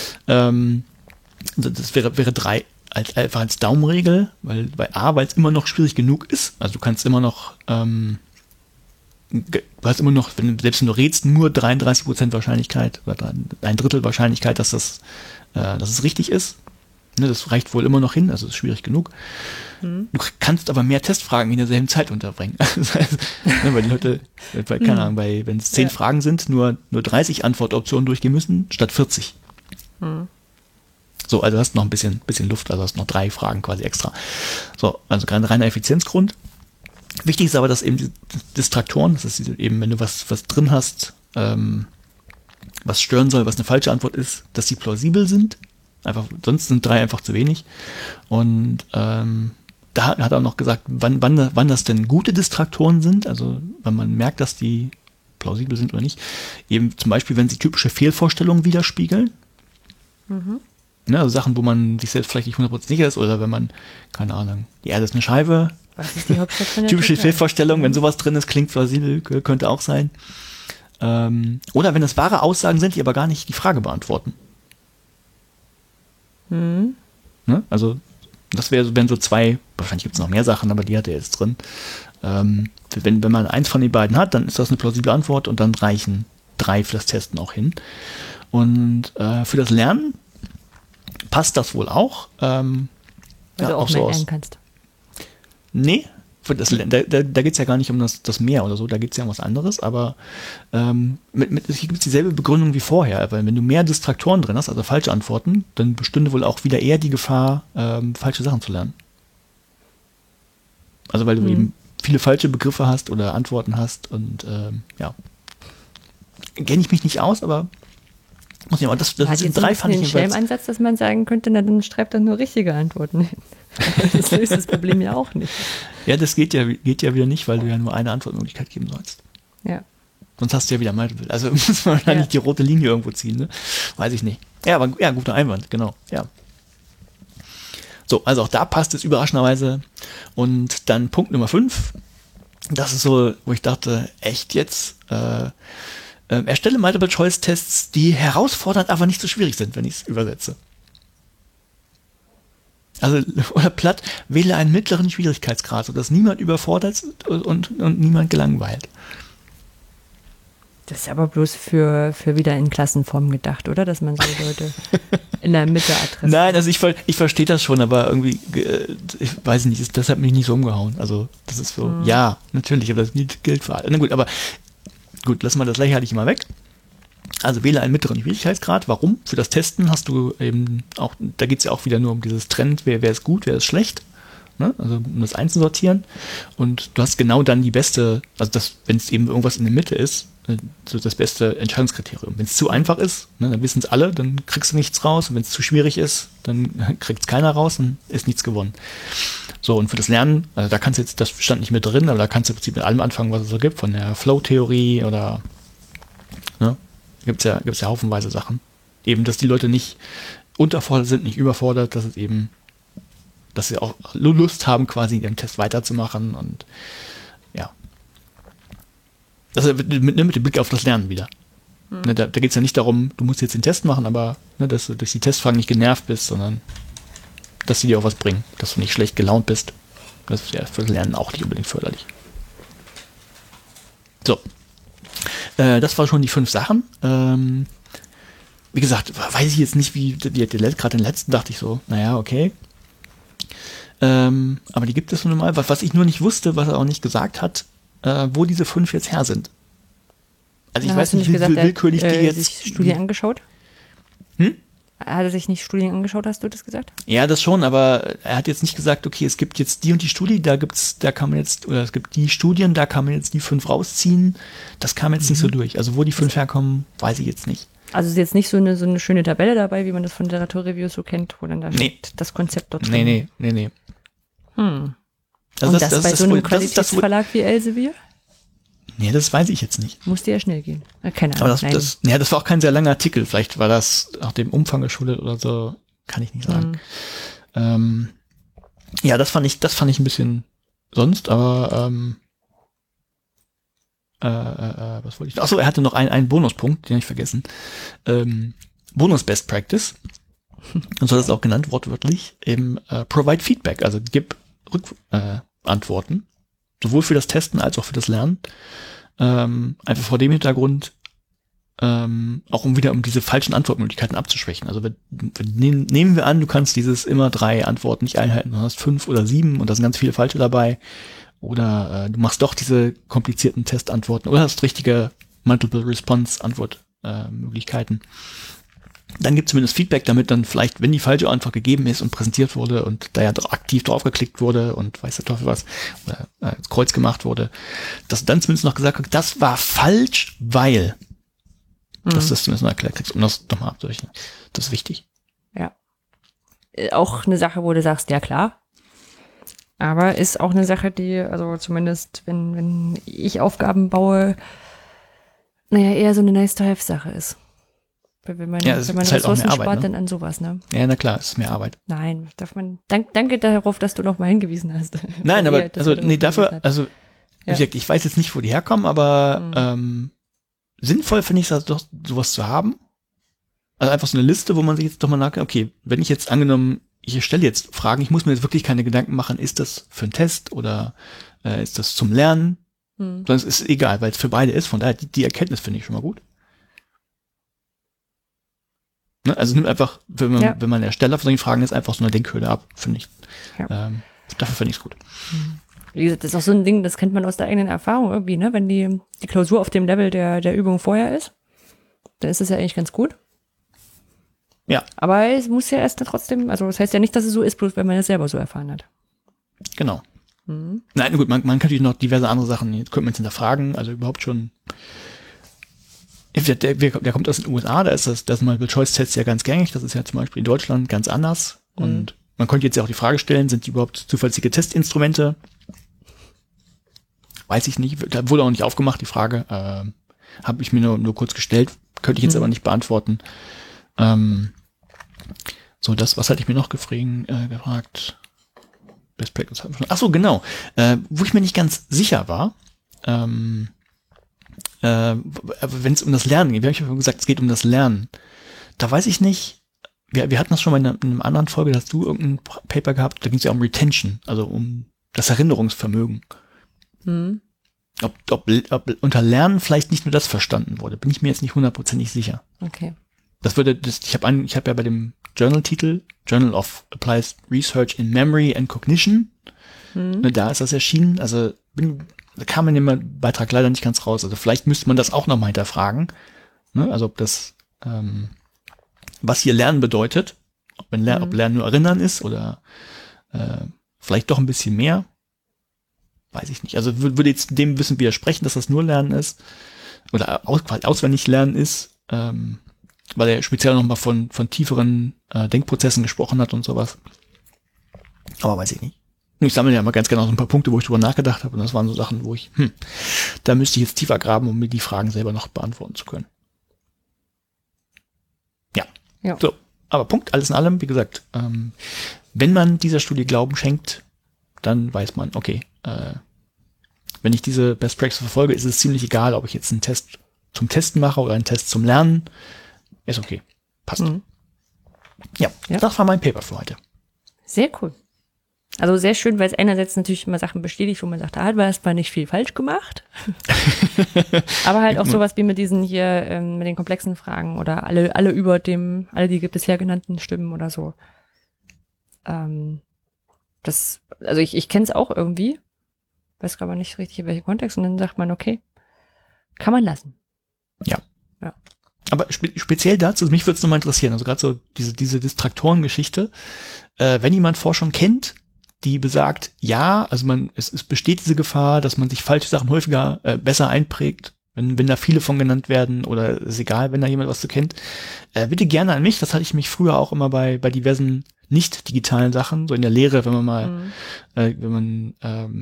Das wäre 3 einfach als Daumenregel, weil es immer noch schwierig genug ist. Also du kannst immer noch, du hast immer noch, selbst wenn du rätst, nur 33% Wahrscheinlichkeit oder 1/3 Wahrscheinlichkeit, dass es richtig ist. Ne, das reicht wohl immer noch hin, also ist schwierig genug. Du kannst aber mehr Testfragen in derselben Zeit unterbringen. Weil die Leute, keine Ahnung, wenn es 10 Fragen sind, nur 30 Antwortoptionen durchgehen müssen, statt 40. So, also hast du noch ein bisschen Luft, also hast noch 3 Fragen quasi extra. So, also gerade reiner Effizienzgrund. Wichtig ist aber, dass eben die Distraktoren, das ist eben, wenn du was drin hast, was stören soll, was eine falsche Antwort ist, dass die plausibel sind. Einfach, sonst sind 3 einfach zu wenig. Und da hat er auch noch gesagt, wann das denn gute Distraktoren sind, also wenn man merkt, dass die plausibel sind oder nicht. Eben zum Beispiel, wenn sie typische Fehlvorstellungen widerspiegeln. Ne, also Sachen, wo man sich selbst vielleicht nicht 100% sicher ist, oder wenn man, keine Ahnung, die Erde ist eine Scheibe. Was ist die Hauptstadt von der Typische Fehlvorstellung, wenn sowas drin ist, klingt plausibel, könnte auch sein. Oder wenn es wahre Aussagen sind, die aber gar nicht die Frage beantworten. Ne? Also das wären so 2, wahrscheinlich gibt es noch mehr Sachen, aber die hat er jetzt drin. Wenn man eins von den beiden hat, dann ist das eine plausible Antwort und dann reichen 3 für das Testen auch hin. Und für das Lernen passt das wohl auch. Weil du auch mehr lernen kannst. Nee, da geht es ja gar nicht um das Mehr oder so, da geht es ja um was anderes, aber hier gibt es dieselbe Begründung wie vorher, weil wenn du mehr Distraktoren drin hast, also falsche Antworten, dann bestünde wohl auch wieder eher die Gefahr, falsche Sachen zu lernen. Also weil du eben viele falsche Begriffe hast oder Antworten hast und ja, kenne ich mich nicht aus, aber muss ich mal, das sind 3 fand ich jedenfalls. Den Schelm-Ansatz, dass man sagen könnte, na dann schreibt doch nur richtige Antworten hin. Das löst das Problem ja auch nicht. Ja, das geht ja wieder nicht, weil du ja nur eine Antwortmöglichkeit geben sollst. Ja. Sonst hast du ja wieder Multiple. Also muss man wahrscheinlich die rote Linie irgendwo ziehen, ne? Weiß ich nicht. Ja, aber ja, guter Einwand, genau. Ja. So, also auch da passt es überraschenderweise. Und dann Punkt Nummer 5. Das ist so, wo ich dachte, echt jetzt? Erstelle Multiple-Choice-Tests, die herausfordernd, aber nicht so schwierig sind, wenn ich es übersetze. Also, oder platt, wähle einen mittleren Schwierigkeitsgrad, sodass niemand überfordert ist und niemand gelangweilt. Das ist aber bloß für wieder in Klassenform gedacht, oder? Dass man so Leute in der Mitte adressiert. Nein, also ich verstehe das schon, aber irgendwie, ich weiß nicht, das hat mich nicht so umgehauen. Also, das ist so, ja, natürlich, aber das gilt für alle. Na gut, aber gut, lassen wir das lächerlich mal weg. Also wähle einen mittleren Schwierigkeitsgrad. Warum? Für das Testen hast du eben auch, da geht es ja auch wieder nur um dieses Trend, wer ist gut, wer ist schlecht. Ne? Also um das einzusortieren. Und du hast genau dann die beste, also wenn es eben irgendwas in der Mitte ist, so das beste Entscheidungskriterium. Wenn es zu einfach ist, ne, dann wissen es alle, dann kriegst du nichts raus. Und wenn es zu schwierig ist, dann kriegt es keiner raus und ist nichts gewonnen. So, und für das Lernen, also da kannst du jetzt, das stand nicht mit drin, aber da kannst du im Prinzip mit allem anfangen, was es so gibt, von der Flow-Theorie oder ne, Gibt's ja haufenweise Sachen. Eben, dass die Leute nicht unterfordert sind, nicht überfordert, dass sie auch Lust haben, quasi ihren Test weiterzumachen und ja. Also mit dem Blick auf das Lernen wieder. Ne, da geht es ja nicht darum, du musst jetzt den Test machen, aber dass du durch die Testfragen nicht genervt bist, sondern dass sie dir auch was bringen, dass du nicht schlecht gelaunt bist. Das ist ja für das Lernen auch nicht unbedingt förderlich. So. Das waren schon die 5 Sachen. Wie gesagt, weiß ich jetzt nicht, gerade den letzten dachte ich so, naja, okay. Aber die gibt es nun mal. Was ich nur nicht wusste, was er auch nicht gesagt hat, wo diese 5 jetzt her sind. Also ich weiß nicht, wie willkürlich die jetzt... sich Studien angeschaut? Hat er sich nicht Studien angeschaut, hast du das gesagt? Ja, das schon, aber er hat jetzt nicht gesagt, okay, es gibt jetzt die und die Studie, es gibt die Studien, da kann man jetzt die 5 rausziehen. Das kam jetzt nicht so durch. Also wo die 5 herkommen, weiß ich jetzt nicht. Also ist jetzt nicht so eine schöne Tabelle dabei, wie man das von Literaturreviews so kennt, wo dann da steht das Konzept dort drin. Nee. Also und das bei so einem Qualitätsverlag wie Elsevier? Nee, das weiß ich jetzt nicht. Musste ja schnell gehen. Keine Ahnung. Aber das war auch kein sehr langer Artikel. Vielleicht war das auch dem Umfang geschuldet oder so. Kann ich nicht sagen. Ja, das fand ich ein bisschen sonst, aber was wollte ich? Achso, er hatte noch einen Bonuspunkt, den habe ich vergessen. Bonus Best Practice. Und so hat es auch genannt, wortwörtlich. Eben Provide Feedback, also gib Antworten. Sowohl für das Testen als auch für das Lernen. Einfach vor dem Hintergrund, auch um diese falschen Antwortmöglichkeiten abzuschwächen. Also nehmen wir an, du kannst dieses immer 3 Antworten nicht einhalten, du hast 5 oder 7 und da sind ganz viele falsche dabei. Oder du machst doch diese komplizierten Testantworten oder hast richtige Multiple Response Antwortmöglichkeiten. Dann gibt es zumindest Feedback, damit dann vielleicht, wenn die falsche Antwort gegeben ist und präsentiert wurde und da ja aktiv drauf geklickt wurde und weiß der Teufel was, oder das Kreuz gemacht wurde, dass dann zumindest noch gesagt wird, das war falsch, weil. Dass du das zumindest noch erklärt kriegst, um das nochmal abzurechnen. Das ist wichtig. Ja. Auch eine Sache, wo du sagst, ja klar. Aber ist auch eine Sache, die, also zumindest, wenn ich Aufgaben baue, eher so eine Nice-to-have-Sache ist. Wenn man halt Ressourcen Arbeit, spart, ne? dann an sowas, ne? Ja, na klar, es ist mehr Arbeit. Nein, darf man, danke darauf, dass du noch mal hingewiesen hast. Nein, aber, wie gesagt, ich weiß jetzt nicht, wo die herkommen, aber sinnvoll finde ich es doch, sowas zu haben. Also einfach so eine Liste, wo man sich jetzt doch mal nachdenkt, okay, wenn ich jetzt angenommen, ich stelle jetzt Fragen, ich muss mir jetzt wirklich keine Gedanken machen, ist das für einen Test oder ist das zum Lernen? Sondern es ist egal, weil es für beide ist, von daher die Erkenntnis finde ich schon mal gut. Ne? Also nimmt einfach, wenn man Ersteller von solchen Fragen ist, einfach so eine Denkhürde ab, finde ich. Ja. Dafür finde ich es gut. Wie gesagt, das ist auch so ein Ding, das kennt man aus der eigenen Erfahrung irgendwie, ne? Wenn die Klausur auf dem Level der Übung vorher ist, dann ist es ja eigentlich ganz gut. Ja. Aber es muss ja erst trotzdem, also das heißt ja nicht, dass es so ist, bloß wenn man es selber so erfahren hat. Genau. Nein, gut, man kann natürlich noch diverse andere Sachen, jetzt könnte man es hinterfragen, also überhaupt schon. Der kommt aus den USA, da ist das Multiple-Choice-Test ja ganz gängig, das ist ja zum Beispiel in Deutschland ganz anders. Und man könnte jetzt ja auch die Frage stellen, sind die überhaupt zuverlässige Testinstrumente? Weiß ich nicht, da wurde auch nicht aufgemacht, die Frage. Habe ich mir nur kurz gestellt, könnte ich jetzt aber nicht beantworten. So, was hatte ich mir noch gefragt? Best Practice hatten wir schon. Ach so, genau. Wo ich mir nicht ganz sicher war, wenn es um das Lernen geht, wir haben ja gesagt, es geht um das Lernen. Da weiß ich nicht, wir hatten das schon mal in einer anderen Folge, da hast du irgendein Paper gehabt, da ging es ja um Retention, also um das Erinnerungsvermögen. Ob unter Lernen vielleicht nicht nur das verstanden wurde, bin ich mir jetzt nicht 100% sicher. Okay. Ich habe ja bei dem Journal-Titel Journal of Applied Research in Memory and Cognition, da ist das erschienen, also da kam in dem Beitrag leider nicht ganz raus, also vielleicht müsste man das auch nochmal hinterfragen, ne? Also ob das, was hier Lernen bedeutet, ob Lernen nur Erinnern ist oder vielleicht doch ein bisschen mehr, weiß ich nicht. Also würde jetzt dem Wissen widersprechen, dass das nur Lernen ist oder auswendig Lernen ist, weil er speziell nochmal von tieferen Denkprozessen gesprochen hat und sowas. Aber weiß ich nicht. Ich sammle ja mal ganz genau so ein paar Punkte, wo ich drüber nachgedacht habe und das waren so Sachen, wo ich, da müsste ich jetzt tiefer graben, um mir die Fragen selber noch beantworten zu können. Ja. So, aber Punkt, alles in allem, wie gesagt, wenn man dieser Studie Glauben schenkt, dann weiß man, okay, wenn ich diese Best Practice verfolge, ist es ziemlich egal, ob ich jetzt einen Test zum Testen mache oder einen Test zum Lernen. Ist okay. Passt. Ja, das war mein Paper für heute. Sehr cool. Also sehr schön, weil es einerseits natürlich immer Sachen bestätigt, wo man sagt, da hat man erstmal nicht viel falsch gemacht. Aber halt auch sowas wie mit diesen hier, mit den komplexen Fragen oder alle über dem, alle die bisher genannten Stimmen oder so. Also ich kenne es auch irgendwie, weiß aber nicht richtig in welchem Kontext, und dann sagt man, okay, kann man lassen. Ja. Aber speziell dazu, mich würde es nochmal interessieren, also gerade so diese Distraktoren-Geschichte, wenn jemand Forschung kennt, die besagt, ja, also es besteht diese Gefahr, dass man sich falsche Sachen häufiger besser einprägt, wenn da viele von genannt werden, oder ist egal, wenn da jemand was zu kennt, bitte gerne an mich. Das hatte ich mich früher auch immer bei diversen nicht digitalen Sachen, so in der Lehre, wenn man mal, wenn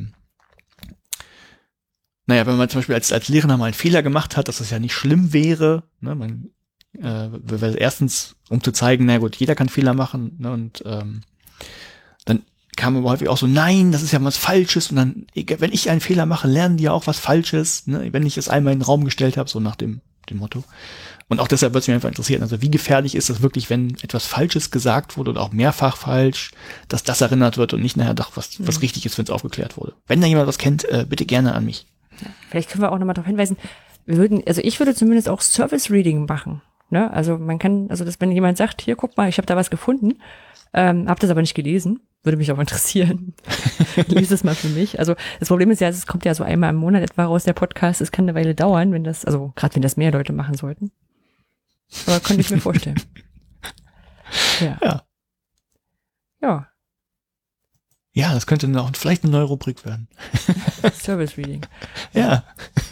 man zum Beispiel als Lehrer mal einen Fehler gemacht hat, dass das ja nicht schlimm wäre, ne, erstens, um zu zeigen, na gut, jeder kann Fehler machen, ne, und dann kam aber häufig auch so, nein, das ist ja was Falsches, und dann, wenn ich einen Fehler mache, lernen die ja auch was Falsches, ne, wenn ich es einmal in den Raum gestellt habe, so nach dem Motto. Und auch deshalb würde es mich einfach interessieren, also wie gefährlich ist das wirklich, wenn etwas Falsches gesagt wurde oder auch mehrfach falsch, dass das erinnert wird und nicht nachher doch was richtig ist, wenn es aufgeklärt wurde. Wenn da jemand was kennt, bitte gerne an mich. Ja, vielleicht können wir auch nochmal darauf hinweisen, ich würde zumindest auch Service Reading machen. Ne? Also man kann, wenn jemand sagt, hier, guck mal, ich habe da was gefunden, hab das aber nicht gelesen, würde mich auch interessieren. Lies es mal für mich. Also das Problem ist ja, es kommt ja so einmal im Monat etwa raus, der Podcast. Es kann eine Weile dauern, gerade wenn das mehr Leute machen sollten. Aber könnte ich mir vorstellen. Ja. Ja, das könnte vielleicht eine neue Rubrik werden. Service Reading. Ja.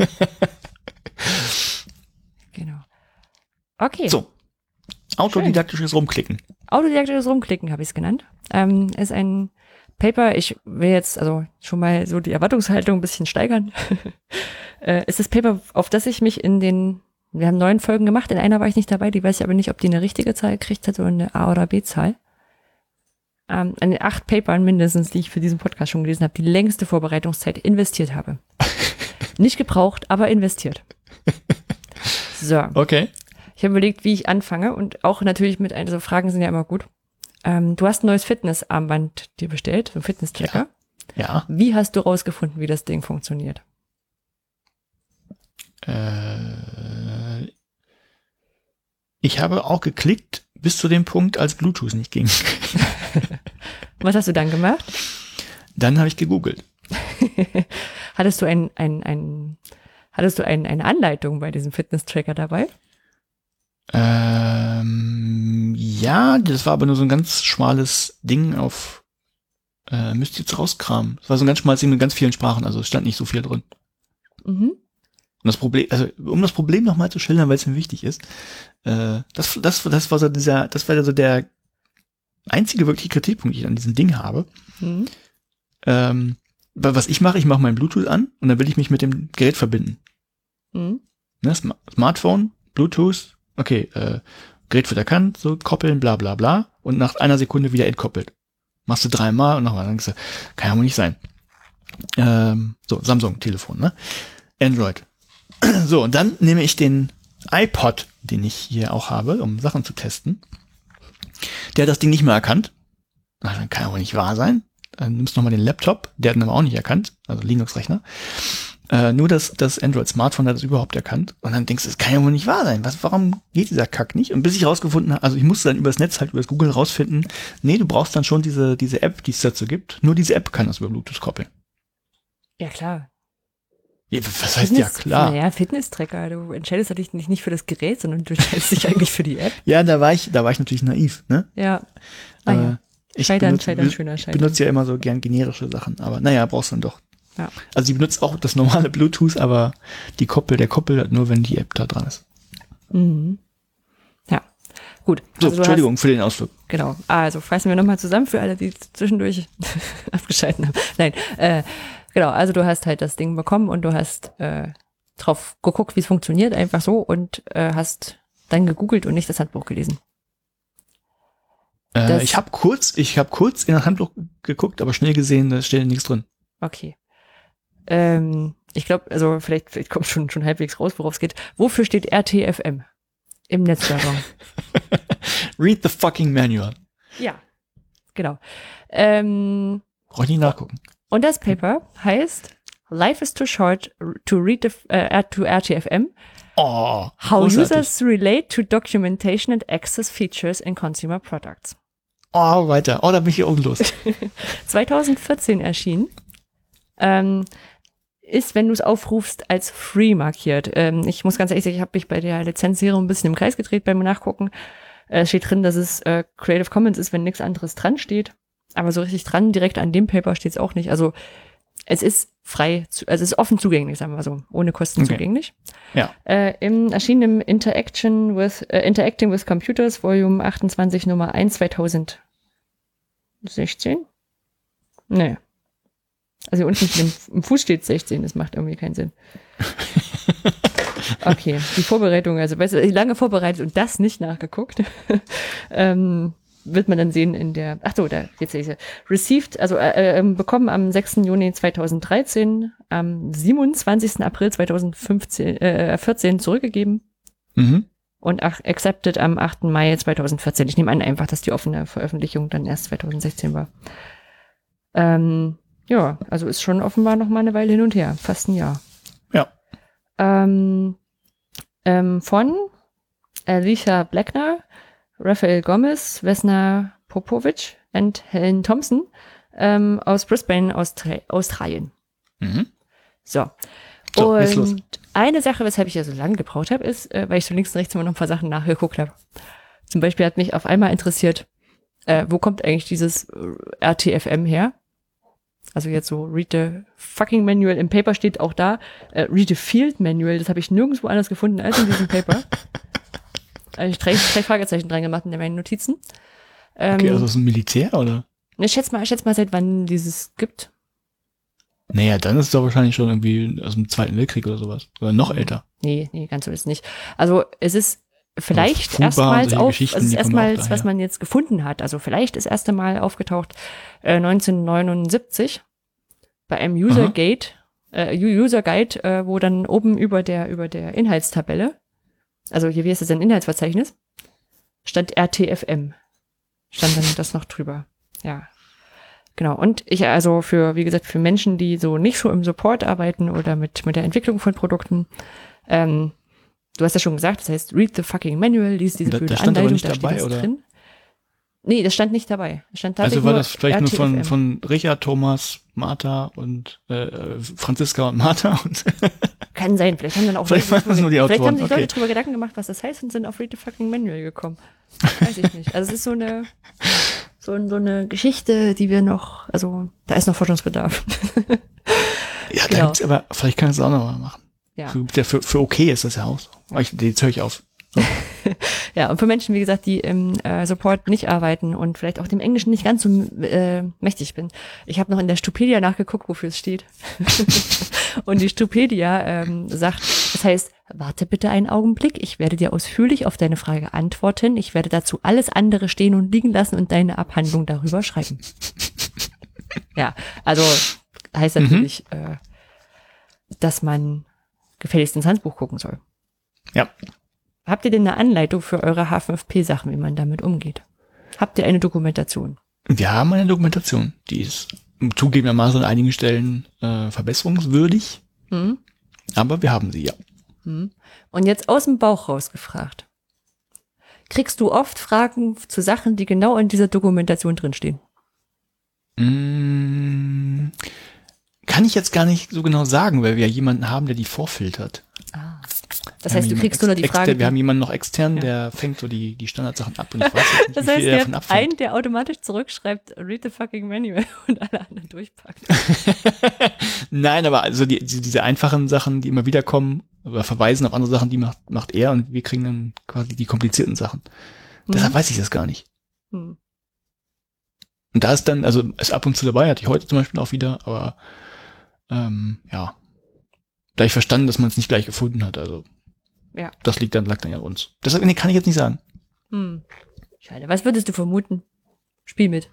Genau. Okay. So. Autodidaktisches Rumklicken. Autodidaktisches Rumklicken habe ich es genannt. Ist ein Paper, ich will jetzt schon mal so die Erwartungshaltung ein bisschen steigern. Ist das Paper, auf das ich mich wir haben 9 Folgen gemacht, in einer war ich nicht dabei, die weiß ich aber nicht, ob die eine richtige Zahl gekriegt hat oder eine A- oder B-Zahl. An den 8 Papern mindestens, die ich für diesen Podcast schon gelesen habe, die längste Vorbereitungszeit investiert habe. Nicht gebraucht, aber investiert. So. Okay. Ich habe überlegt, wie ich anfange, und auch natürlich so Fragen sind ja immer gut. Du hast ein neues Fitnessarmband dir bestellt, so ein Fitness-Tracker. Ja. Wie hast du rausgefunden, wie das Ding funktioniert? Ich habe auch geklickt bis zu dem Punkt, als Bluetooth nicht ging. Was hast du dann gemacht? Dann habe ich gegoogelt. Hattest du eine Anleitung bei diesem Fitness-Tracker dabei? Ja, das war aber nur so ein ganz schmales Ding müsste jetzt rauskramen. Es war so ein ganz schmales Ding mit ganz vielen Sprachen, also es stand nicht so viel drin. Mhm. Und das Problem, um das Problem nochmal zu schildern, weil es mir wichtig ist, das war so der einzige wirkliche Kritikpunkt, den ich an diesem Ding habe. Mhm. Was ich mache meinen Bluetooth an und dann will ich mich mit dem Gerät verbinden. Mhm. Ne, Smartphone, Bluetooth, okay, Gerät wird erkannt, so koppeln, bla bla bla, und nach einer Sekunde wieder entkoppelt. Machst du 3-mal und nochmal, dann denkst du, kann ja wohl nicht sein. So, Samsung-Telefon, ne? Android. So, und dann nehme ich den iPod, den ich hier auch habe, um Sachen zu testen. Der hat das Ding nicht mehr erkannt. Na, dann kann ja wohl nicht wahr sein. Dann nimmst du nochmal den Laptop, der hat ihn aber auch nicht erkannt, also Linux-Rechner. Nur das Android-Smartphone hat es überhaupt erkannt. Und dann denkst du, das kann ja wohl nicht wahr sein. Warum geht dieser Kack nicht? Und bis ich rausgefunden habe, also ich musste dann übers Netz halt, übers Google rausfinden, nee, du brauchst dann schon diese App, die es dazu gibt. Nur diese App kann das über Bluetooth koppeln. Ja, klar. Ja, was heißt ja klar? Naja, Fitness-Tracker. Du entscheidest dich nicht für das Gerät, sondern du entscheidest dich eigentlich für die App. Ja, da war ich natürlich naiv, ne? Ja. Ich Scheitern. benutze ja immer so gern generische Sachen, aber naja, brauchst du dann doch. Ja. Also sie benutzt auch das normale Bluetooth, aber der koppelt nur, wenn die App da dran ist. Mhm. Ja, gut. So, Also Entschuldigung für den Ausflug. Genau, also fassen wir nochmal zusammen für alle, die zwischendurch abgeschalten haben. Nein, genau, also du hast halt das Ding bekommen und du hast drauf geguckt, wie es funktioniert, einfach so, und hast dann gegoogelt und nicht das Handbuch gelesen. Ich habe kurz in das Handbuch geguckt, aber schnell gesehen, da steht nichts drin. Okay. Ich glaube, also vielleicht kommt schon halbwegs raus, worauf es geht. Wofür steht RTFM im Netzjargon? Read the fucking manual. Ja, genau. Brauch ich nicht nachgucken. Und das Paper heißt Life is too short to read to RTFM. Oh, How großartig. users relate to documentation and access features in consumer products. Oh, weiter. Oh, da bin ich hier oben los. 2014 erschienen. Ist, wenn du es aufrufst, als free markiert. Ich muss ganz ehrlich sagen, ich habe mich bei der Lizenzierung ein bisschen im Kreis gedreht beim Nachgucken. Es steht drin, dass es Creative Commons ist, wenn nichts anderes dran steht. Aber so richtig dran, direkt an dem Paper steht es auch nicht. Also es ist frei, also es ist offen zugänglich, sagen wir mal so, ohne Kosten zugänglich. Ja. Erschienen im Interacting with Computers, Volume 28, Nummer 1, 2016? Nee. Also hier unten im Fuß steht 16, das macht irgendwie keinen Sinn. Okay, die Vorbereitung, also weißt du, lange vorbereitet und das nicht nachgeguckt, wird man dann sehen in der, jetzt sehe ich received, also bekommen am 6. Juni 2013, am 27. April 2014 zurückgegeben und accepted am 8. Mai 2014. Ich nehme an einfach, dass die offene Veröffentlichung dann erst 2016 war. Ja, also ist schon offenbar noch mal eine Weile hin und her, fast ein Jahr. Ja. Von Alicia Blackner, Raphael Gomez, Vesna Popovic und Helen Thompson aus Brisbane, Australien. So und eine Sache, weshalb ich ja so lange gebraucht habe, ist, weil ich so links und rechts immer noch ein paar Sachen nachgeguckt habe. Zum Beispiel hat mich auf einmal interessiert, wo kommt eigentlich dieses RTFM her? Also jetzt so Read the fucking Manual, im Paper steht auch da, Read the Field Manual, das habe ich nirgendwo anders gefunden als in diesem Paper. Ich drei Fragezeichen dran gemacht in meinen Notizen. Okay, also ist ein Militär, oder? Ich schätze mal, seit wann dieses gibt. Naja, dann ist es doch wahrscheinlich schon irgendwie aus dem Zweiten Weltkrieg oder sowas. Oder noch älter. Nee, ganz so ist es nicht. Also es ist vielleicht Fuba erstmals was man jetzt gefunden hat. Also vielleicht das erste Mal aufgetaucht 1979 bei einem User Guide, wo dann oben über der Inhaltstabelle, also hier, wie heißt das denn, Inhaltsverzeichnis, stand RTFM. Stand dann das noch drüber. Ja. Genau. Und wie gesagt, für Menschen, die so nicht so im Support arbeiten oder mit der Entwicklung von Produkten, du hast ja schon gesagt, das heißt, read the fucking manual, lies diese blöde Anleitung, da steht das drin. Nee, das stand nicht dabei. Also war das vielleicht RTFM. Nur von Richard, Thomas, Martha und Franziska und Martha? Und kann sein, vielleicht haben dann auch vielleicht haben die Leute drüber Gedanken gemacht, was das heißt und sind auf read the fucking manual gekommen. Weiß ich nicht. Also es ist so eine Geschichte, die wir noch, also da ist noch Forschungsbedarf. Ja, genau. Da gibt's aber vielleicht kann ich es auch noch mal machen. Ja. Für okay ist das ja auch so. Jetzt höre ich auf. So. Ja, und für Menschen, wie gesagt, die im Support nicht arbeiten und vielleicht auch dem Englischen nicht ganz so mächtig bin. Ich habe noch in der Stupedia nachgeguckt, wofür es steht. Und die Stupedia sagt, das heißt, warte bitte einen Augenblick, ich werde dir ausführlich auf deine Frage antworten. Ich werde dazu alles andere stehen und liegen lassen und deine Abhandlung darüber schreiben. Ja, also heißt natürlich, dass man gefälligst ins Handbuch gucken soll. Ja. Habt ihr denn eine Anleitung für eure H5P-Sachen, wie man damit umgeht? Habt ihr eine Dokumentation? Wir haben eine Dokumentation, die ist zugegebenermaßen an einigen Stellen verbesserungswürdig, aber wir haben sie, ja. Und jetzt aus dem Bauch rausgefragt. Kriegst du oft Fragen zu Sachen, die genau in dieser Dokumentation drinstehen? Kann ich jetzt gar nicht so genau sagen, weil wir ja jemanden haben, der die vorfiltert. Das heißt, du kriegst nur die Fragen. Wir haben jemanden noch extern, der fängt so die Standardsachen ab und ich weiß jetzt nicht, das heißt, ihr habt einen, der automatisch zurückschreibt, read the fucking manual und alle anderen durchpackt. Nein, aber also diese einfachen Sachen, die immer wieder kommen, oder verweisen auf andere Sachen, die macht er und wir kriegen dann quasi die komplizierten Sachen. Deshalb weiß ich das gar nicht. Und da ist dann, also ist ab und zu dabei, hatte ich heute zum Beispiel auch wieder, aber ja, da ich verstanden, dass man es nicht gleich gefunden hat, also das lag dann ja an uns. Deshalb kann ich jetzt nicht sagen. Schade. Was würdest du vermuten? Spiel mit.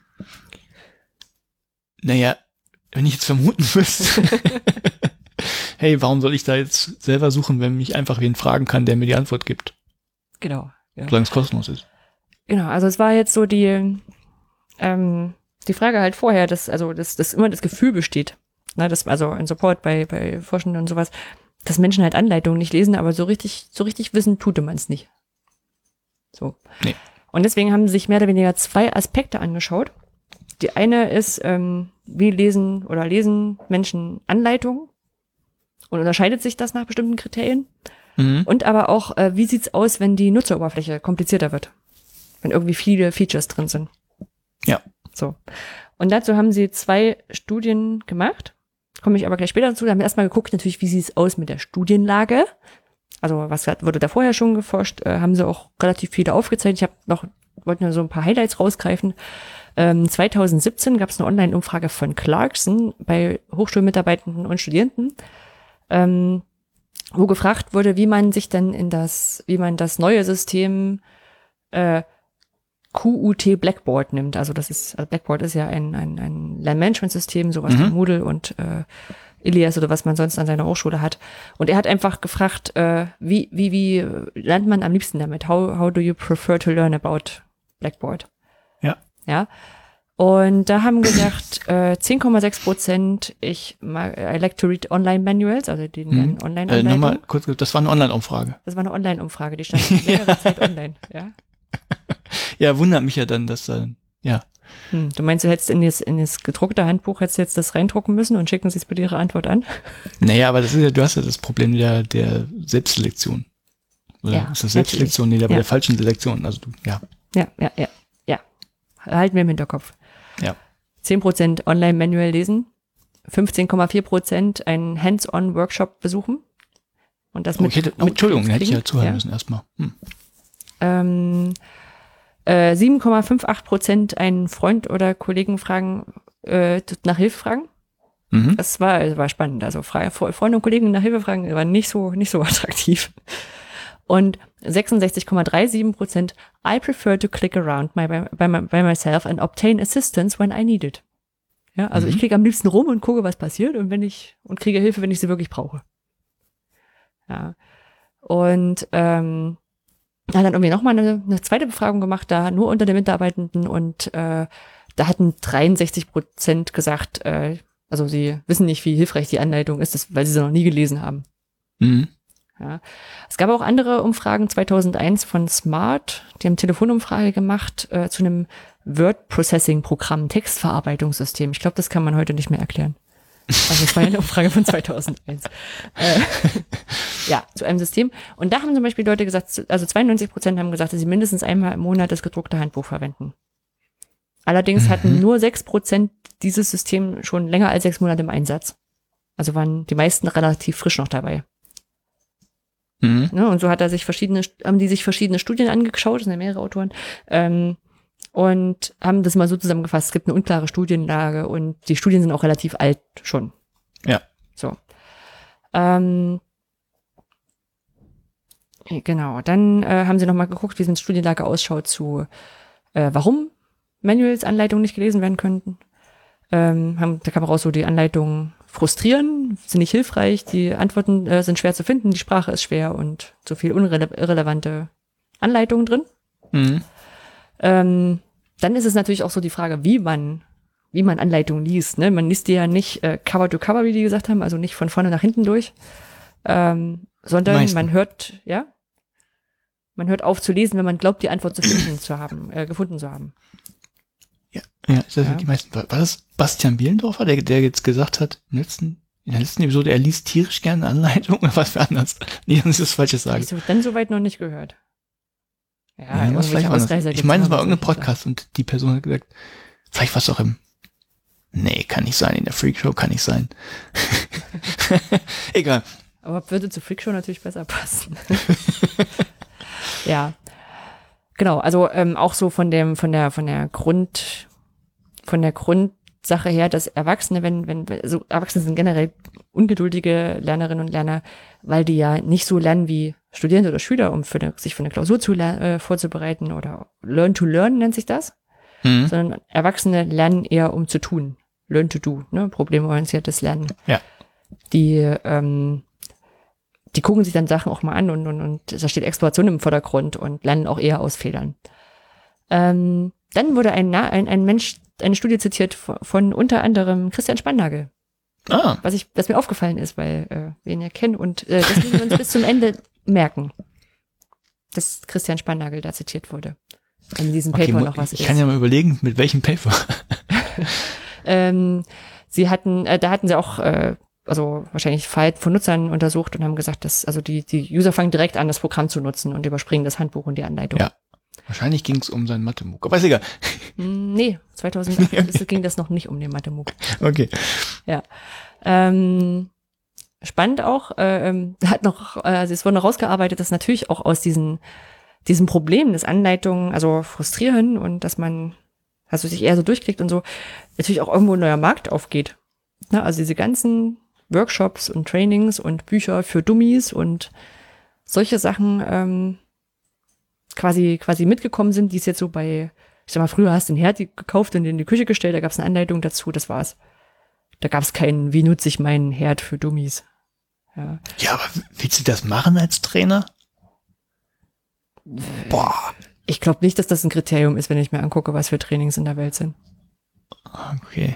Naja, wenn ich jetzt vermuten müsste, hey, warum soll ich da jetzt selber suchen, wenn mich einfach wen fragen kann, der mir die Antwort gibt? Genau. Ja. Solange es kostenlos ist. Genau, also es war jetzt so die Frage halt vorher, dass immer das Gefühl besteht, ne, dass also ein Support bei Forschenden und sowas, dass Menschen halt Anleitungen nicht lesen, aber so richtig wissen tute man es nicht. So. Nee. Und deswegen haben sie sich mehr oder weniger 2 Aspekte angeschaut. Die eine ist, wie lesen Menschen Anleitungen und unterscheidet sich das nach bestimmten Kriterien? Mhm. Und aber auch, wie sieht's aus, wenn die Nutzeroberfläche komplizierter wird? Wenn irgendwie viele Features drin sind. Ja. So. Und dazu haben sie 2 Studien gemacht. Komme ich aber gleich später dazu. Da haben wir erstmal geguckt, natürlich, wie sieht's aus mit der Studienlage? Also, was wurde da vorher schon geforscht? Haben sie auch relativ viele aufgezeichnet. Wollte nur so ein paar Highlights rausgreifen. 2017 gab es eine Online-Umfrage von Clarkson bei Hochschulmitarbeitenden und Studierenden, wo gefragt wurde, wie man das neue System QUT Blackboard nimmt. Also Blackboard ist ja ein Lernmanagementsystem, sowas wie Moodle und Ilias oder was man sonst an seiner Hochschule hat. Und er hat einfach gefragt, wie lernt man am liebsten damit? How do you prefer to learn about Blackboard? Ja. Und da haben gesagt, 10,6%, I like to read online manuals, also die Online-Anleitungen. Nochmal kurz, das war eine Online-Umfrage. Das war eine Online-Umfrage, die stand längere Zeit online, ja. Ja, wundert mich ja dann, dass ja. Du meinst, du hättest in das gedruckte Handbuch jetzt das reindrucken müssen und schicken sie es bitte ihre Antwort an? Naja, aber du hast ja das Problem der Selbstselektion. Oder ja, ist das Selbstselektion? Nee, bei der falschen Selektion. Also ja. Ja. Halten wir im Hinterkopf. Ja. 10% online manuell lesen, 15,4% einen Hands-on-Workshop besuchen. Und das Entschuldigung, hätte ich ja zuhören müssen erstmal. 7,58% einen Freund oder Kollegen nach Hilfe fragen. Mhm. Das war spannend. Also Freunde und Kollegen nach Hilfe fragen war nicht so attraktiv. Und 66,37%, I prefer to click around by myself and obtain assistance when I need it. Ja, also ich klicke am liebsten rum und gucke, was passiert und kriege Hilfe, wenn ich sie wirklich brauche. Ja. Und hat dann irgendwie nochmal eine zweite Befragung gemacht, da nur unter den Mitarbeitenden und da hatten 63% gesagt, also sie wissen nicht, wie hilfreich die Anleitung ist, weil sie sie noch nie gelesen haben. Mhm. Ja. Es gab auch andere Umfragen, 2001 von Smart, die haben Telefonumfrage gemacht zu einem Word-Processing-Programm, Textverarbeitungssystem. Ich glaube, das kann man heute nicht mehr erklären. Also das war eine Umfrage von 2001. Ja, zu einem System. Und da haben zum Beispiel Leute gesagt, also 92% haben gesagt, dass sie mindestens einmal im Monat das gedruckte Handbuch verwenden. Allerdings hatten nur 6% dieses System schon länger als 6 Monate im Einsatz. Also waren die meisten relativ frisch noch dabei. Mhm. Ja, und so haben die sich verschiedene Studien angeschaut, das sind ja mehrere Autoren, und haben das mal so zusammengefasst. Es gibt eine unklare Studienlage und die Studien sind auch relativ alt schon. Ja. So. Genau. Dann haben sie nochmal geguckt, wie es mit Studienlage ausschaut zu, warum Manuals, Anleitungen nicht gelesen werden könnten. Da kam raus, so die Anleitungen frustrieren, sind nicht hilfreich, die Antworten sind schwer zu finden, die Sprache ist schwer und so viel irrelevante Anleitungen drin. Mhm. Dann ist es natürlich auch so die Frage, wie man Anleitungen liest. Ne? Man liest die ja nicht Cover to Cover, wie die gesagt haben, also nicht von vorne nach hinten durch, sondern man hört auf zu lesen, wenn man glaubt, die Antwort gefunden zu haben. Ja, ist das die meisten. War das Bastian Bielendorfer, der jetzt gesagt hat, in der letzten Episode, er liest tierisch gerne Anleitungen oder was für anders? Nee, das ist das Falsches sagen. Ich habe dann soweit noch nicht gehört. Ja, vielleicht Ausreißer. Ich meine, es war irgendein Podcast und die Person hat gesagt, vielleicht war es auch nee, kann nicht sein, in der Freakshow kann nicht sein. Egal. Aber würde zur Freakshow natürlich besser passen. Ja. Genau, also auch so von der Grundsache her, dass Erwachsene, also Erwachsene sind generell ungeduldige Lernerinnen und Lerner, weil die ja nicht so lernen wie Studierende oder Schüler, um sich für eine Klausur vorzubereiten oder Learn to Learn nennt sich das. sondern Erwachsene lernen eher, um zu tun. Learn to do, ne? Problemorientiertes Lernen. Ja. Die gucken sich dann Sachen auch mal an und da steht Exploration im Vordergrund und lernen auch eher aus Fehlern. Dann wurde ein Mensch, eine Studie zitiert von unter anderem Christian Spannagel. Was mir aufgefallen ist, weil wir ihn ja kennen und das müssen wir uns bis zum Ende merken, dass Christian Spannagel da zitiert wurde. In diesem Paper noch was ist. Ich kann ja mal überlegen, mit welchem Paper. Da hatten sie auch also wahrscheinlich Verhalten von Nutzern untersucht und haben gesagt, dass also die User fangen direkt an, das Programm zu nutzen und überspringen das Handbuch und die Anleitung. Ja. Wahrscheinlich ging es um seinen Mathe-MOOC, aber ist egal. Nee, 2008 ging das noch nicht um den Mathe-MOOC. Okay. Ja. Spannend auch, es wurde noch rausgearbeitet, dass natürlich auch aus diesem Problem des Anleitungen, also frustrieren und dass man also sich eher so durchklickt und so, natürlich auch irgendwo ein neuer Markt aufgeht. Na, also diese ganzen Workshops und Trainings und Bücher für Dummies und solche Sachen quasi mitgekommen sind, die es jetzt so bei, ich sag mal, früher hast du einen Herd gekauft und in die Küche gestellt, da gab es eine Anleitung dazu, das war's. Da gab es keinen, wie nutze ich meinen Herd für Dummies. Ja, aber willst du das machen als Trainer? Boah. Ich glaube nicht, dass das ein Kriterium ist, wenn ich mir angucke, was für Trainings in der Welt sind. Okay.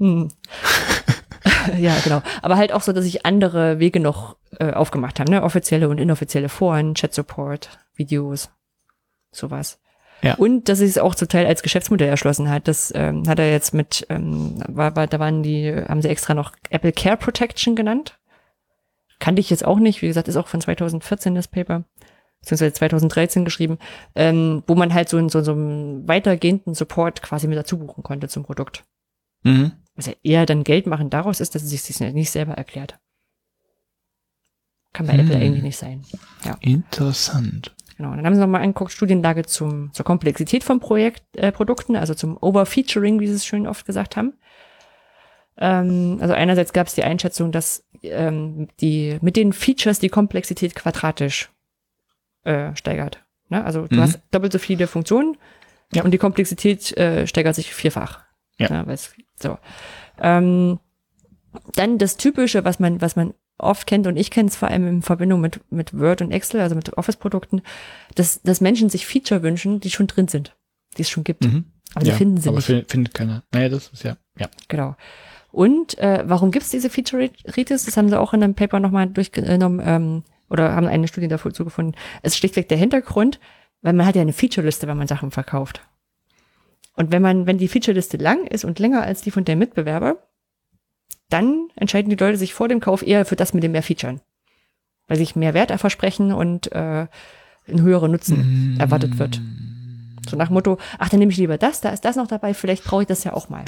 Ja, genau. Aber halt auch so, dass sich andere Wege noch aufgemacht haben, ne? Offizielle und inoffizielle Foren, Chat-Support, Videos, sowas. Ja. Und dass es auch zum Teil als Geschäftsmodell erschlossen hat. Das hat er jetzt mit, haben sie extra noch Apple Care Protection genannt. Kannte ich jetzt auch nicht. Wie gesagt, ist auch von 2014 das Paper. Beziehungsweise 2013 geschrieben, wo man halt so einen weitergehenden Support quasi mit dazu buchen konnte zum Produkt. Mhm. Was ja eher dann Geld machen daraus ist, dass es sich nicht selber erklärt. Kann bei Apple eigentlich nicht sein. Ja. Interessant. Genau. Und dann haben sie nochmal angeguckt, Studienlage zur Komplexität von Produkten, also zum Overfeaturing, wie sie es schön oft gesagt haben. Also einerseits gab es die Einschätzung, dass mit den Features die Komplexität quadratisch steigert. Ne? Also du hast doppelt so viele Funktionen und die Komplexität steigert sich vierfach. Ja. Ne? Dann das Typische, was man oft kennt, und ich kenne es vor allem in Verbindung mit Word und Excel, also mit Office-Produkten, dass Menschen sich Feature wünschen, die schon drin sind, die es schon gibt. Aber die finden sie nicht. Aber findet keiner. Naja, das ist ja. Genau. Und warum gibt es diese Feature-Ritis? Das haben sie auch in einem Paper nochmal durchgenommen, oder haben eine Studie dazu gefunden. Es ist schlichtweg der Hintergrund, weil man hat ja eine Feature-Liste, wenn man Sachen verkauft. Und wenn die Feature-Liste lang ist und länger als die von der Mitbewerber, dann entscheiden die Leute sich vor dem Kauf eher für das mit den mehr Featuren. Weil sich mehr Wert versprechen und ein höherer Nutzen erwartet wird. So nach dem Motto, ach, dann nehme ich lieber das, da ist das noch dabei, vielleicht brauche ich das ja auch mal.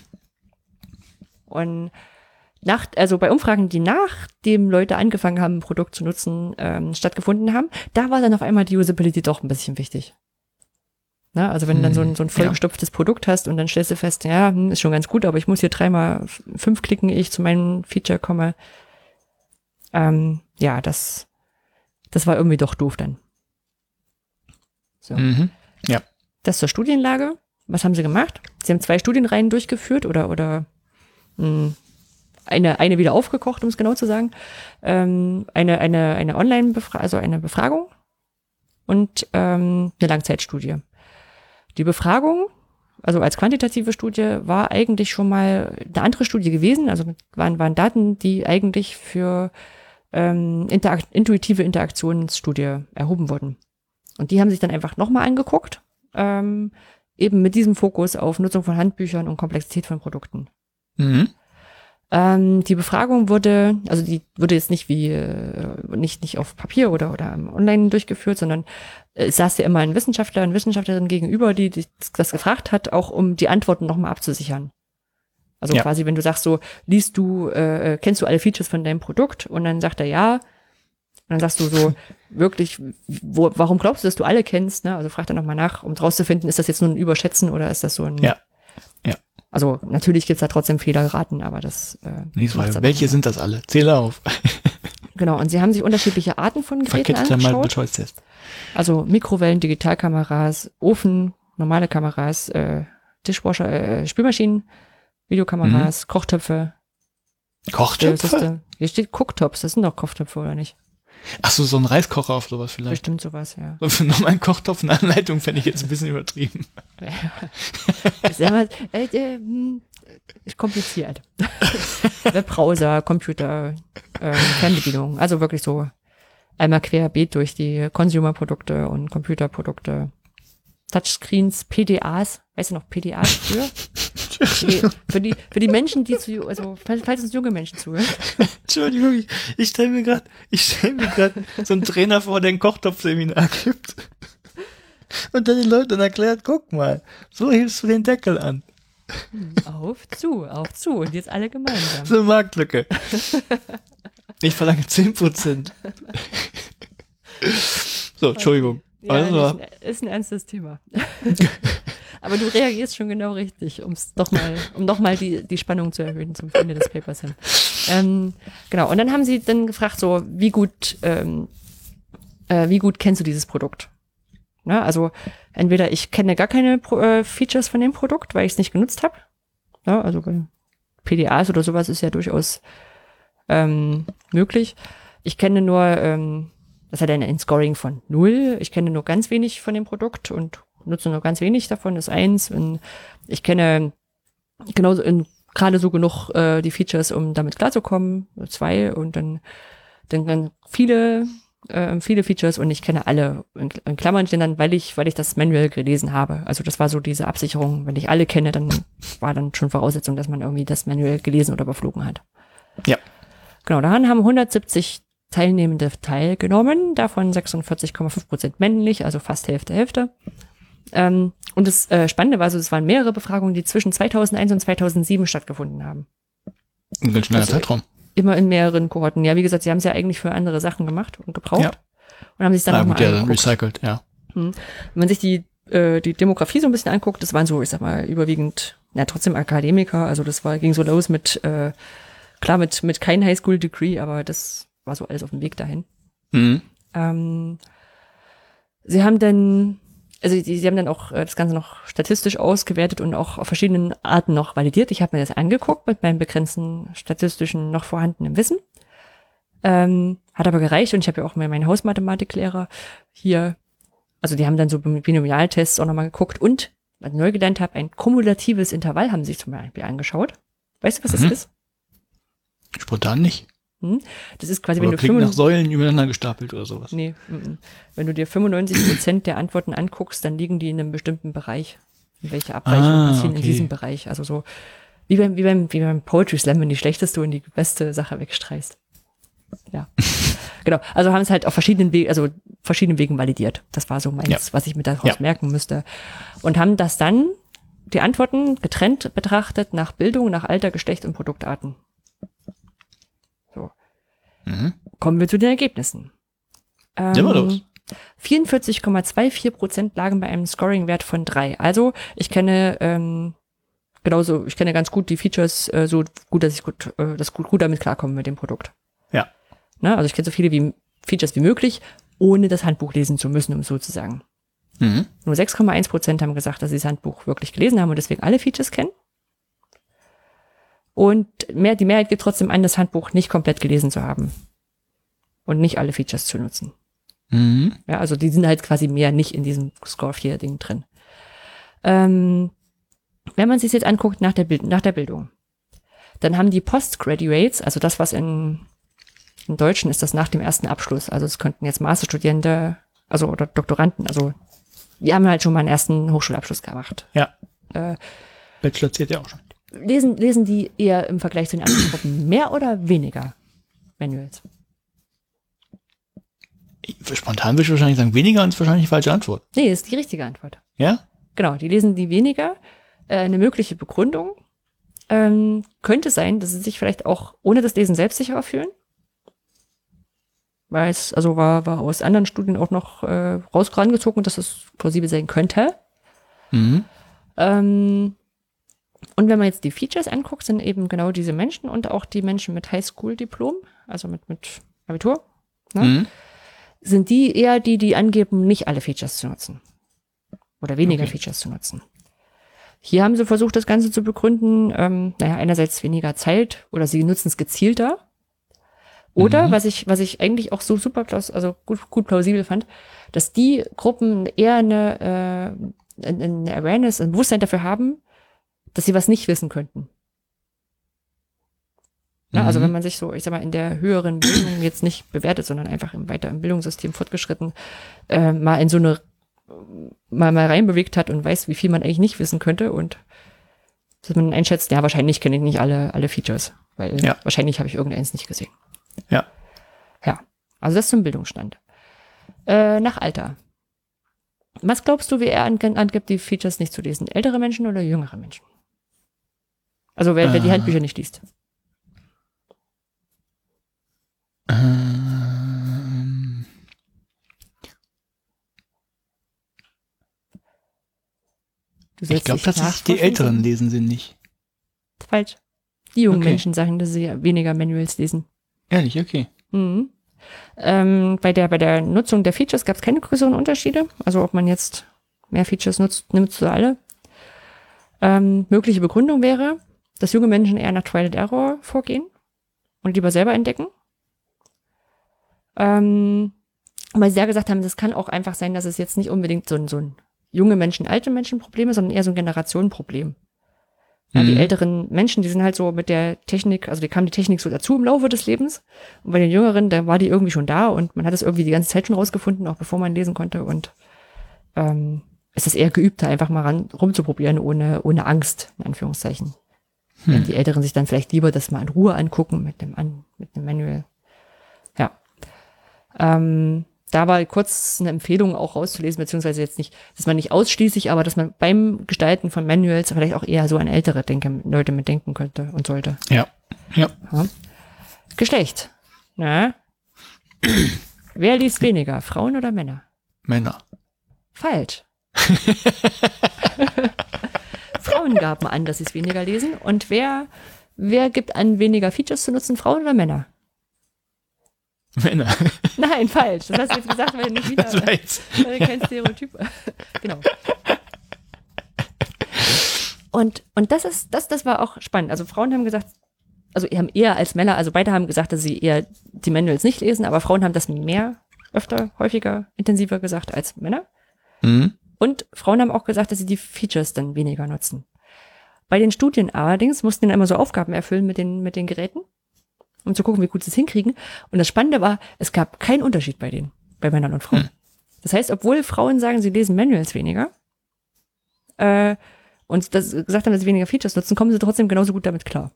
Und also bei Umfragen, die nachdem Leute angefangen haben, ein Produkt zu nutzen, stattgefunden haben, da war dann auf einmal die Usability doch ein bisschen wichtig. Na, also wenn du dann so ein vollgestopftes Produkt hast und dann stellst du fest, ja, ist schon ganz gut, aber ich muss hier 3x5 klicken, ehe ich zu meinem Feature komme. Ja, das war irgendwie doch doof dann. So. Ja. Das zur Studienlage. Was haben sie gemacht? Sie haben 2 Studienreihen durchgeführt oder eine wieder aufgekocht, um es genau zu sagen. Eine Online-Befragung, also eine Befragung und eine Langzeitstudie. Die Befragung, also als quantitative Studie, war eigentlich schon mal eine andere Studie gewesen. Also waren Daten, die eigentlich für intuitive Interaktionsstudie erhoben wurden. Und die haben sich dann einfach nochmal angeguckt, eben mit diesem Fokus auf Nutzung von Handbüchern und Komplexität von Produkten. Die Befragung wurde jetzt nicht nicht auf Papier oder online durchgeführt, sondern es saß ja immer ein Wissenschaftler, eine Wissenschaftlerin gegenüber, die das gefragt hat, auch um die Antworten nochmal abzusichern. Also quasi, wenn du sagst so, kennst du alle Features von deinem Produkt? Und dann sagt er ja. Und dann sagst du so, wirklich, warum glaubst du, dass du alle kennst? Ne? Also fragt er nochmal nach, um rauszufinden, ist das jetzt nur ein Überschätzen oder ist das so ein... Ja. Also natürlich gibt's da trotzdem Fehlerraten, aber das... welche sind das alle? Zähle auf. Genau, und sie haben sich unterschiedliche Arten von Geräten angeschaut. Also Mikrowellen, Digitalkameras, Ofen, normale Kameras, Dishwasher, Spülmaschinen, Videokameras, Kochtöpfe. Kochtöpfe? Hier steht Cooktops, das sind doch Kochtöpfe, oder nicht? Ach so, so ein Reiskocher auf sowas vielleicht. Bestimmt sowas, ja. Und für nochmal einen Kochtopf eine Anleitung fände ich jetzt ein bisschen übertrieben. Ist kompliziert. Webbrowser, Computer, Fernbedienung, also wirklich so einmal querbeet durch die Consumer-Produkte und Computerprodukte. Touchscreens, PDAs, weißt du noch, PDAs früher? Für die Menschen, also falls uns junge Menschen zuhören. Entschuldigung, ich stell mir gerade so einen Trainer vor, der ein Kochtopfseminar gibt. Und dann den Leuten erklärt, guck mal, so hebst du den Deckel an. Auf zu. Und jetzt alle gemeinsam. So eine Marktlücke. Ich verlange 10%. So, Entschuldigung. Ja, Also, ist ein ernstes Thema. Aber du reagierst schon genau richtig, um noch mal die Spannung zu erhöhen zum Ende des Papers hin. Genau. Und dann haben sie dann gefragt, so, wie gut kennst du dieses Produkt? Na, also, entweder ich kenne gar keine Features von dem Produkt, weil ich es nicht genutzt habe. Ja, also bei PDAs oder sowas ist ja durchaus möglich. Ich kenne nur, das hat ein Scoring von 0. Ich kenne nur ganz wenig von dem Produkt und nutze nur ganz wenig davon, das ist 1. Und ich kenne genauso gerade so genug die Features, um damit klarzukommen, 2. Und dann viele Features und ich kenne alle. In Klammern stehen dann, weil ich das Manual gelesen habe. Also das war so diese Absicherung. Wenn ich alle kenne, dann war dann schon Voraussetzung, dass man irgendwie das Manual gelesen oder überflogen hat. Ja. Genau, daran haben 170 Teilnehmende teilgenommen, davon 46,5% männlich, also fast Hälfte. Und das Spannende war, also es waren mehrere Befragungen, die zwischen 2001 und 2007 stattgefunden haben. Ein ganz schneller Zeitraum. Immer in mehreren Kohorten. Ja, wie gesagt, sie haben es ja eigentlich für andere Sachen gemacht und gebraucht. Ja. Und haben sich dann nochmal angeguckt. Recycelt, ja. Wenn man sich die Demografie so ein bisschen anguckt, das waren so, ich sag mal, überwiegend, trotzdem Akademiker, also das ging so los mit kein Highschool-Degree, aber das war so alles auf dem Weg dahin. Mhm. Sie haben dann auch das Ganze noch statistisch ausgewertet und auch auf verschiedenen Arten noch validiert. Ich habe mir das angeguckt mit meinem begrenzten statistischen noch vorhandenen Wissen. Hat aber gereicht und ich habe ja auch meinen Hausmathematiklehrer hier, also die haben dann so mit Binomialtests auch nochmal geguckt und, was ich neu gelernt habe, ein kumulatives Intervall haben sie sich zum Beispiel angeschaut. Weißt du, was das ist? Spontan nicht. Das ist quasi, oder wenn du klingt nach Säulen übereinander gestapelt oder sowas. Nee, wenn du dir 95% der Antworten anguckst, dann liegen die in einem bestimmten Bereich. Und welche Abweichungen passieren in diesem Bereich. Also so wie beim Poetry Slam, wenn die schlechteste und die beste Sache wegstreichst. Ja. Genau. Also haben es halt auf verschiedenen Wegen validiert. Das war so meins, was ich mir daraus merken müsste. Und haben das dann, die Antworten getrennt betrachtet nach Bildung, nach Alter, Geschlecht und Produktarten. Kommen wir zu den Ergebnissen. Immer los. 44,24% lagen bei einem Scoring-Wert von 3. Also ich kenne ganz gut die Features so gut, dass ich gut damit klarkomme mit dem Produkt. Ja. Also ich kenne so viele Features wie möglich, ohne das Handbuch lesen zu müssen, um so zu sagen. Nur 6,1% haben gesagt, dass sie das Handbuch wirklich gelesen haben und deswegen alle Features kennen. Und die Mehrheit gibt trotzdem an, das Handbuch nicht komplett gelesen zu haben. Und nicht alle Features zu nutzen. Ja, also die sind halt quasi mehr nicht in diesem Score 4-Ding drin. Wenn man sich jetzt anguckt nach der Bildung, dann haben die Postgraduates, also das, was im Deutschen ist das nach dem ersten Abschluss, also es könnten jetzt Masterstudierende, also oder Doktoranden, also die haben halt schon mal einen ersten Hochschulabschluss gemacht. Ja. Bachelor zählt ja auch schon. Lesen die eher im Vergleich zu den anderen Gruppen mehr oder weniger Manuals? Spontan würde ich wahrscheinlich sagen weniger und ist wahrscheinlich die falsche Antwort. Nee, ist die richtige Antwort. Ja? Genau, die lesen die weniger. Eine mögliche Begründung könnte sein, dass sie sich vielleicht auch ohne das Lesen selbstsicherer fühlen. Weil es, also war aus anderen Studien auch noch rausgezogen, dass es plausibel sein könnte. Und wenn man jetzt die Features anguckt, sind eben genau diese Menschen und auch die Menschen mit Highschool-Diplom, also mit Abitur, sind die eher die angeben, nicht alle Features zu nutzen. Oder weniger Features zu nutzen. Hier haben sie versucht, das Ganze zu begründen. Einerseits weniger Zeit oder sie nutzen es gezielter. Oder, was ich eigentlich auch so super, gut plausibel fand, dass die Gruppen eher eine Awareness, ein Bewusstsein dafür haben, dass sie was nicht wissen könnten. Ja, also wenn man sich so, ich sag mal, in der höheren Bildung jetzt nicht bewertet, sondern einfach weiter im Bildungssystem fortgeschritten, mal in so eine, mal reinbewegt hat und weiß, wie viel man eigentlich nicht wissen könnte und dass man einschätzt, ja, wahrscheinlich kenne ich nicht alle Features, weil wahrscheinlich habe ich irgendeins nicht gesehen. Ja. Ja, also das zum Bildungsstand. Nach Alter. Was glaubst du, wie er angibt, die Features nicht zu lesen? Ältere Menschen oder jüngere Menschen? Also wer die Handbücher nicht liest. Ich glaube tatsächlich, die Älteren lesen sie nicht. Falsch. Die jungen Menschen sagen, dass sie weniger Manuals lesen. Ehrlich, okay. Mhm. Bei der Nutzung der Features gab es keine größeren Unterschiede. Also ob man jetzt mehr Features nutzt, nimmt du alle. Mögliche Begründung wäre, dass junge Menschen eher nach Trial and Error vorgehen und lieber selber entdecken. Weil sie ja gesagt haben, das kann auch einfach sein, dass es jetzt nicht unbedingt so ein junge Menschen, alte Menschen Problem ist, sondern eher so ein Generationenproblem. Ja, die älteren Menschen, die sind halt so mit der Technik, also die kam die Technik so dazu im Laufe des Lebens. Und bei den Jüngeren, da war die irgendwie schon da und man hat es irgendwie die ganze Zeit schon rausgefunden, auch bevor man lesen konnte. Und es ist eher geübter, einfach mal rumzuprobieren, ohne Angst, in Anführungszeichen. Wenn die Älteren sich dann vielleicht lieber das mal in Ruhe angucken mit dem Manual. Ja. Da war kurz eine Empfehlung auch rauszulesen, beziehungsweise jetzt nicht, dass man nicht ausschließlich, aber dass man beim Gestalten von Manuals vielleicht auch eher so an ältere Leute mitdenken könnte und sollte. Ja. Geschlecht. Na? Wer liest weniger, Frauen oder Männer? Männer. Falsch. Frauen gaben an, dass sie es weniger lesen. Und wer gibt an, weniger Features zu nutzen, Frauen oder Männer? Männer. Nein, falsch. Das hast du jetzt gesagt, weil nicht wieder kein Stereotyp. Genau. Und das war auch spannend. Also Frauen haben gesagt, also haben eher als Männer, also beide haben gesagt, dass sie eher die Manuals nicht lesen, aber Frauen haben das öfter, häufiger, intensiver gesagt als Männer. Und Frauen haben auch gesagt, dass sie die Features dann weniger nutzen. Bei den Studien allerdings mussten die dann immer so Aufgaben erfüllen mit den Geräten, um zu gucken, wie gut sie es hinkriegen. Und das Spannende war, es gab keinen Unterschied bei Männern und Frauen. Das heißt, obwohl Frauen sagen, sie lesen Manuals weniger, und das gesagt haben, dass sie weniger Features nutzen, kommen sie trotzdem genauso gut damit klar.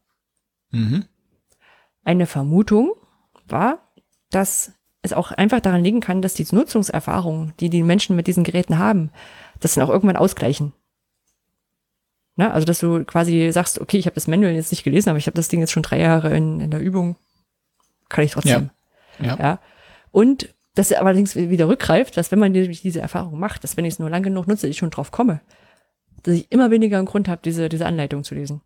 Eine Vermutung war, dass es auch einfach daran liegen kann, dass die Nutzungserfahrungen, die Menschen mit diesen Geräten haben, das dann auch irgendwann ausgleichen. Na, also dass du quasi sagst, okay, ich habe das Manual jetzt nicht gelesen, aber ich habe das Ding jetzt schon 3 Jahre in der Übung, kann ich trotzdem. Ja. Und dass er allerdings wieder rückgreift, dass wenn man diese Erfahrung macht, dass wenn ich es nur lang genug nutze, ich schon drauf komme, dass ich immer weniger einen Grund habe, diese Anleitung zu lesen.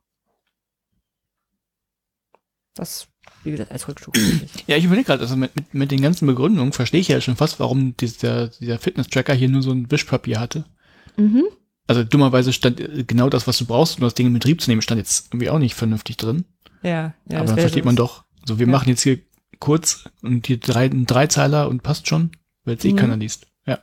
Das, wie gesagt, als Rückschub. Ja, ich überlege gerade, also mit den ganzen Begründungen verstehe ich ja schon fast, warum dieser Fitness-Tracker hier nur so ein Wischpapier hatte. Also dummerweise stand genau das, was du brauchst, um das Ding in Betrieb zu nehmen, stand jetzt irgendwie auch nicht vernünftig drin. Ja. Aber dann versteht man doch. So, wir machen jetzt hier kurz und hier einen Dreizeiler und passt schon, weil es keiner liest. Ja.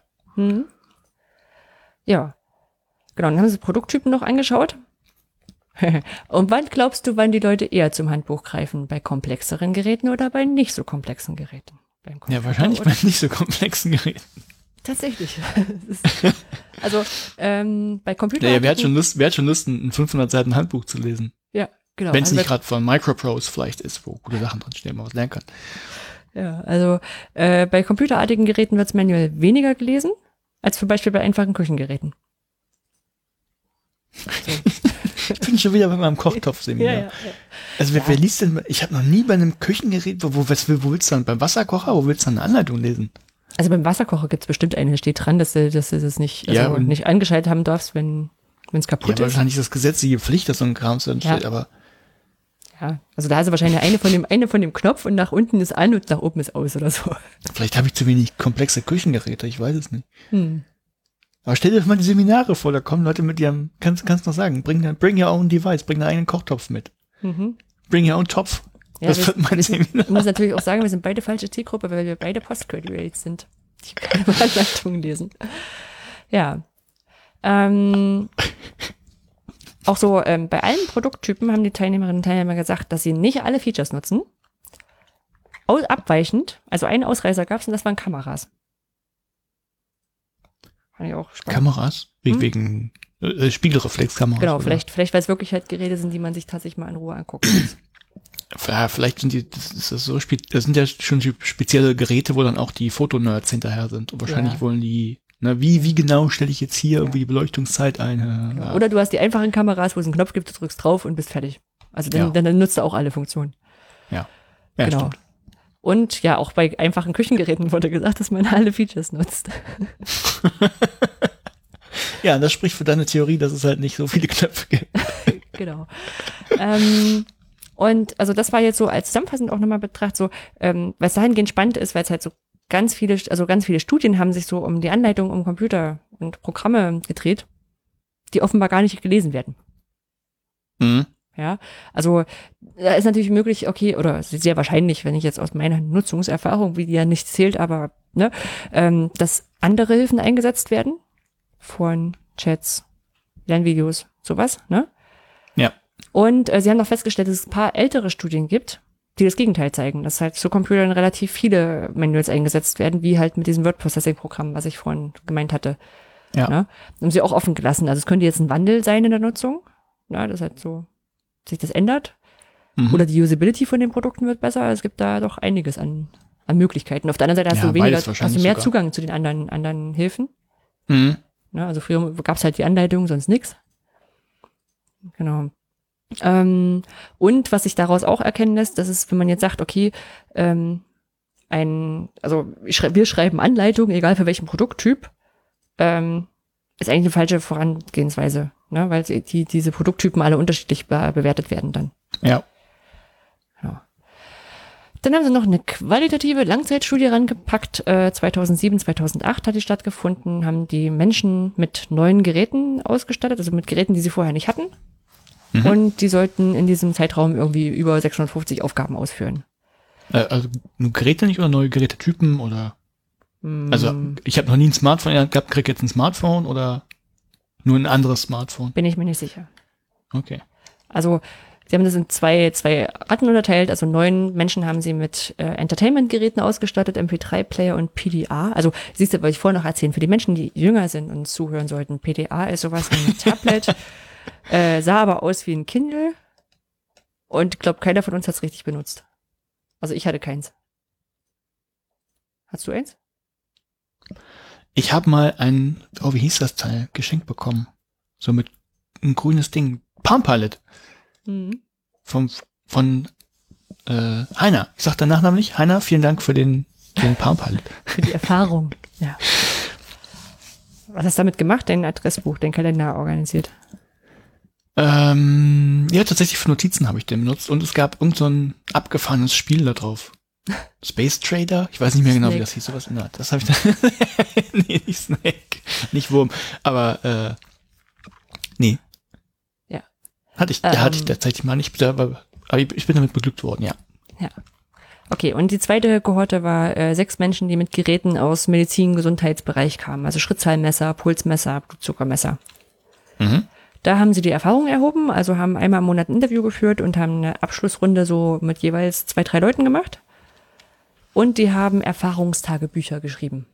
Ja. Genau, dann haben sie Produkttypen noch angeschaut. Und wann glaubst du, wann die Leute eher zum Handbuch greifen? Bei komplexeren Geräten oder bei nicht so komplexen Geräten? Ja, wahrscheinlich bei nicht so komplexen Geräten. Tatsächlich. Also bei Computern. Naja, wer hat schon Lust, ein 500 Seiten Handbuch zu lesen? Ja, genau. Wenn es nicht gerade von Microprose vielleicht ist, wo gute Sachen drinstehen, man was lernen kann. Ja, also bei computerartigen Geräten wird es manuell weniger gelesen, als zum Beispiel bei einfachen Küchengeräten. So. Ich bin schon wieder bei meinem Kochtopf-Seminar. Ja. Also wer liest denn, ich habe noch nie bei einem Küchengerät, wo willst du dann, beim Wasserkocher, wo willst du dann eine Anleitung lesen? Also beim Wasserkocher gibt es bestimmt eine, steht dran, dass du das nicht, nicht angeschaltet haben darfst, wenn es kaputt ist. Ja, wahrscheinlich ist das gesetzliche Pflicht, dass so ein Kram dann steht, aber. Ja, also da hast du wahrscheinlich eine von dem Knopf und nach unten ist an und nach oben ist aus oder so. Vielleicht habe ich zu wenig komplexe Küchengeräte, ich weiß es nicht. Aber stell dir doch mal die Seminare vor, da kommen Leute mit ihrem, kannst noch sagen, bring your own device, bring deinen eigenen Kochtopf mit. Bring your own Topf. Ja, das wird mein Seminar. Ich muss natürlich auch sagen, wir sind beide falsche Zielgruppe, weil wir beide Postgraduates sind. Die keine Anleitungen lesen. Ja. Auch so bei allen Produkttypen haben die Teilnehmerinnen und Teilnehmer gesagt, dass sie nicht alle Features nutzen. Abweichend, also einen Ausreißer gab es und das waren Kameras. Fand ich auch spannend. Kameras? Wegen Spiegelreflexkameras. Genau, oder? vielleicht weil es wirklich halt Geräte sind, die man sich tatsächlich mal in Ruhe angucken muss. Ja, vielleicht sind das sind ja schon spezielle Geräte, wo dann auch die Fotonerds hinterher sind. Und wahrscheinlich wollen die, wie genau stelle ich jetzt hier irgendwie die Beleuchtungszeit ein? Ja. Oder du hast die einfachen Kameras, wo es einen Knopf gibt, du drückst drauf und bist fertig. Also dann nutzt du auch alle Funktionen. Ja, genau. Stimmt. Und ja, auch bei einfachen Küchengeräten wurde gesagt, dass man alle Features nutzt. Ja, das spricht für deine Theorie, dass es halt nicht so viele Knöpfe gibt. Genau. Und also das war jetzt so als zusammenfassend auch nochmal betrachtet, so, was dahingehend spannend ist, weil es halt so ganz viele Studien haben sich so um die Anleitung um Computer und Programme gedreht, die offenbar gar nicht gelesen werden. Mhm. Ja, also da ist natürlich möglich, okay, oder sehr wahrscheinlich, wenn ich jetzt aus meiner Nutzungserfahrung, wie die ja nicht zählt, aber dass andere Hilfen eingesetzt werden, Foren, Chats, Lernvideos, sowas, ne? Ja. Und sie haben noch festgestellt, dass es ein paar ältere Studien gibt, die das Gegenteil zeigen, dass halt zu Computern relativ viele Manuals eingesetzt werden, wie halt mit diesem Word-Processing-Programm, was ich vorhin gemeint hatte. Ja. Ne? Haben sie auch offen gelassen. Also es könnte jetzt ein Wandel sein in der Nutzung, ja, das halt so sich das ändert. Mhm. Oder die Usability von den Produkten wird besser. Es gibt da doch einiges an Möglichkeiten. Auf der anderen Seite hast du mehr Zugang zu den anderen Hilfen. Mhm. Ne? Also früher gab es halt die Anleitung, sonst nix. Genau. Und was sich daraus auch erkennen lässt, das ist, wenn man jetzt sagt, okay, wir schreiben Anleitungen, egal für welchen Produkttyp, ist eigentlich eine falsche Vorangehensweise, ne? Weil diese Produkttypen alle unterschiedlich bewertet werden dann. Ja. Dann haben sie noch eine qualitative Langzeitstudie rangepackt. 2007, 2008 hat die stattgefunden, haben die Menschen mit neuen Geräten ausgestattet, also mit Geräten, die sie vorher nicht hatten. Mhm. Und die sollten in diesem Zeitraum irgendwie über 650 Aufgaben ausführen. Also nur Geräte nicht oder neue Gerätetypen oder? Also ich habe noch nie ein Smartphone gehabt, krieg jetzt ein Smartphone oder nur ein anderes Smartphone? Bin ich mir nicht sicher. Okay. Also sie haben das in zwei Arten unterteilt. Also 9 Menschen haben sie mit Entertainment-Geräten ausgestattet, MP3-Player und PDA. Also siehst du, was ich vorher noch erzählen, für die Menschen, die jünger sind und zuhören sollten, PDA ist sowas wie ein Tablet, sah aber aus wie ein Kindle und ich glaube, keiner von uns hat es richtig benutzt. Also ich hatte keins. Hast du eins? Ich habe mal wie hieß das Teil, geschenkt bekommen. So mit ein grünes Ding. Palm Pilot. Mhm. Von Heiner. Ich sag den Nachnamen nicht. Heiner, vielen Dank für den Palm Pilot. Für die Erfahrung, ja. Was hast du damit gemacht? Dein Adressbuch, dein Kalender organisiert? Ja, tatsächlich für Notizen habe ich den benutzt und es gab irgend so ein abgefahrenes Spiel da drauf. Space Trader? Ich weiß nicht mehr genau, Snake. wie das hieß. Sowas in der Art. Das habe ich da. Nee, nicht Snake. Nicht Wurm. Aber nee. Ja. Hatte ich tatsächlich mal nicht, aber ich bin damit beglückt worden, ja. Ja. Okay, und die zweite Kohorte war 6 Menschen, die mit Geräten aus Medizin-Gesundheitsbereich kamen. Also Schrittzahlmesser, Pulsmesser, Blutzuckermesser. Mhm. Da haben sie die Erfahrung erhoben, also haben einmal im Monat ein Interview geführt und haben eine Abschlussrunde so mit jeweils 2, 3 Leuten gemacht. Und die haben Erfahrungstagebücher geschrieben.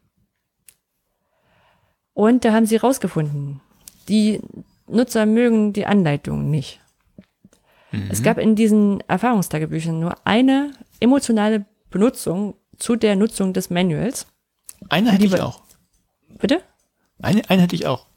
Und da haben sie rausgefunden, die Nutzer mögen die Anleitung nicht. Mhm. Es gab in diesen Erfahrungstagebüchern nur eine emotionale Benutzung zu der Nutzung des Manuals. Eine hätte ich auch. Bitte? Eine hätte ich auch.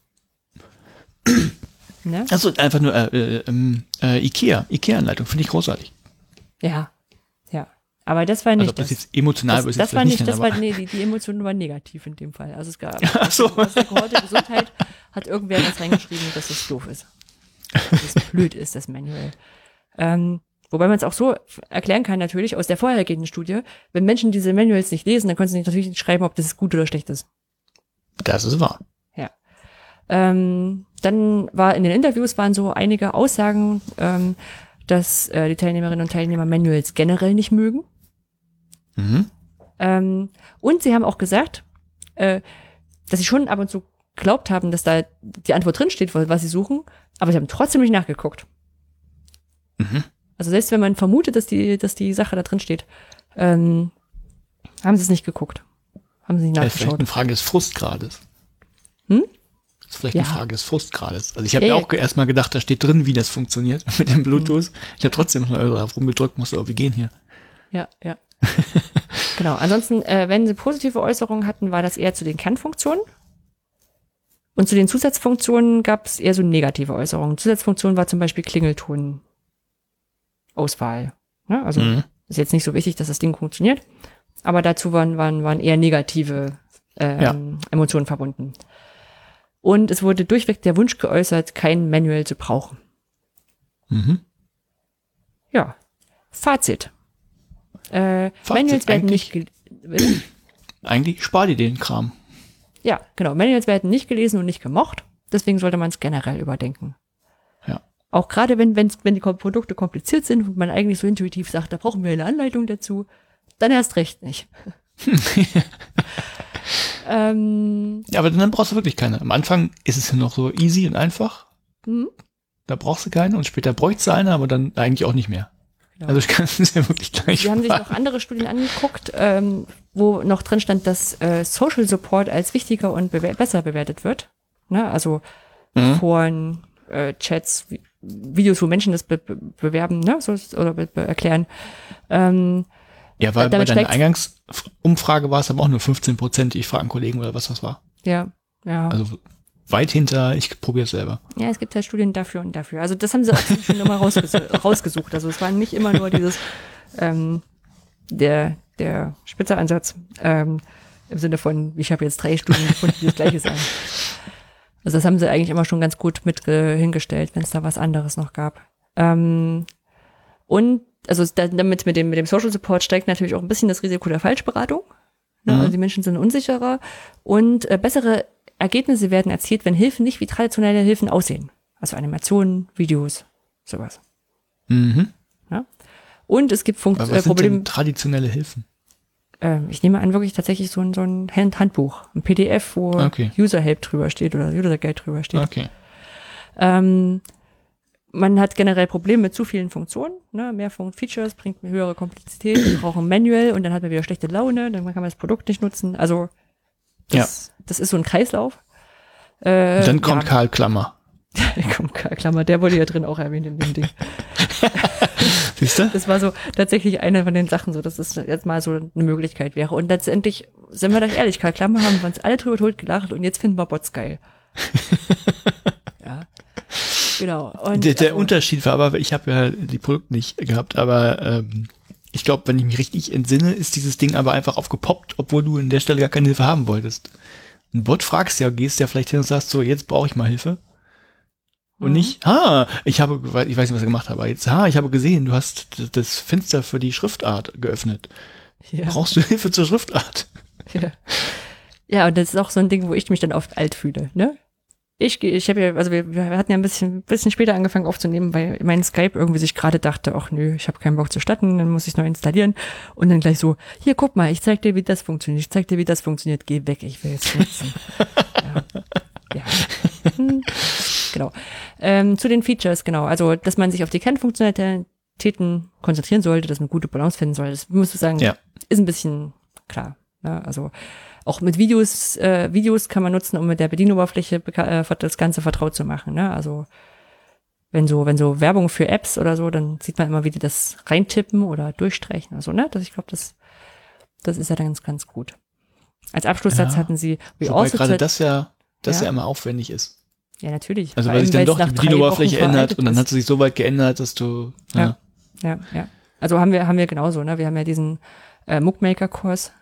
Ne? Also einfach nur IKEA-Anleitung, finde ich großartig. Ja. Aber das war nicht. Also ob das jetzt emotional ist, das war nicht, die Emotion war negativ in dem Fall. Also es gab aus der Kohorte Gesundheit hat irgendwer was reingeschrieben, dass es doof ist. Dass es blöd ist, das Manual. Wobei man es auch so erklären kann, natürlich, aus der vorhergehenden Studie, wenn Menschen diese Manuals nicht lesen, dann können sie natürlich nicht schreiben, ob das gut oder schlecht ist. Das ist wahr. Ja. Dann war in den Interviews waren so einige Aussagen, dass die Teilnehmerinnen und Teilnehmer Manuals generell nicht mögen. Mhm. Und sie haben auch gesagt, dass sie schon ab und zu geglaubt haben, dass da die Antwort drinsteht, was sie suchen, aber sie haben trotzdem nicht nachgeguckt. Mhm. Also selbst wenn man vermutet, dass die Sache da drin steht, haben sie es nicht geguckt. Haben sie nicht Das ist vielleicht nachgeschaut. eine Frage des Frustgrades. Hm? Das ist vielleicht Ja. eine Frage des Frustgrades. Also ich habe Ja, ja ja. auch erstmal gedacht, da steht drin, wie das funktioniert mit dem Bluetooth. Ich habe trotzdem noch drauf rumgedrückt, musste irgendwie gehen hier. Ja. Genau. Ansonsten, wenn sie positive Äußerungen hatten, war das eher zu den Kernfunktionen. Und zu den Zusatzfunktionen gab es eher so negative Äußerungen. Zusatzfunktion war zum Beispiel Klingelton-Auswahl. Ja, also ist jetzt nicht so wichtig, dass das Ding funktioniert, aber dazu waren eher negative Emotionen verbunden. Und es wurde durchweg der Wunsch geäußert, kein Manual zu brauchen. Mhm. Ja, Fazit. Manuals werden nicht Eigentlich spar dir den Kram. Ja, genau. Manuals werden nicht gelesen und nicht gemocht. Deswegen sollte man es generell überdenken. Ja. Auch gerade wenn die Produkte kompliziert sind und man eigentlich so intuitiv sagt, da brauchen wir eine Anleitung dazu, dann erst recht nicht. Ja, aber dann brauchst du wirklich keine. Am Anfang ist es ja noch so easy und einfach. Mhm. Da brauchst du keine und später bräuchtest du eine, aber dann eigentlich auch nicht mehr. Genau. Also ich kann es ja wirklich gleich Sie haben sich fragen. noch andere Studien angeguckt, wo noch drin stand, dass Social Support als wichtiger und besser bewertet wird. Ne? Also Foren, Chats, Videos, wo Menschen das bewerben, ne? Oder erklären. Ja, weil bei damit deiner steigt- Eingangsumfrage war es aber auch nur 15%, ich frage einen Kollegen oder was das war. Ja. Also weit hinter, ich probiere es selber. Ja, es gibt ja Studien dafür und dafür. Also das haben sie auch schon immer rausgesucht. Also es war nicht immer nur dieses der Spitzeransatz im Sinne von, ich habe jetzt 3 Studien gefunden, die das Gleiche sagen. Also das haben sie eigentlich immer schon ganz gut mit hingestellt, wenn es da was anderes noch gab. Und also damit mit dem Social Support steigt natürlich auch ein bisschen das Risiko der Falschberatung. Ne? Also die Menschen sind unsicherer und bessere Ergebnisse werden erzielt, wenn Hilfen nicht wie traditionelle Hilfen aussehen. Also Animationen, Videos, sowas. Mhm. Ja? Und es gibt Aber was sind Probleme. denn traditionelle Hilfen? Ich nehme an, wirklich tatsächlich so ein Handbuch, ein PDF, wo Okay. User Help drüber steht oder User Guide drüber steht. Okay. Man hat generell Probleme mit zu vielen Funktionen. Ne? Mehr Features bringt eine höhere Komplexität. Wir brauchen ein Manual und dann hat man wieder schlechte Laune. Dann kann man das Produkt nicht nutzen. Also das ist so ein Kreislauf. Und dann kommt Karl Klammer. Klammer, der wurde ja drin auch erwähnt in dem Ding. Siehst du? Das war so tatsächlich eine von den Sachen, so dass es jetzt mal so eine Möglichkeit wäre. Und letztendlich, sind wir doch ehrlich, Karl Klammer haben wir uns alle drüber tot gelacht und jetzt finden wir Bots geil. Ja. Genau. Und Der Unterschied war aber, ich habe ja die Produkte nicht gehabt, aber ich glaube, wenn ich mich richtig entsinne, ist dieses Ding aber einfach aufgepoppt, obwohl du an der Stelle gar keine Hilfe haben wolltest. Ein Bot fragst ja, gehst ja vielleicht hin und sagst so, jetzt brauche ich mal Hilfe. Und nicht, ich weiß nicht, was er gemacht hat, aber jetzt, ich habe gesehen, du hast das Fenster für die Schriftart geöffnet. Ja. Brauchst du Hilfe zur Schriftart? Ja, und das ist auch so ein Ding, wo ich mich dann oft alt fühle, ne? Ich habe ja, also wir hatten ja ein bisschen später angefangen aufzunehmen, weil mein Skype irgendwie sich gerade dachte, ach nö, ich habe keinen Bock zu starten, dann muss ich es neu installieren und dann gleich so, hier guck mal, ich zeig dir, wie das funktioniert, geh weg, ich will jetzt nutzen. Ja. Genau. Zu den Features, genau, also dass man sich auf die Kernfunktionalitäten konzentrieren sollte, dass man gute Balance finden soll, das muss ich sagen, ist ein bisschen klar. Ne? Also auch mit Videos kann man nutzen, um mit der Bedienoberfläche das Ganze vertraut zu machen. Ne? Also wenn so Werbung für Apps oder so, dann sieht man immer, wie die das reintippen oder durchstreichen oder so. Ne? Ich glaube, das ist ja dann ganz, ganz gut. Als Abschlusssatz hatten sie, wobei gerade das ja immer aufwendig ist. Ja, natürlich. Also weil sich dann doch die Bedienoberfläche ändert und dann hat sie sich so weit geändert, dass du Ja. Also haben wir genauso. Ne? Wir haben ja diesen Mookmaker-Kurs.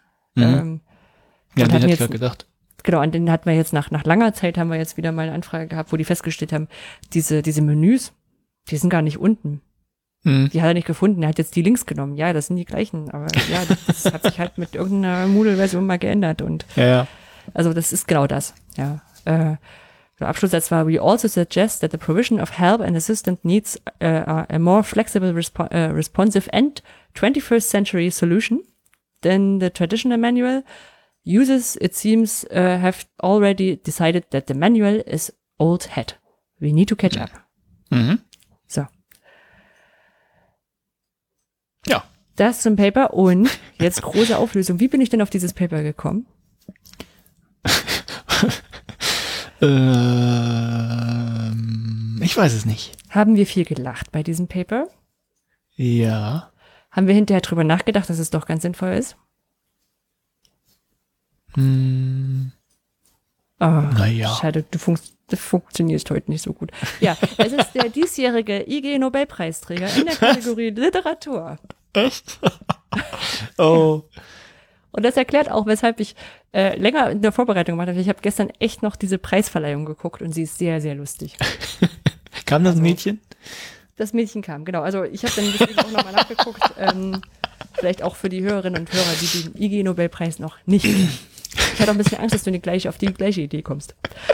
Ja, den hätte ich gerade gedacht. Genau, und den hatten wir jetzt nach langer Zeit, haben wir jetzt wieder mal eine Anfrage gehabt, wo die festgestellt haben, diese Menüs, die sind gar nicht unten. Die hat er nicht gefunden, er hat jetzt die Links genommen. Ja, das sind die gleichen, aber ja, das hat sich halt mit irgendeiner Moodle-Version mal geändert und Ja. also das ist genau das, ja. Der Abschlusssatz war, we also suggest that the provision of help and assistance needs a more flexible, responsive and 21st century solution than the traditional manual. Users, it seems, have already decided that the manual is old hat. We need to catch up. Mhm. So. Ja. Das zum Paper und jetzt große Auflösung. Wie bin ich denn auf dieses Paper gekommen? Ich weiß es nicht. Haben wir viel gelacht bei diesem Paper? Ja. Haben wir hinterher drüber nachgedacht, dass es doch ganz sinnvoll ist? Naja. Schade, du funktionierst heute nicht so gut. Ja, es ist der diesjährige IG-Nobelpreisträger in der Kategorie Literatur. Echt? Oh. Und das erklärt auch, weshalb ich länger in der Vorbereitung gemacht habe. Ich habe gestern echt noch diese Preisverleihung geguckt und sie ist sehr, sehr lustig. Kam das Mädchen? Das Mädchen kam, genau. Also ich habe dann deswegen auch nochmal nachgeguckt. Vielleicht auch für die Hörerinnen und Hörer, die den IG-Nobelpreis noch nicht kennen. Ich hatte auch ein bisschen Angst, dass du auf die gleiche Idee kommst.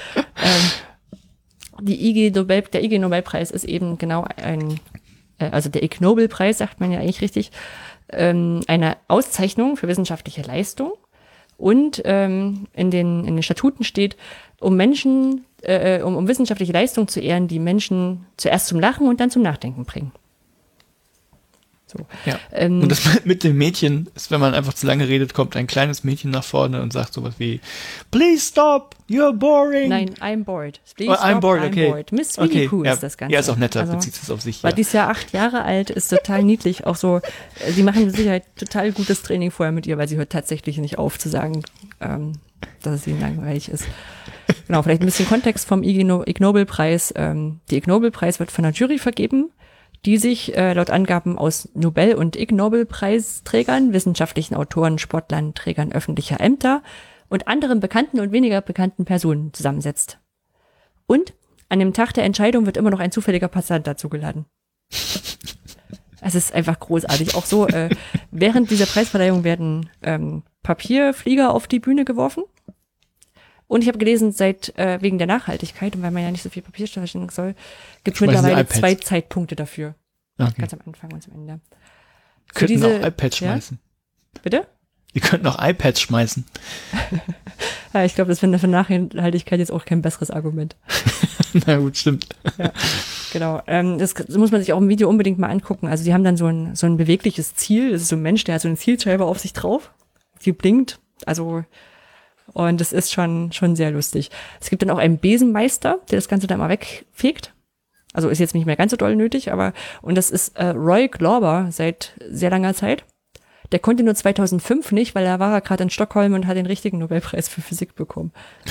Der IG-Nobelpreis ist eben genau also der Ig Nobel-Preis, sagt man ja eigentlich richtig, eine Auszeichnung für wissenschaftliche Leistung. Und in den Statuten steht, um wissenschaftliche Leistung zu ehren, die Menschen zuerst zum Lachen und dann zum Nachdenken bringen. So. Ja. Und das mit dem Mädchen ist, wenn man einfach zu lange redet, kommt ein kleines Mädchen nach vorne und sagt sowas wie Please stop, you're boring. Nein, I'm bored. Please stop, I'm bored, okay. I'm bored. Miss Winnie Pooh ist das Ganze. Ja, ist auch netter, bezieht es auf sich. War dieses Jahr 8 Jahre alt, ist total niedlich. Auch so, sie machen mit Sicherheit total gutes Training vorher mit ihr, weil sie hört tatsächlich nicht auf zu sagen, dass es ihnen langweilig ist. Genau, vielleicht ein bisschen Kontext vom Ig Nobel-Preis. Der Ig Nobel-Preis wird von einer Jury vergeben, die sich laut Angaben aus Nobel- und Ig Nobel-Preisträgern, wissenschaftlichen Autoren, Sportlern, Trägern öffentlicher Ämter und anderen bekannten und weniger bekannten Personen zusammensetzt. Und an dem Tag der Entscheidung wird immer noch ein zufälliger Passant dazugeladen. Es ist einfach großartig. Auch so, während dieser Preisverleihung werden Papierflieger auf die Bühne geworfen. Und ich habe gelesen, wegen der Nachhaltigkeit und weil man ja nicht so viel Papier verschicken soll, gibt es mittlerweile 2 Zeitpunkte dafür. Okay. Ganz am Anfang und am Ende. Könnten auch iPads schmeißen. Bitte? Die könnten auch iPads schmeißen. Ja, ich glaube, das wäre für Nachhaltigkeit jetzt auch kein besseres Argument. Na gut, stimmt. Ja, genau. Das muss man sich auch im Video unbedingt mal angucken. Also die haben dann so ein bewegliches Ziel. Das ist so ein Mensch, der hat so eine Zielscheibe auf sich drauf. Die blinkt. Und das ist schon sehr lustig. Es gibt dann auch einen Besenmeister, der das Ganze dann mal wegfegt. Also ist jetzt nicht mehr ganz so doll nötig, und das ist Roy Glauber seit sehr langer Zeit. Der konnte nur 2005 nicht, weil da war er gerade in Stockholm und hat den richtigen Nobelpreis für Physik bekommen.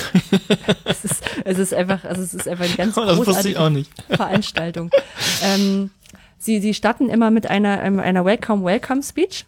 Es ist einfach eine ganz großartige Veranstaltung. Sie starten immer mit einer Welcome Speech.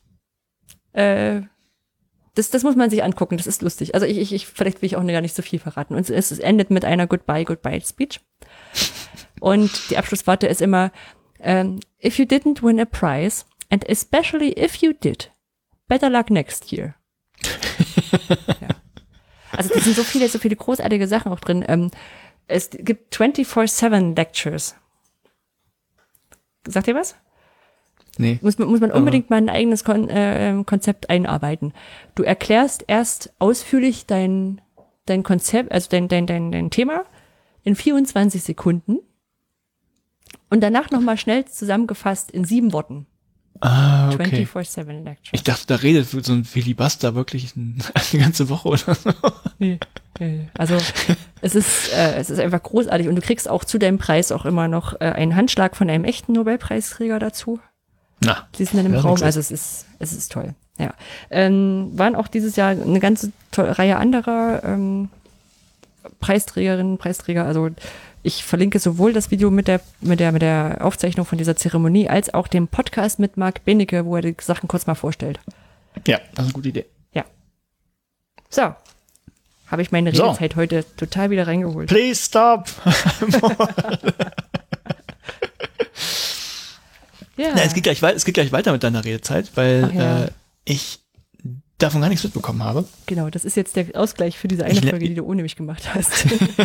Das muss man sich angucken, das ist lustig. Also vielleicht will ich auch gar nicht so viel verraten. Und es endet mit einer Goodbye Speech. Und die Abschlussworte ist immer, if you didn't win a prize, and especially if you did, better luck next year. Ja. Also da sind so viele großartige Sachen auch drin. Es gibt 24/7 Lectures. Sagt ihr was? Nee. Muss man unbedingt mal ein eigenes Konzept einarbeiten. Du erklärst erst ausführlich dein Konzept, also dein Thema in 24 Sekunden und danach nochmal schnell zusammengefasst in 7 Worten. Ah, okay. 24/7 Lecture. Ich dachte, da redet so ein Filibuster wirklich eine ganze Woche oder so. Nee. Also es ist einfach großartig und du kriegst auch zu deinem Preis auch immer noch einen Handschlag von einem echten Nobelpreisträger dazu. Na, die sind dann im Raum, also es ist toll. Ja. Waren auch dieses Jahr eine ganze Reihe anderer Preisträgerinnen, Preisträger. Also ich verlinke sowohl das Video mit der Aufzeichnung von dieser Zeremonie als auch dem Podcast mit Marc Benecke, wo er die Sachen kurz mal vorstellt. Ja, das ist eine gute Idee. Ja. So. Habe ich meine Redezeit heute total wieder reingeholt. Please stop. Ja. Na, es geht gleich weiter mit deiner Redezeit, weil ich davon gar nichts mitbekommen habe. Genau, das ist jetzt der Ausgleich für diese eine Folge, die du ohne mich gemacht hast.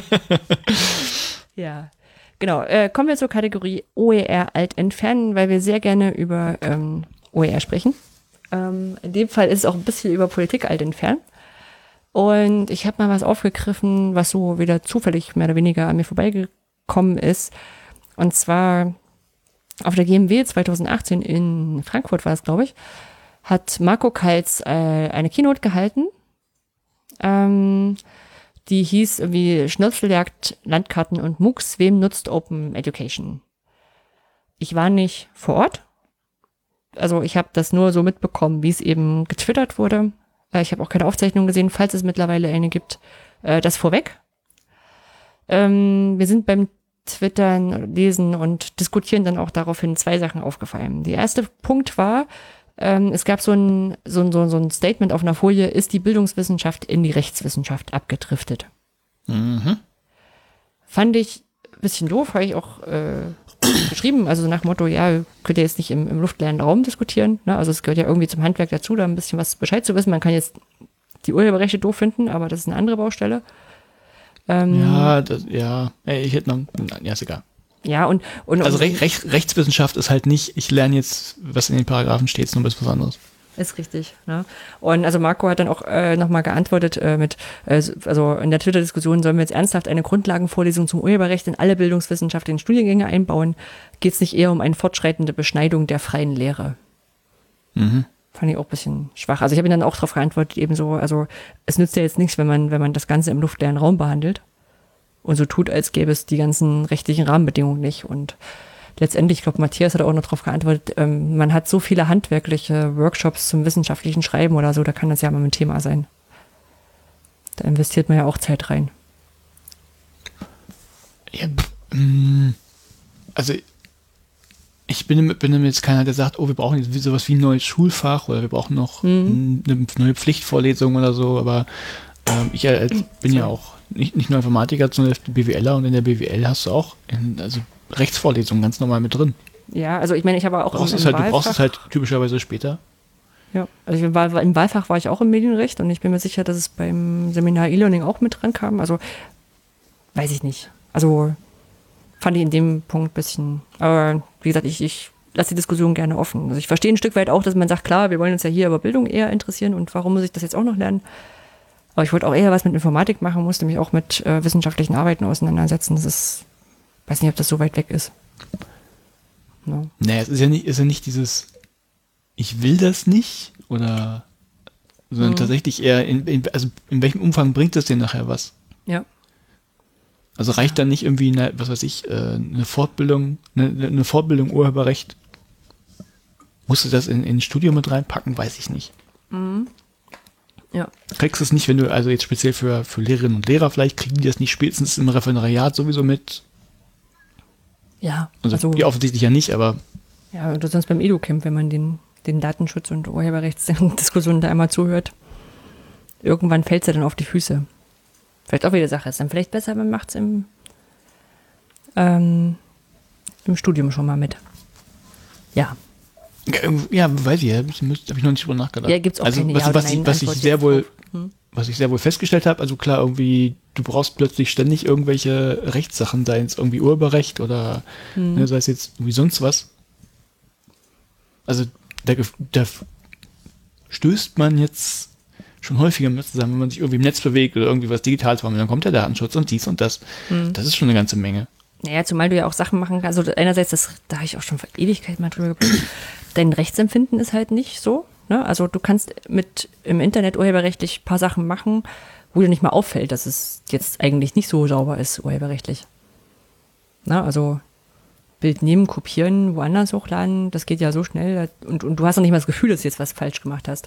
Ja, genau. Kommen wir zur Kategorie OER alt entfernen, weil wir sehr gerne über OER sprechen. In dem Fall ist es auch ein bisschen über Politik alt entfernen. Und ich habe mal was aufgegriffen, was so wieder zufällig mehr oder weniger an mir vorbeigekommen ist. Und zwar auf der GMW 2018 in Frankfurt war es, glaube ich, hat Marco Kaltz eine Keynote gehalten. Die hieß irgendwie Schnitzeljagd, Landkarten und MOOCs. Wem nutzt Open Education? Ich war nicht vor Ort. Also ich habe das nur so mitbekommen, wie es eben getwittert wurde. Ich habe auch keine Aufzeichnung gesehen, falls es mittlerweile eine gibt. Das vorweg. Wir sind beim Twittern, Lesen und Diskutieren dann auch daraufhin 2 Sachen aufgefallen. Der erste Punkt war, es gab so ein Statement auf einer Folie, ist die Bildungswissenschaft in die Rechtswissenschaft abgedriftet. Mhm. Fand ich ein bisschen doof, habe ich auch geschrieben, also nach dem Motto, ja, könnt ihr jetzt nicht im luftleeren Raum diskutieren, ne? Also es gehört ja irgendwie zum Handwerk dazu, da ein bisschen was Bescheid zu wissen. Man kann jetzt die Urheberrechte doof finden, aber das ist eine andere Baustelle. Ich hätte noch, ja, ist egal. Ja, und also Rechtswissenschaft ist halt nicht, ich lerne jetzt, was in den Paragraphen steht, ist nur was anderes. Ist richtig, ne? Und also Marco hat dann auch nochmal geantwortet also in der Twitter-Diskussion, sollen wir jetzt ernsthaft eine Grundlagenvorlesung zum Urheberrecht in alle bildungswissenschaftlichen Studiengänge einbauen? Geht es nicht eher um eine fortschreitende Beschneidung der freien Lehre? Mhm. Fand ich auch ein bisschen schwach. Also ich habe ihn dann auch darauf geantwortet, ebenso, also es nützt ja jetzt nichts, wenn man das Ganze im luftleeren Raum behandelt und so tut, als gäbe es die ganzen rechtlichen Rahmenbedingungen nicht. Und letztendlich, ich glaube, Matthias hat auch noch darauf geantwortet, man hat so viele handwerkliche Workshops zum wissenschaftlichen Schreiben oder so, da kann das ja mal ein Thema sein. Da investiert man ja auch Zeit rein. Ja, also ich bin jetzt keiner, der sagt, oh, wir brauchen jetzt sowas wie ein neues Schulfach oder wir brauchen noch eine neue Pflichtvorlesung oder so, aber ich bin ja auch nicht nur Informatiker, sondern BWLer und in der BWL hast du auch Rechtsvorlesungen ganz normal mit drin. Ja, also ich meine, ich habe auch du brauchst es halt typischerweise später. Ja, also im Wahlfach war ich auch im Medienrecht und ich bin mir sicher, dass es beim Seminar E-Learning auch mit dran kam. Also weiß ich nicht. Also fand ich in dem Punkt ein bisschen, aber wie gesagt, ich lasse die Diskussion gerne offen. Also ich verstehe ein Stück weit auch, dass man sagt, klar, wir wollen uns ja hier über Bildung eher interessieren und warum muss ich das jetzt auch noch lernen? Aber ich wollte auch eher was mit Informatik machen, musste mich auch mit wissenschaftlichen Arbeiten auseinandersetzen. Das ist, weiß nicht, ob das so weit weg ist. No. Naja, es ist ja nicht dieses, ich will das nicht, oder, sondern tatsächlich eher, in welchem Umfang bringt das dir nachher was? Ja. Also reicht dann nicht irgendwie, eine Fortbildung Urheberrecht? Musst du das in ein Studium mit reinpacken? Weiß ich nicht. Mhm. Ja. Kriegst du es nicht, wenn du, also jetzt speziell für Lehrerinnen und Lehrer vielleicht, kriegen die das nicht spätestens im Referendariat sowieso mit? Ja. Also die offensichtlich ja nicht, aber. Ja, oder sonst beim EduCamp, wenn man den Datenschutz- und Urheberrechtsdiskussionen da einmal zuhört. Irgendwann fällt es ja dann auf die Füße. Vielleicht auch wieder Sache. Ist dann vielleicht besser, man macht es im Studium schon mal mit. Ja. Ja, weiß ich, habe ich noch nicht drüber nachgedacht. Ja, gibt's auch keine was ich sehr wohl festgestellt habe, also klar, irgendwie, du brauchst plötzlich ständig irgendwelche Rechtssachen, sei es irgendwie Urheberrecht oder sei es jetzt irgendwie sonst was. Also da stößt man jetzt schon häufiger mit zusammen, wenn man sich irgendwie im Netz bewegt oder irgendwie was Digitales macht, dann kommt der Datenschutz und dies und das. Das ist schon eine ganze Menge. Naja, zumal du ja auch Sachen machen kannst. Also einerseits, da habe ich auch schon vor Ewigkeit mal drüber geblieben, dein Rechtsempfinden ist halt nicht so. Ne? Also du kannst im Internet urheberrechtlich ein paar Sachen machen, wo dir nicht mal auffällt, dass es jetzt eigentlich nicht so sauber ist, urheberrechtlich. Na, also Bild nehmen, kopieren, woanders hochladen, das geht ja so schnell und du hast noch nicht mal das Gefühl, dass du jetzt was falsch gemacht hast.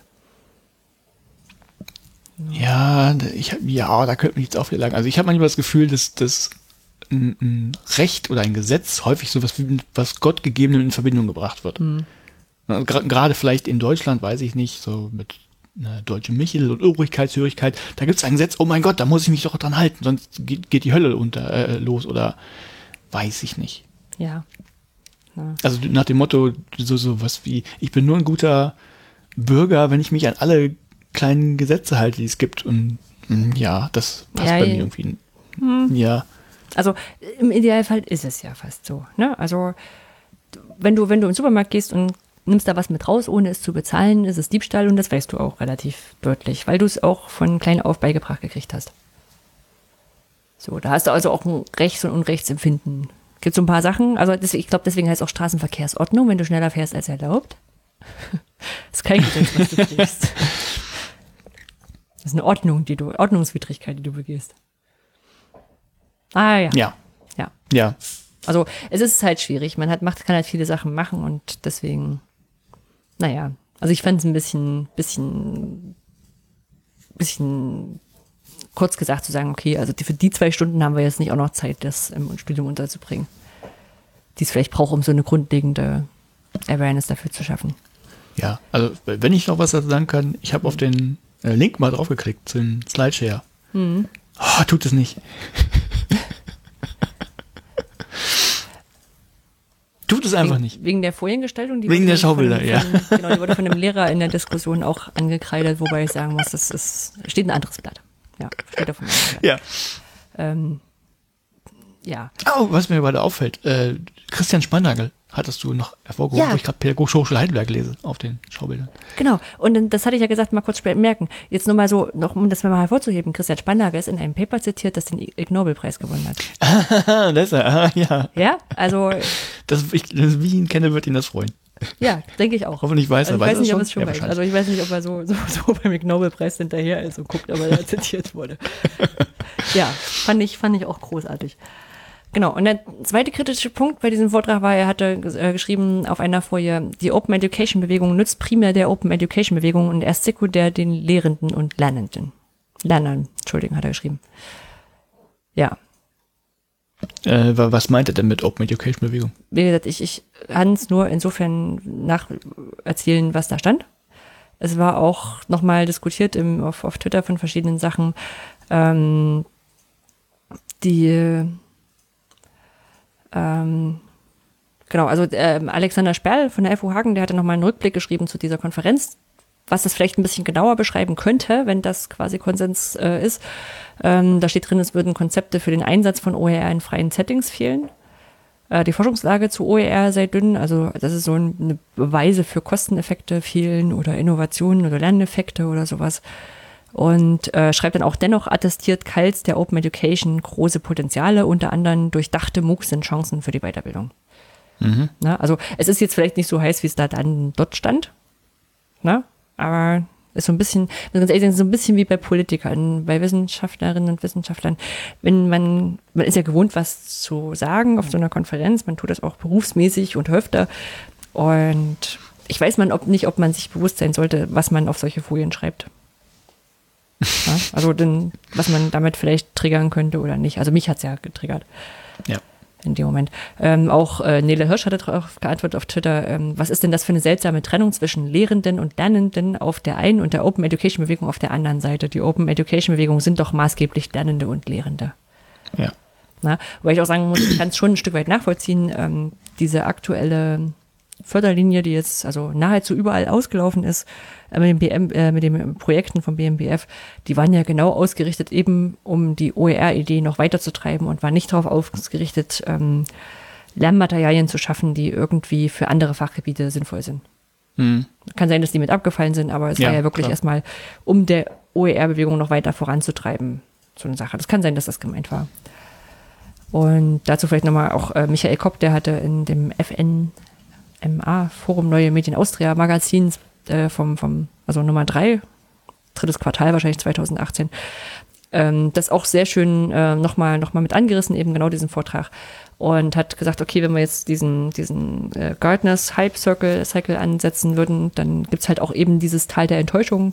Ja, da könnte mich jetzt auch viel sagen. Also ich habe manchmal das Gefühl, dass ein Recht oder ein Gesetz häufig so was Gottgegebenem in Verbindung gebracht wird. Gerade vielleicht in Deutschland, weiß ich nicht, so mit einer deutschen Michel und Obrigkeitshörigkeit, da gibt es ein Gesetz, oh mein Gott, da muss ich mich doch dran halten, sonst geht die Hölle los oder weiß ich nicht. Ja. Also nach dem Motto, so was wie, ich bin nur ein guter Bürger, wenn ich mich an alle kleinen Gesetze halt, die es gibt. Und ja, das passt Ja, bei mir irgendwie. Ja. Also im Idealfall ist es ja fast so. Ne? Also wenn du im Supermarkt gehst und nimmst da was mit raus, ohne es zu bezahlen, ist es Diebstahl und das weißt du auch relativ deutlich, weil du es auch von klein auf beigebracht gekriegt hast. So, da hast du also auch ein Rechts- und Unrechtsempfinden. Gibt so ein paar Sachen, also ich glaube, deswegen heißt es auch Straßenverkehrsordnung, wenn du schneller fährst als erlaubt. Das ist kein Gesetz, was du kriegst. Das ist eine Ordnungswidrigkeit, die du begehst. Ah ja. Ja. Ja. Also es ist halt schwierig. Man kann halt viele Sachen machen und deswegen, naja. Also ich fand es ein bisschen kurz gesagt zu sagen, okay, also für die 2 Stunden haben wir jetzt nicht auch noch Zeit, das im Studium unterzubringen. Die es vielleicht braucht, um so eine grundlegende Awareness dafür zu schaffen. Ja, also wenn ich noch was dazu sagen kann, ich habe auf den Link mal draufgeklickt, zu den Slideshare. Oh, tut es nicht. Tut es einfach nicht. Wegen der Foliengestaltung? Wegen der Schaubilder, ja. Genau, die wurde von einem Lehrer in der Diskussion auch angekreidet, wobei ich sagen muss, steht ein anderes Blatt. Ja, steht auf dem anderen Blatt. Ja. Ja. Oh, was mir gerade auffällt, Christian Spannagel hattest du noch hervorgehoben, wo ich gerade Pädagogische Hochschule Heidelberg lese, auf den Schaubildern. Genau, und das hatte ich ja gesagt, mal kurz merken. Jetzt nur mal so, noch um das mal hervorzuheben, Christian Spannagel ist in einem Paper zitiert, das den Ig Nobel-Preis gewonnen hat. Das ist er, ja. Ja, also... Wie ich ihn kenne, wird ihn das freuen. Ja, denke ich auch. Hoffentlich weiß er, ich weiß nicht, ob es schon ja, weiß. Also ich weiß nicht, ob er so beim Ig Nobel-Preis hinterher ist und guckt, aber er zitiert wurde. Ja, fand ich auch großartig. Genau, und der zweite kritische Punkt bei diesem Vortrag war, er hatte geschrieben auf einer Folie, die Open Education Bewegung nützt primär der Open Education Bewegung und erst sekundär den Lehrenden und Lernern, hat er geschrieben. Ja. Was meint er denn mit Open Education Bewegung? Wie gesagt, ich kann es nur insofern nacherzählen, was da stand. Es war auch nochmal diskutiert auf Twitter von verschiedenen Sachen, genau, also Alexander Sperl von der FU Hagen, der hatte nochmal einen Rückblick geschrieben zu dieser Konferenz, was das vielleicht ein bisschen genauer beschreiben könnte, wenn das quasi Konsens ist. Da steht drin, es würden Konzepte für den Einsatz von OER in freien Settings fehlen. Die Forschungslage zu OER sei dünn, also das ist so eine Beweise für Kosteneffekte fehlen oder Innovationen oder Lerneffekte oder sowas. Und schreibt dann auch, dennoch attestiert Kals der Open Education große Potenziale, unter anderem durchdachte MOOCs sind Chancen für die Weiterbildung. Mhm. Na, also es ist jetzt vielleicht nicht so heiß, wie es da dann dort stand, na? Aber ist so ein bisschen, ganz ehrlich, so ein bisschen wie bei Politikern, bei Wissenschaftlerinnen und Wissenschaftlern. Wenn man ist ja gewohnt, was zu sagen auf so einer Konferenz, man tut das auch berufsmäßig und öfter. Und ich weiß ob man sich bewusst sein sollte, was man auf solche Folien schreibt. Ja, also was man damit vielleicht triggern könnte oder nicht. Also mich hat es ja getriggert. Ja. In dem Moment. Auch Nele Hirsch hatte darauf geantwortet auf Twitter, was ist denn das für eine seltsame Trennung zwischen Lehrenden und Lernenden auf der einen und der Open Education Bewegung auf der anderen Seite? Die Open Education Bewegung sind doch maßgeblich Lernende und Lehrende. Ja. Na, wobei ich auch sagen muss, ich kann es schon ein Stück weit nachvollziehen, diese aktuelle Förderlinie, die jetzt also nahezu überall ausgelaufen ist, mit den Projekten vom BMBF, die waren ja genau ausgerichtet, eben um die OER-Idee noch weiterzutreiben und waren nicht darauf ausgerichtet, Lernmaterialien zu schaffen, die irgendwie für andere Fachgebiete sinnvoll sind. Mhm. Kann sein, dass die mit abgefallen sind, aber es war ja wirklich erstmal, um der OER-Bewegung noch weiter voranzutreiben, so eine Sache. Das kann sein, dass das gemeint war. Und dazu vielleicht nochmal auch Michael Kopp, der hatte in dem FNMA, Forum Neue Medien Austria Magazin, also Nummer 3, 3. Quartal wahrscheinlich 2018, das auch sehr schön nochmal mit angerissen, eben genau diesen Vortrag, und hat gesagt, okay, wenn wir jetzt diesen Gartners Hype Cycle ansetzen würden, dann gibt's halt auch eben dieses Tal der Enttäuschung.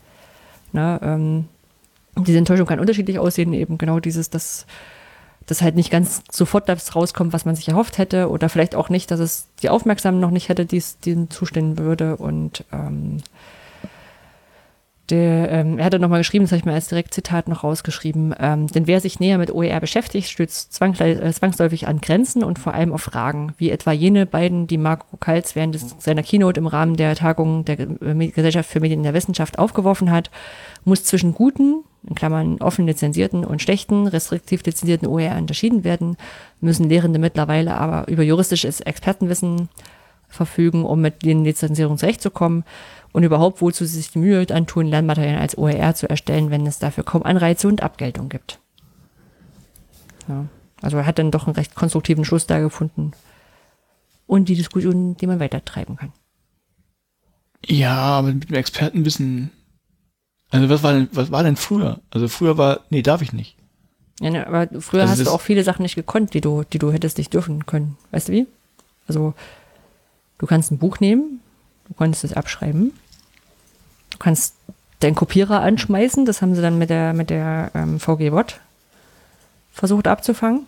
Diese Enttäuschung kann unterschiedlich aussehen, eben genau dass halt nicht ganz sofort das rauskommt, was man sich erhofft hätte, oder vielleicht auch nicht, dass es die Aufmerksamen noch nicht hätte, die es denen zustehen würde. Und er hat dann nochmal geschrieben, das habe ich mir als Direktzitat noch rausgeschrieben, denn wer sich näher mit OER beschäftigt, stößt zwangsläufig an Grenzen und vor allem auf Fragen, wie etwa jene beiden, die Marco Kalz während seiner Keynote im Rahmen der Tagung der Gesellschaft für Medien in der Wissenschaft aufgeworfen hat, muss zwischen guten, in Klammern offen lizenzierten und schlechten, restriktiv lizenzierten OER unterschieden werden, müssen Lehrende mittlerweile aber über juristisches Expertenwissen verfügen, um mit den Lizenzierungen zurechtzukommen und überhaupt, wozu sie sich die Mühe antun, Lernmaterialien als OER zu erstellen, wenn es dafür kaum Anreize und Abgeltung gibt. Ja, also er hat dann doch einen recht konstruktiven Schluss da gefunden und die Diskussion, die man weitertreiben kann. Ja, aber mit dem Expertenwissen, also was war denn früher? Also früher war, nee, darf ich nicht. Ja, ne, aber früher Also hast du auch viele Sachen nicht gekonnt, die du hättest nicht dürfen können. Weißt du wie? Also du kannst ein Buch nehmen, du konntest es abschreiben, du kannst deinen Kopierer anschmeißen, das haben sie dann mit der VG Wott versucht abzufangen.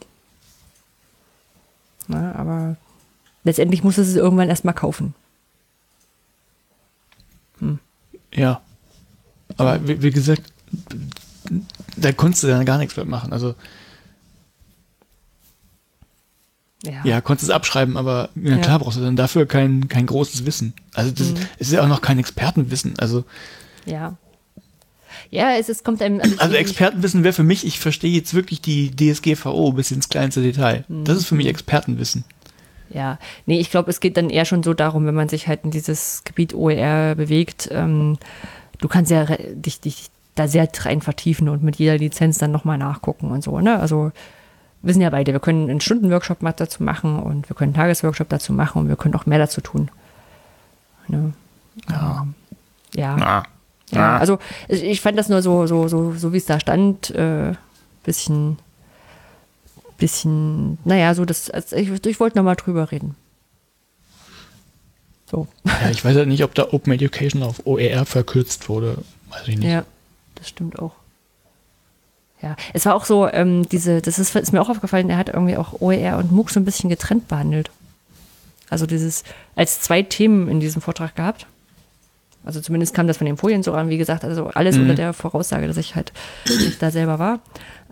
Na, aber letztendlich musstest du es irgendwann erstmal kaufen. Ja. Aber wie gesagt, da konntest du dann gar nichts mehr machen. Also ja, konntest es abschreiben, aber ja, klar brauchst du dann dafür kein großes Wissen. Also das ist ja auch noch kein Expertenwissen. Also ja, es kommt einem... Also Expertenwissen wäre für mich, ich verstehe jetzt wirklich die DSGVO bis ins kleinste Detail. Das ist für mich Expertenwissen. Ja, nee, ich glaube, es geht dann eher schon so darum, wenn man sich halt in dieses Gebiet OER bewegt, du kannst ja dich da sehr rein vertiefen und mit jeder Lizenz dann nochmal nachgucken und so, ne? Also wir sind ja beide, wir können einen Stundenworkshop mal dazu machen und wir können einen Tagesworkshop dazu machen und wir können auch mehr dazu tun. Ne? Ja, also ich fand das nur so wie es da stand, bisschen, naja, so das, ich wollte nochmal drüber reden. So. Ja, ich weiß halt nicht, ob da Open Education auf OER verkürzt wurde. Weiß ich nicht. Ja, das stimmt auch. Ja, es war auch so, ist mir auch aufgefallen, er hat irgendwie auch OER und MOOC so ein bisschen getrennt behandelt. Also dieses als zwei Themen in diesem Vortrag gehabt. Also zumindest kam das von den Folien so an, wie gesagt, also alles unter der Voraussage, dass ich halt da selber war.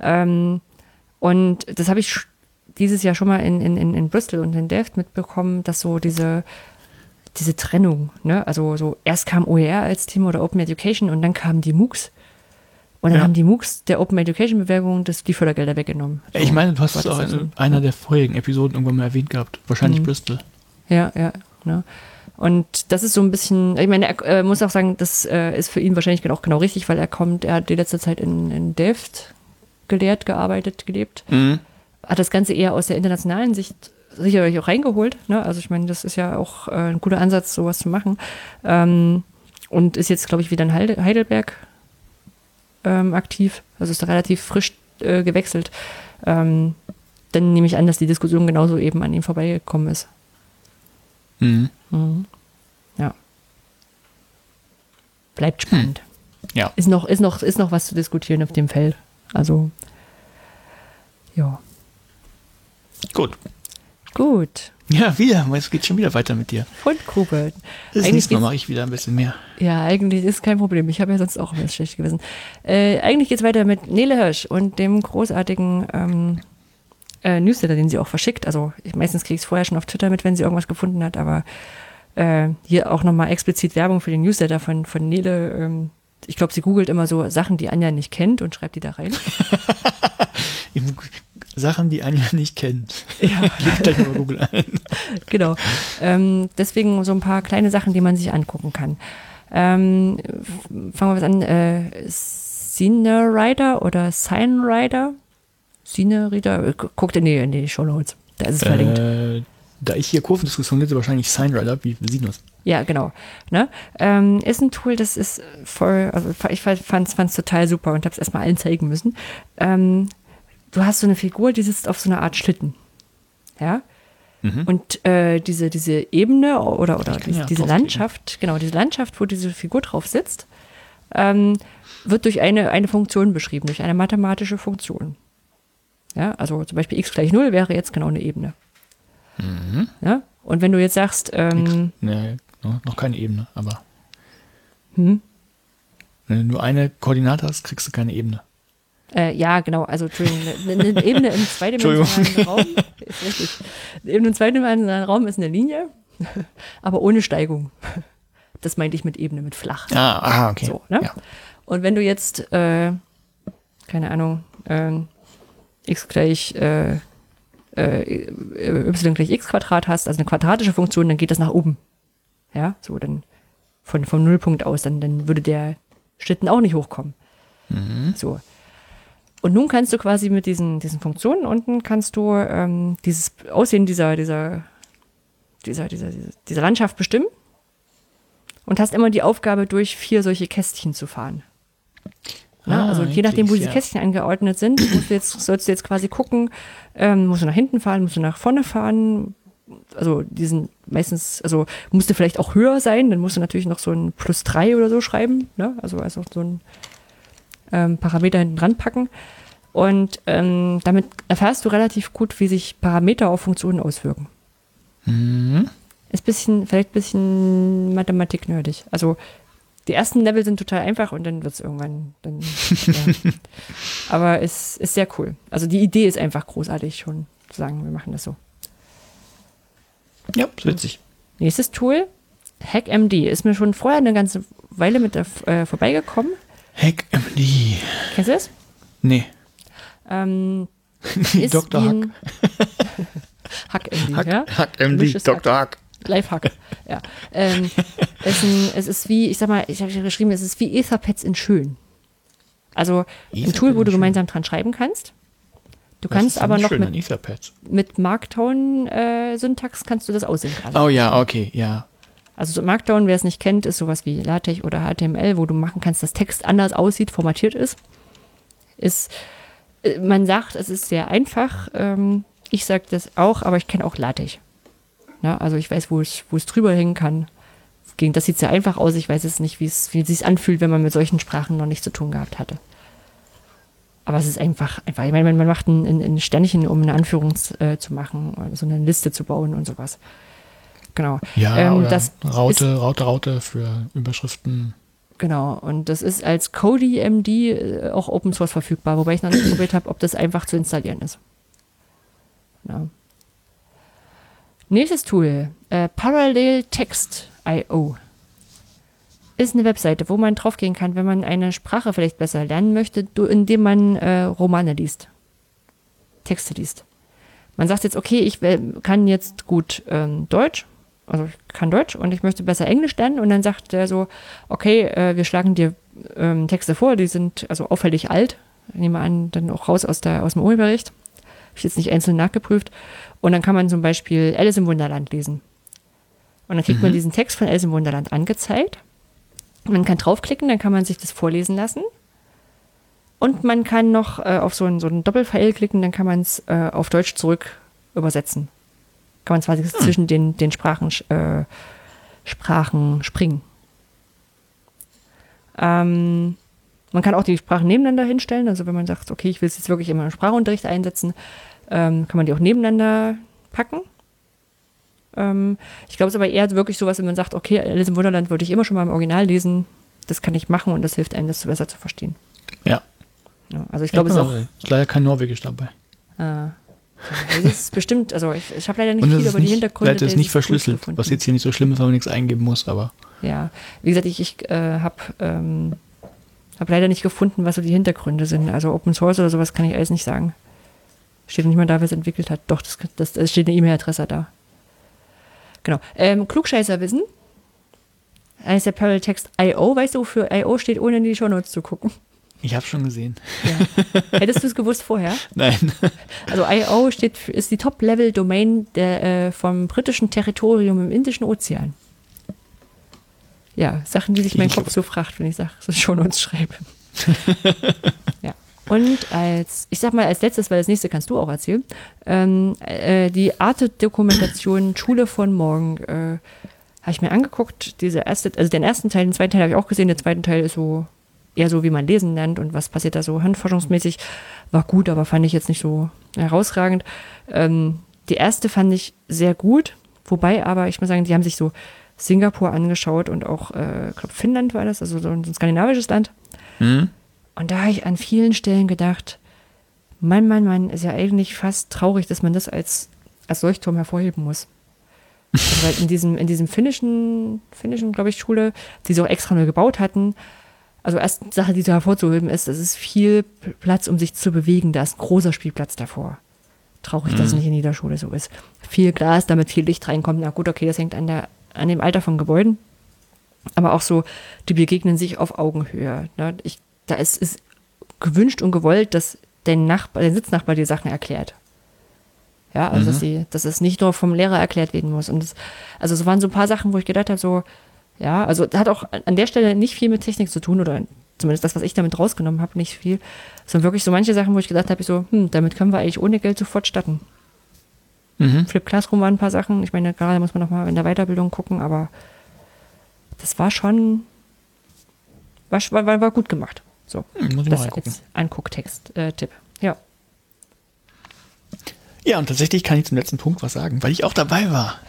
Und das habe ich dieses Jahr schon mal in Bristol und in Delft mitbekommen, dass so diese Trennung, ne, also so erst kam OER als Thema oder Open Education und dann kamen die MOOCs. Und dann haben die MOOCs der Open Education Bewegung die Fördergelder weggenommen. So, ich meine, du hast es auch in einer der vorherigen Episoden irgendwann mal erwähnt gehabt. Wahrscheinlich Bristol. Ja. Ne. Und das ist so ein bisschen, ich meine, er muss auch sagen, das ist für ihn wahrscheinlich auch genau richtig, weil er hat die letzte Zeit in Delft gelehrt, gearbeitet, gelebt. Hat das Ganze eher aus der internationalen Sicht sicherlich auch reingeholt. Ne? Also ich meine, das ist ja auch ein guter Ansatz, sowas zu machen. Und ist jetzt, glaube ich, wieder in Heidelberg aktiv. Also ist da relativ frisch gewechselt. Dann nehme ich an, dass die Diskussion genauso eben an ihm vorbeigekommen ist. Ja. Bleibt spannend. Ja. Ist noch was zu diskutieren auf dem Feld. Also, ja. Gut. Ja, es geht schon wieder weiter mit dir. Fundgrube. Das nächste Mal mache ich wieder ein bisschen mehr. Ja, eigentlich ist kein Problem. Ich habe ja sonst auch immer schlecht gewesen. Eigentlich geht es weiter mit Nele Hirsch und dem großartigen Newsletter, den sie auch verschickt. Also meistens kriege ich es vorher schon auf Twitter mit, wenn sie irgendwas gefunden hat, aber hier auch nochmal explizit Werbung für den Newsletter von Nele. Ich glaube, sie googelt immer so Sachen, die Anja nicht kennt und schreibt die da rein. Sachen, die Anja nicht kennt. Ja. Gebt gleich mal Google ein. Genau. Deswegen so ein paar kleine Sachen, die man sich angucken kann. Fangen wir was an. Cinerider oder Signrider? Cinerider? Guckt in die Shownotes. Da ist es verlinkt. Da ich hier Kurvendiskussion lese, wahrscheinlich Signrider wie Sinus. Ja, genau. Ne? Ist ein Tool, das ist voll, also ich fand's total super und habe es erstmal allen zeigen müssen. Du hast so eine Figur, die sitzt auf so einer Art Schlitten. Ja? Und diese Ebene oder diese Landschaft, genau, diese Landschaft, wo diese Figur drauf sitzt, wird durch eine Funktion beschrieben, durch eine mathematische Funktion. Ja, also zum Beispiel x = 0 wäre jetzt genau eine Ebene. Ja? Und wenn du jetzt sagst, nee, noch keine Ebene, aber Wenn du nur eine Koordinate hast, kriegst du keine Ebene. Ja, genau. Also Entschuldigung, eine Ebene im zweidimensionalen Raum ist richtig. Eine Ebene im zweidimensionalen Raum ist eine Linie, aber ohne Steigung. Das meinte ich mit Ebene, mit flach. Okay. So, ne? Ja. Und wenn du jetzt, keine Ahnung, x gleich y gleich x Quadrat hast, also eine quadratische Funktion, dann geht das nach oben. Ja, so dann vom Nullpunkt aus, dann würde der Schlitten auch nicht hochkommen. So. Und nun kannst du quasi mit diesen Funktionen unten kannst du dieses Aussehen dieser Landschaft bestimmen und hast immer die Aufgabe, durch 4 solche Kästchen zu fahren. Also je nachdem, wo diese Kästchen angeordnet sind, sollst du jetzt quasi gucken, musst du nach hinten fahren, musst du nach vorne fahren. Also die sind meistens, also musst du vielleicht auch höher sein, dann musst du natürlich noch so ein +3 oder so schreiben, ne? Also so ein Parameter hinten dran packen. Und damit erfährst du relativ gut, wie sich Parameter auf Funktionen auswirken. Ist vielleicht ein bisschen Mathematik-nerdig. Also die ersten Level sind total einfach und dann wird es irgendwann. Ja. Aber es ist sehr cool. Also die Idee ist einfach großartig schon, zu sagen, wir machen das so. Ja, witzig. Nächstes Tool, HackMD. Ist mir schon vorher eine ganze Weile mit vorbeigekommen. HackMD. Kennst du das? Nee. Ist Dr. Hack. HackMD, ja? HackMD, Dr. Hack. Lifehack, ja. Es ist wie, ich habe ja geschrieben, es ist wie Etherpads in schön. Also ein Tool, wo du gemeinsam dran schreiben kannst. Du kannst aber noch mit Markdown-Syntax kannst du das aussehen gerade. Oh ja, okay, ja. Also Markdown, wer es nicht kennt, ist sowas wie LaTeX oder HTML, wo du machen kannst, dass Text anders aussieht, formatiert ist. Man sagt, es ist sehr einfach. Ich sage das auch, aber ich kenne auch LaTeX. Ja, also ich weiß, wo es drüber hängen kann. Das sieht sehr einfach aus. Ich weiß jetzt nicht, wie es sich anfühlt, wenn man mit solchen Sprachen noch nichts zu tun gehabt hatte. Aber es ist einfach. Ich meine, man macht ein Sternchen, um eine Anführung zu machen, oder so eine Liste zu bauen und sowas. Genau. Ja, oder das Raute für Überschriften. Genau. Und das ist als CodyMD auch Open Source verfügbar, wobei ich noch nicht probiert habe, ob das einfach zu installieren ist. Genau. Nächstes Tool, ParallelText.io. Ist eine Webseite, wo man draufgehen kann, wenn man eine Sprache vielleicht besser lernen möchte, indem man Romane liest, Texte liest. Man sagt jetzt, okay, ich kann jetzt gut Deutsch, also ich kann Deutsch und ich möchte besser Englisch lernen, und dann sagt er so, okay, wir schlagen dir Texte vor, die sind also auffällig alt, ich nehme an, dann auch raus aus dem Urheberrecht. Habe ich jetzt nicht einzeln nachgeprüft. Und dann kann man zum Beispiel Alice im Wunderland lesen. Und dann kriegt man diesen Text von Alice im Wunderland angezeigt. Man kann draufklicken, dann kann man sich das vorlesen lassen. Und man kann noch auf so einen Doppelpfeil klicken, dann kann man es auf Deutsch zurück übersetzen. Kann man quasi zwischen den Sprachen springen. Man kann auch die Sprachen nebeneinander hinstellen. Also wenn man sagt, okay, ich will es jetzt wirklich immer im Sprachunterricht einsetzen, kann man die auch nebeneinander packen. Ich glaube, es ist aber eher wirklich sowas, wenn man sagt, okay, Alice im Wunderland wollte ich immer schon mal im Original lesen, das kann ich machen und das hilft einem, das besser zu verstehen. Ja. Also ich glaube, es ist auch... Ist leider kein Norwegisch dabei. Das ist bestimmt, also ich habe leider nicht viel über die Hintergründe. Leider ist nicht verschlüsselt, was jetzt hier nicht so schlimm ist, weil man nichts eingeben muss, aber... Ja, wie gesagt, ich habe leider nicht gefunden, was so die Hintergründe sind. Also Open Source oder sowas kann ich alles nicht sagen. Steht nicht mal da, wer es entwickelt hat. Doch, das steht eine E-Mail-Adresse da. Genau. Klugscheißerwissen. Eines der ParallelText.io. Weißt du, wofür I.O. steht, ohne in die Shownotes zu gucken? Ich habe schon gesehen. Ja. Hättest du es gewusst vorher? Nein. Also I.O. ist die Top-Level-Domain vom britischen Territorium im Indischen Ozean. Ja, Sachen, die sich mein Kopf so fragt, wenn ich so Shownotes schreibe. Ja. Und als letztes, weil das nächste kannst du auch erzählen, die Arte-Dokumentation Schule von morgen habe ich mir angeguckt. Den ersten Teil, den zweiten Teil habe ich auch gesehen, der zweite Teil ist so eher so, wie man lesen lernt und was passiert da so handforschungsmäßig. War gut, aber fand ich jetzt nicht so herausragend. Die erste fand ich sehr gut, wobei aber, ich muss sagen, die haben sich so Singapur angeschaut und auch, ich glaube, Finnland war das, also so ein skandinavisches Land. Mhm. Und da habe ich an vielen Stellen gedacht, Mann, ist ja eigentlich fast traurig, dass man das als Leuchtturm hervorheben muss. Also weil in diesem finnischen, glaube ich, Schule, die sie auch extra neu gebaut hatten, also erste Sache, die da hervorzuheben ist, es ist viel Platz, um sich zu bewegen. Da ist ein großer Spielplatz davor. Traurig, dass es nicht in jeder Schule so ist. Viel Glas, damit viel Licht reinkommt. Na gut, okay, das hängt an dem Alter von Gebäuden. Aber auch so, die begegnen sich auf Augenhöhe. Ne? Da ist gewünscht und gewollt, dass dein Sitznachbar dir Sachen erklärt. Ja, also dass es nicht nur vom Lehrer erklärt werden muss. Und also es waren so ein paar Sachen, wo ich gedacht habe, so, ja, also das hat auch an der Stelle nicht viel mit Technik zu tun, oder zumindest das, was ich damit rausgenommen habe, nicht viel. Sondern wirklich so manche Sachen, wo ich gedacht habe, so, damit können wir eigentlich ohne Geld sofort starten. Flip Classroom waren ein paar Sachen. Ich meine, gerade muss man noch mal in der Weiterbildung gucken, aber das war schon, war gut gemacht. So, muss ich das mal gucken. als Angucktext-Tipp. Ja. Ja, und tatsächlich kann ich zum letzten Punkt was sagen, weil ich auch dabei war.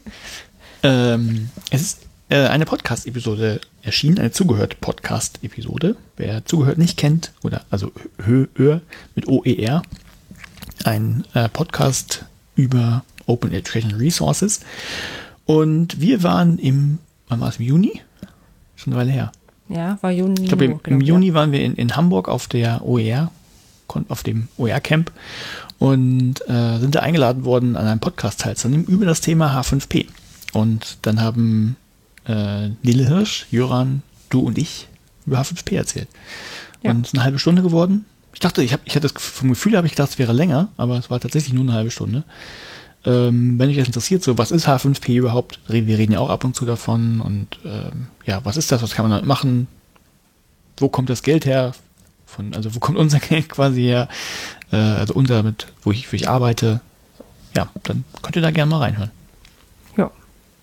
Es ist eine Podcast-Episode erschienen, eine Zugehört-Podcast-Episode. Wer Zugehört nicht kennt, oder also Hör mit OER, ein Podcast über Open Educational Resources. Und wir waren wann war es, im Juni? Schon eine Weile her. Ja, war Juni. Ich glaube, im Juni waren wir in Hamburg auf der OER, auf dem OER-Camp und sind da eingeladen worden, an einem Podcast teilzunehmen über das Thema H5P. Und dann haben Nele Hirsch, Jöran, du und ich über H5P erzählt. Ja. Und es ist eine halbe Stunde geworden. Ich dachte, ich hatte das vom Gefühl, habe ich gedacht, es wäre länger, aber es war tatsächlich nur eine halbe Stunde. Wenn euch das interessiert, so was ist H5P überhaupt? Wir reden ja auch ab und zu davon und ja, was ist das? Was kann man damit machen? Wo kommt das Geld her? Also wo kommt unser Geld quasi her? Also wo ich arbeite. Ja, dann könnt ihr da gerne mal reinhören. Ja.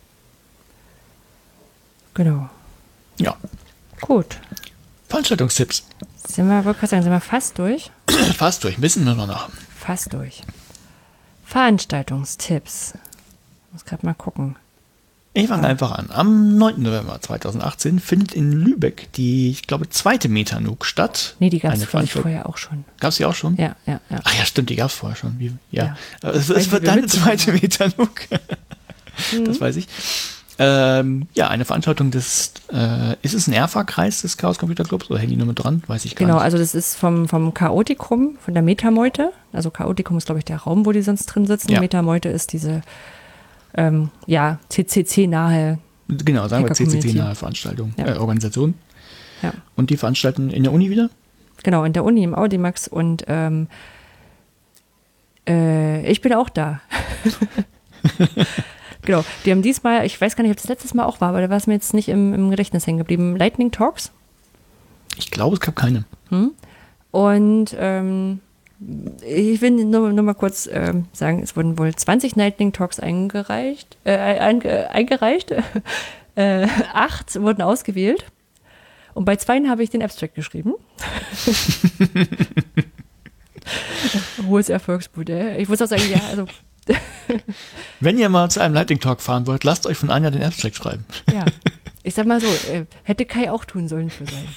Genau. Ja. Gut. Veranstaltungstipps. Sind wir fast durch? Fast durch. Ein bisschen müssen wir noch. Fast durch. Veranstaltungstipps. Ich muss gerade mal gucken. Ich fange einfach an. Am 9. November 2018 findet in Lübeck die, ich glaube, zweite Metanuk statt. Nee, die gab es vorher auch schon. Gab es die auch schon? Ja. Ach ja, stimmt, die gab es vorher schon. Ja. Es Weiß wird nicht, deine zweite Metanuk. Das weiß ich. Ja, eine Veranstaltung ist es ein ERFA-Kreis des Chaos Computer Clubs oder hängen die nur mit dran? Weiß ich gar nicht. Genau, also das ist vom Chaotikum, von der Metameute. Also Chaotikum ist, glaube ich, der Raum, wo die sonst drin sitzen. Ja. Metameute ist diese, CCC-nahe. Genau, sagen wir Hacker-Community. CCC-nahe Veranstaltung, Ja. Organisation. Ja. Und die veranstalten in der Uni wieder? Genau, in der Uni, im Audimax und ich bin auch da. Genau, die haben diesmal, ich weiß gar nicht, ob das letztes Mal auch war, aber da war es mir jetzt nicht im Gedächtnis hängen geblieben. Lightning Talks. Ich glaube, es gab keine. Und ich will nur mal kurz sagen, es wurden wohl 20 Lightning Talks eingereicht. 8 wurden ausgewählt. Und bei 2 habe ich den Abstract geschrieben. Hohes Erfolgsmodell. Ich muss auch sagen, ja, also Wenn ihr mal zu einem Lightning Talk fahren wollt, lasst euch von Anja den Abstract schreiben. ja, ich sag mal so, hätte Kai auch tun sollen für sein.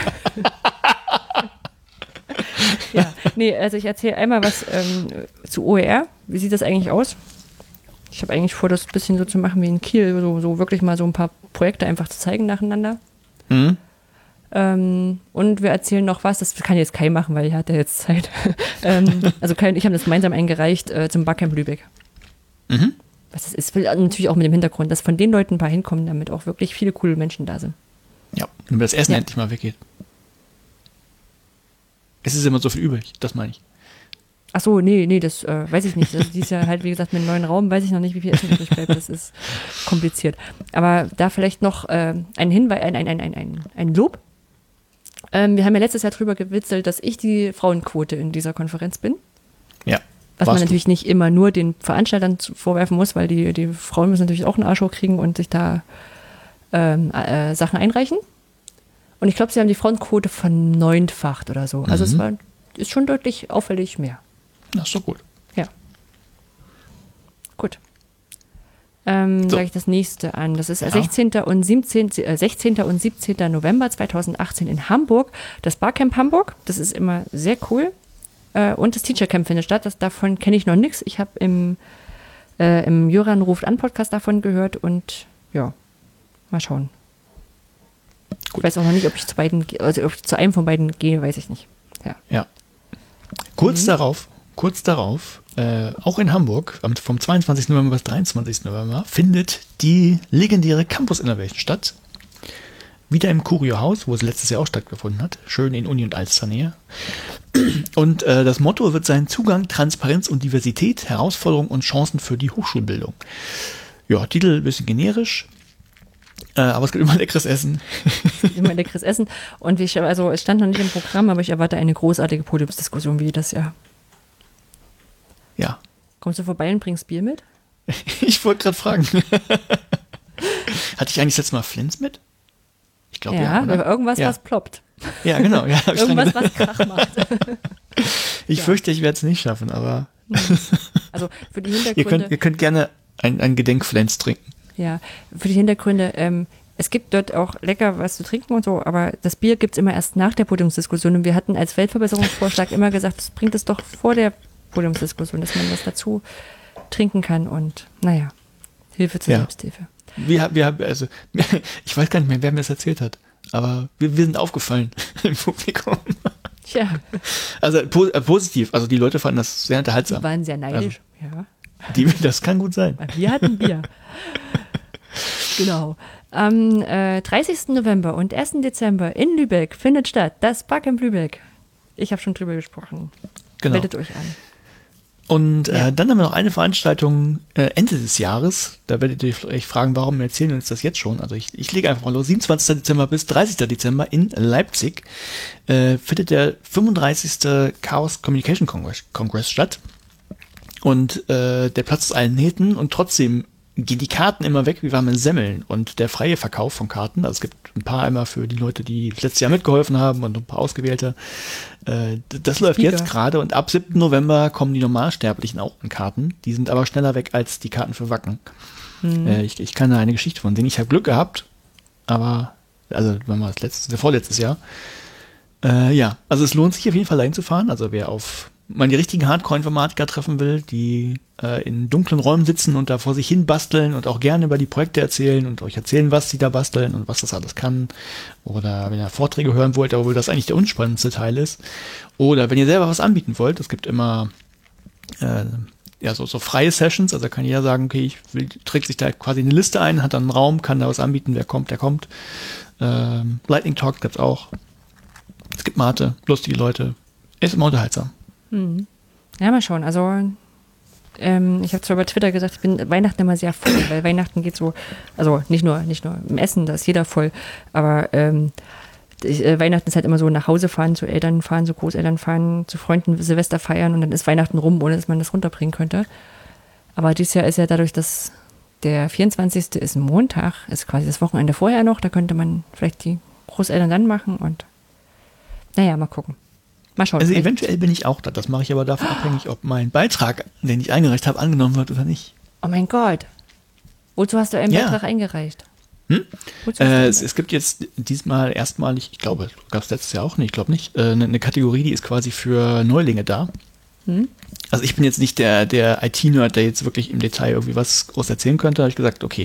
Ja, nee, also ich erzähle einmal was zu OER. Wie sieht das eigentlich aus? Ich habe eigentlich vor, das ein bisschen so zu machen wie in Kiel, so wirklich mal so ein paar Projekte einfach zu zeigen nacheinander. Und wir erzählen noch was, das kann jetzt Kai machen, weil er hat ja jetzt Zeit. Also Kai und ich haben das gemeinsam eingereicht zum Barcamp Lübeck. Was das ist, natürlich auch mit dem Hintergrund, dass von den Leuten ein paar hinkommen, damit auch wirklich viele coole Menschen da sind. Ja, damit das Essen Ja. endlich mal weggeht. Es ist immer so viel übrig, das meine ich. Ach so, nee, das weiß ich nicht. Also dies Jahr halt, wie gesagt, mit einem neuen Raum weiß ich noch nicht, wie viel Essen übrig bleibt. Das ist kompliziert. Aber da vielleicht noch ein Hinweis, ein Lob. Wir haben ja letztes Jahr drüber gewitzelt, dass ich die Frauenquote in dieser Konferenz bin. Ja. Was man warst du. natürlich nicht immer nur den Veranstaltern vorwerfen muss, weil die Frauen müssen natürlich auch einen Arsch hochkriegen und sich da Sachen einreichen. Und ich glaube, sie haben die Frauenquote verneunfacht oder so. Also es ist schon deutlich auffällig mehr. Das ist doch gut. Ja. Gut. sage ich das nächste an. Das ist 16. und 17. November 2018 in Hamburg. Das Barcamp Hamburg, das ist immer sehr cool. Und das Teacher Camp findet statt. Davon kenne ich noch nichts. Ich habe im Jöran ruft an Podcast davon gehört und ja, mal schauen. Gut. Ich weiß auch noch nicht, ob ich zu beiden, also ob ich zu einem von beiden gehe, weiß ich nicht. Ja. Kurz darauf, auch in Hamburg, vom 22. November bis 23. November, findet die legendäre Campus Innovation statt. Wieder im Curio-Haus, wo es letztes Jahr auch stattgefunden hat. Schön in Uni und Alster Nähe. Und das Motto wird sein: Zugang, Transparenz und Diversität, Herausforderungen und Chancen für die Hochschulbildung. Ja, Titel ein bisschen generisch. Aber es gibt immer leckeres Essen. Immer leckeres Essen. Und es stand noch nicht im Programm, aber ich erwarte eine großartige Podiumsdiskussion wie jedes Jahr. Ja. Kommst du vorbei und bringst Bier mit? Ich wollte gerade fragen. Hatte ich eigentlich letztes Mal Flens mit? Ich glaube ja. Ja, irgendwas, was ploppt. Ja, genau. Ja, irgendwas, was Krach macht. Ich fürchte, ich werde es nicht schaffen, aber. Also für die Hintergründe. Ihr könnt gerne ein Gedenkflens trinken. Ja, für die Hintergründe, es gibt dort auch lecker was zu trinken und so, aber das Bier gibt es immer erst nach der Podiumsdiskussion und wir hatten als Weltverbesserungsvorschlag immer gesagt, das bringt es doch vor der Podiumsdiskussion, dass man was dazu trinken kann und naja, Hilfe zur Selbsthilfe. Wir haben, also, ich weiß gar nicht mehr, wer mir das erzählt hat, aber wir sind aufgefallen im Publikum. Ja. Also positiv, also die Leute fanden das sehr unterhaltsam. Die waren sehr neidisch, ja. Das kann gut sein. Wir hatten Bier. Genau. Am 30. November und 1. Dezember in Lübeck findet statt das Barcamp Lübeck. Ich habe schon drüber gesprochen. Genau. Meldet euch an. Und dann haben wir noch eine Veranstaltung Ende des Jahres. Da werdet ihr euch fragen, warum erzählen wir uns das jetzt schon? Also ich lege einfach mal los. 27. Dezember bis 30. Dezember in Leipzig findet der 35. Chaos Communication Congress statt. Und der Platz ist allen Nähten und trotzdem gehen die Karten immer weg wie warme Semmeln und der freie Verkauf von Karten, also es gibt ein paar einmal für die Leute, die letztes Jahr mitgeholfen haben und ein paar Ausgewählte, das läuft jetzt gerade und ab 7. November kommen die Normalsterblichen auch an Karten, die sind aber schneller weg als die Karten für Wacken. Ich kann da eine Geschichte von denen, ich habe Glück gehabt, aber, also wenn man vorletztes Jahr, also es lohnt sich auf jeden Fall dahin zu fahren, also wer auf man die richtigen Hardcore-Informatiker treffen will, die in dunklen Räumen sitzen und da vor sich hin basteln und auch gerne über die Projekte erzählen und euch erzählen, was sie da basteln und was das alles kann. Oder wenn ihr Vorträge hören wollt, obwohl das eigentlich der unspannendste Teil ist. Oder wenn ihr selber was anbieten wollt, es gibt immer so freie Sessions, also kann jeder sagen, okay, trägt sich da quasi eine Liste ein, hat dann einen Raum, kann da was anbieten, wer kommt, der kommt. Lightning Talks gibt's auch. Es gibt Mate, lustige Leute. Ist immer unterhaltsam. Ja, mal schauen. Also ich habe zwar über Twitter gesagt, ich bin Weihnachten immer sehr voll, weil Weihnachten geht so, also nicht nur im Essen, da ist jeder voll, aber Weihnachten ist halt immer so nach Hause fahren, zu Eltern fahren, zu Großeltern fahren, zu Freunden Silvester feiern und dann ist Weihnachten rum, ohne dass man das runterbringen könnte. Aber dieses Jahr ist ja dadurch, dass der 24. ist ein Montag, ist quasi das Wochenende vorher noch, da könnte man vielleicht die Großeltern dann machen und naja, mal gucken. Mal schauen. Also eventuell bin ich auch da. Das mache ich aber davon abhängig, ob mein Beitrag, den ich eingereicht habe, angenommen wird oder nicht. Oh mein Gott. Wozu hast du einen Beitrag eingereicht? Es gibt jetzt diesmal erstmalig, ich glaube, gab es letztes Jahr auch nicht, ich glaube nicht, eine Kategorie, die ist quasi für Neulinge da. Also ich bin jetzt nicht der IT-Nerd, der jetzt wirklich im Detail irgendwie was groß erzählen könnte. Da habe ich gesagt, okay,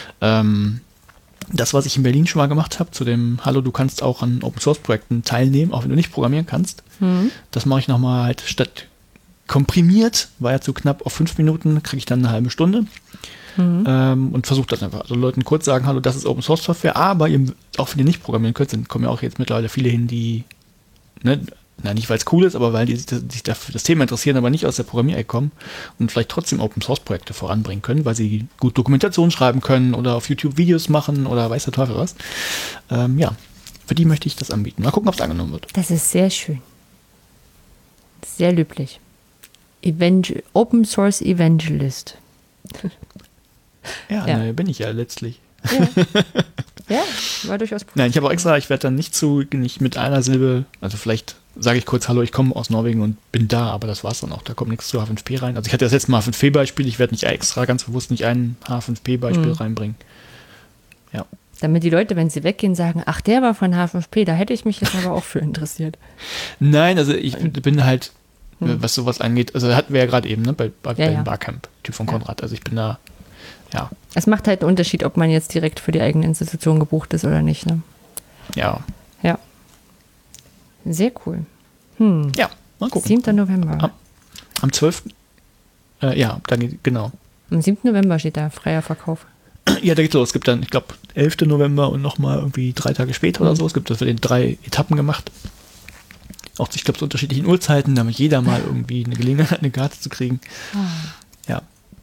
das, was ich in Berlin schon mal gemacht habe, zu dem Hallo, du kannst auch an Open-Source-Projekten teilnehmen, auch wenn du nicht programmieren kannst. Das mache ich nochmal halt statt komprimiert, war ja zu knapp auf 5 Minuten, kriege ich dann eine halbe Stunde und versuche das einfach. Also Leuten kurz sagen, hallo, das ist Open-Source-Software, aber auch wenn ihr nicht programmieren könnt, dann kommen ja auch jetzt mittlerweile viele hin, die, nicht weil es cool ist, aber weil die sich dafür das Thema interessieren, aber nicht aus der Programmierecke kommen und vielleicht trotzdem Open-Source-Projekte voranbringen können, weil sie gut Dokumentation schreiben können oder auf YouTube Videos machen oder weiß der Teufel was. Für die möchte ich das anbieten. Mal gucken, ob es angenommen wird. Das ist sehr schön. Sehr löblich. Open Source Evangelist. Ja. Bin ich ja letztlich. Ja. Ja, war durchaus positiv. Nein, ich habe auch extra, ich werde dann nicht mit einer Silbe, also vielleicht sage ich kurz, hallo, ich komme aus Norwegen und bin da, aber das war's dann auch, da kommt nichts zu H5P rein. Also ich hatte das letzte Mal H5P-Beispiel, ich werde nicht extra ganz bewusst nicht ein H5P-Beispiel reinbringen. Ja. Damit die Leute, wenn sie weggehen, sagen, ach, der war von H5P, da hätte ich mich jetzt aber auch für interessiert. Nein, also ich bin halt, was sowas angeht, also hatten wir ja gerade eben, ne, bei Ja. Barcamp, Typ von Konrad, also ich bin da, ja. Es macht halt einen Unterschied, ob man jetzt direkt für die eigene Institution gebucht ist oder nicht, ne? Ja. Ja. Sehr cool. Ja, mal gucken. 7. November. Am 12. Ja, dann genau. Am 7. November steht da freier Verkauf. Ja, da geht's los. Es gibt dann, ich glaube, 11. November und nochmal irgendwie 3 Tage später oder so. Es gibt das in 3 Etappen gemacht. Auch, ich glaube, zu unterschiedlichen Uhrzeiten, damit jeder mal irgendwie eine Gelegenheit hat, eine Karte zu kriegen. Ja.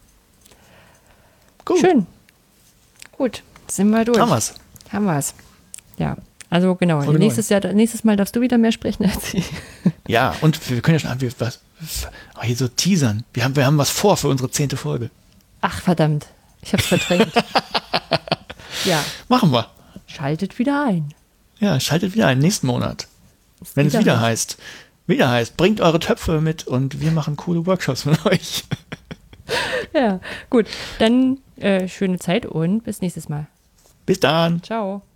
Gut. Schön. Gut, sind wir durch. Haben wir's. Ja, also genau. Folge Nächstes Mal darfst du wieder mehr sprechen als ich. Ja, und wir können ja schon hier so teasern. Wir haben was vor für unsere 10. Folge. Ach, verdammt. Ich hab's verdrängt. Ja. Machen wir. Schaltet wieder ein. Ja, schaltet wieder ein, nächsten Monat. Wenn es wieder heißt, bringt eure Töpfe mit und wir machen coole Workshops mit euch. Ja, gut. Dann schöne Zeit und bis nächstes Mal. Bis dann. Ciao.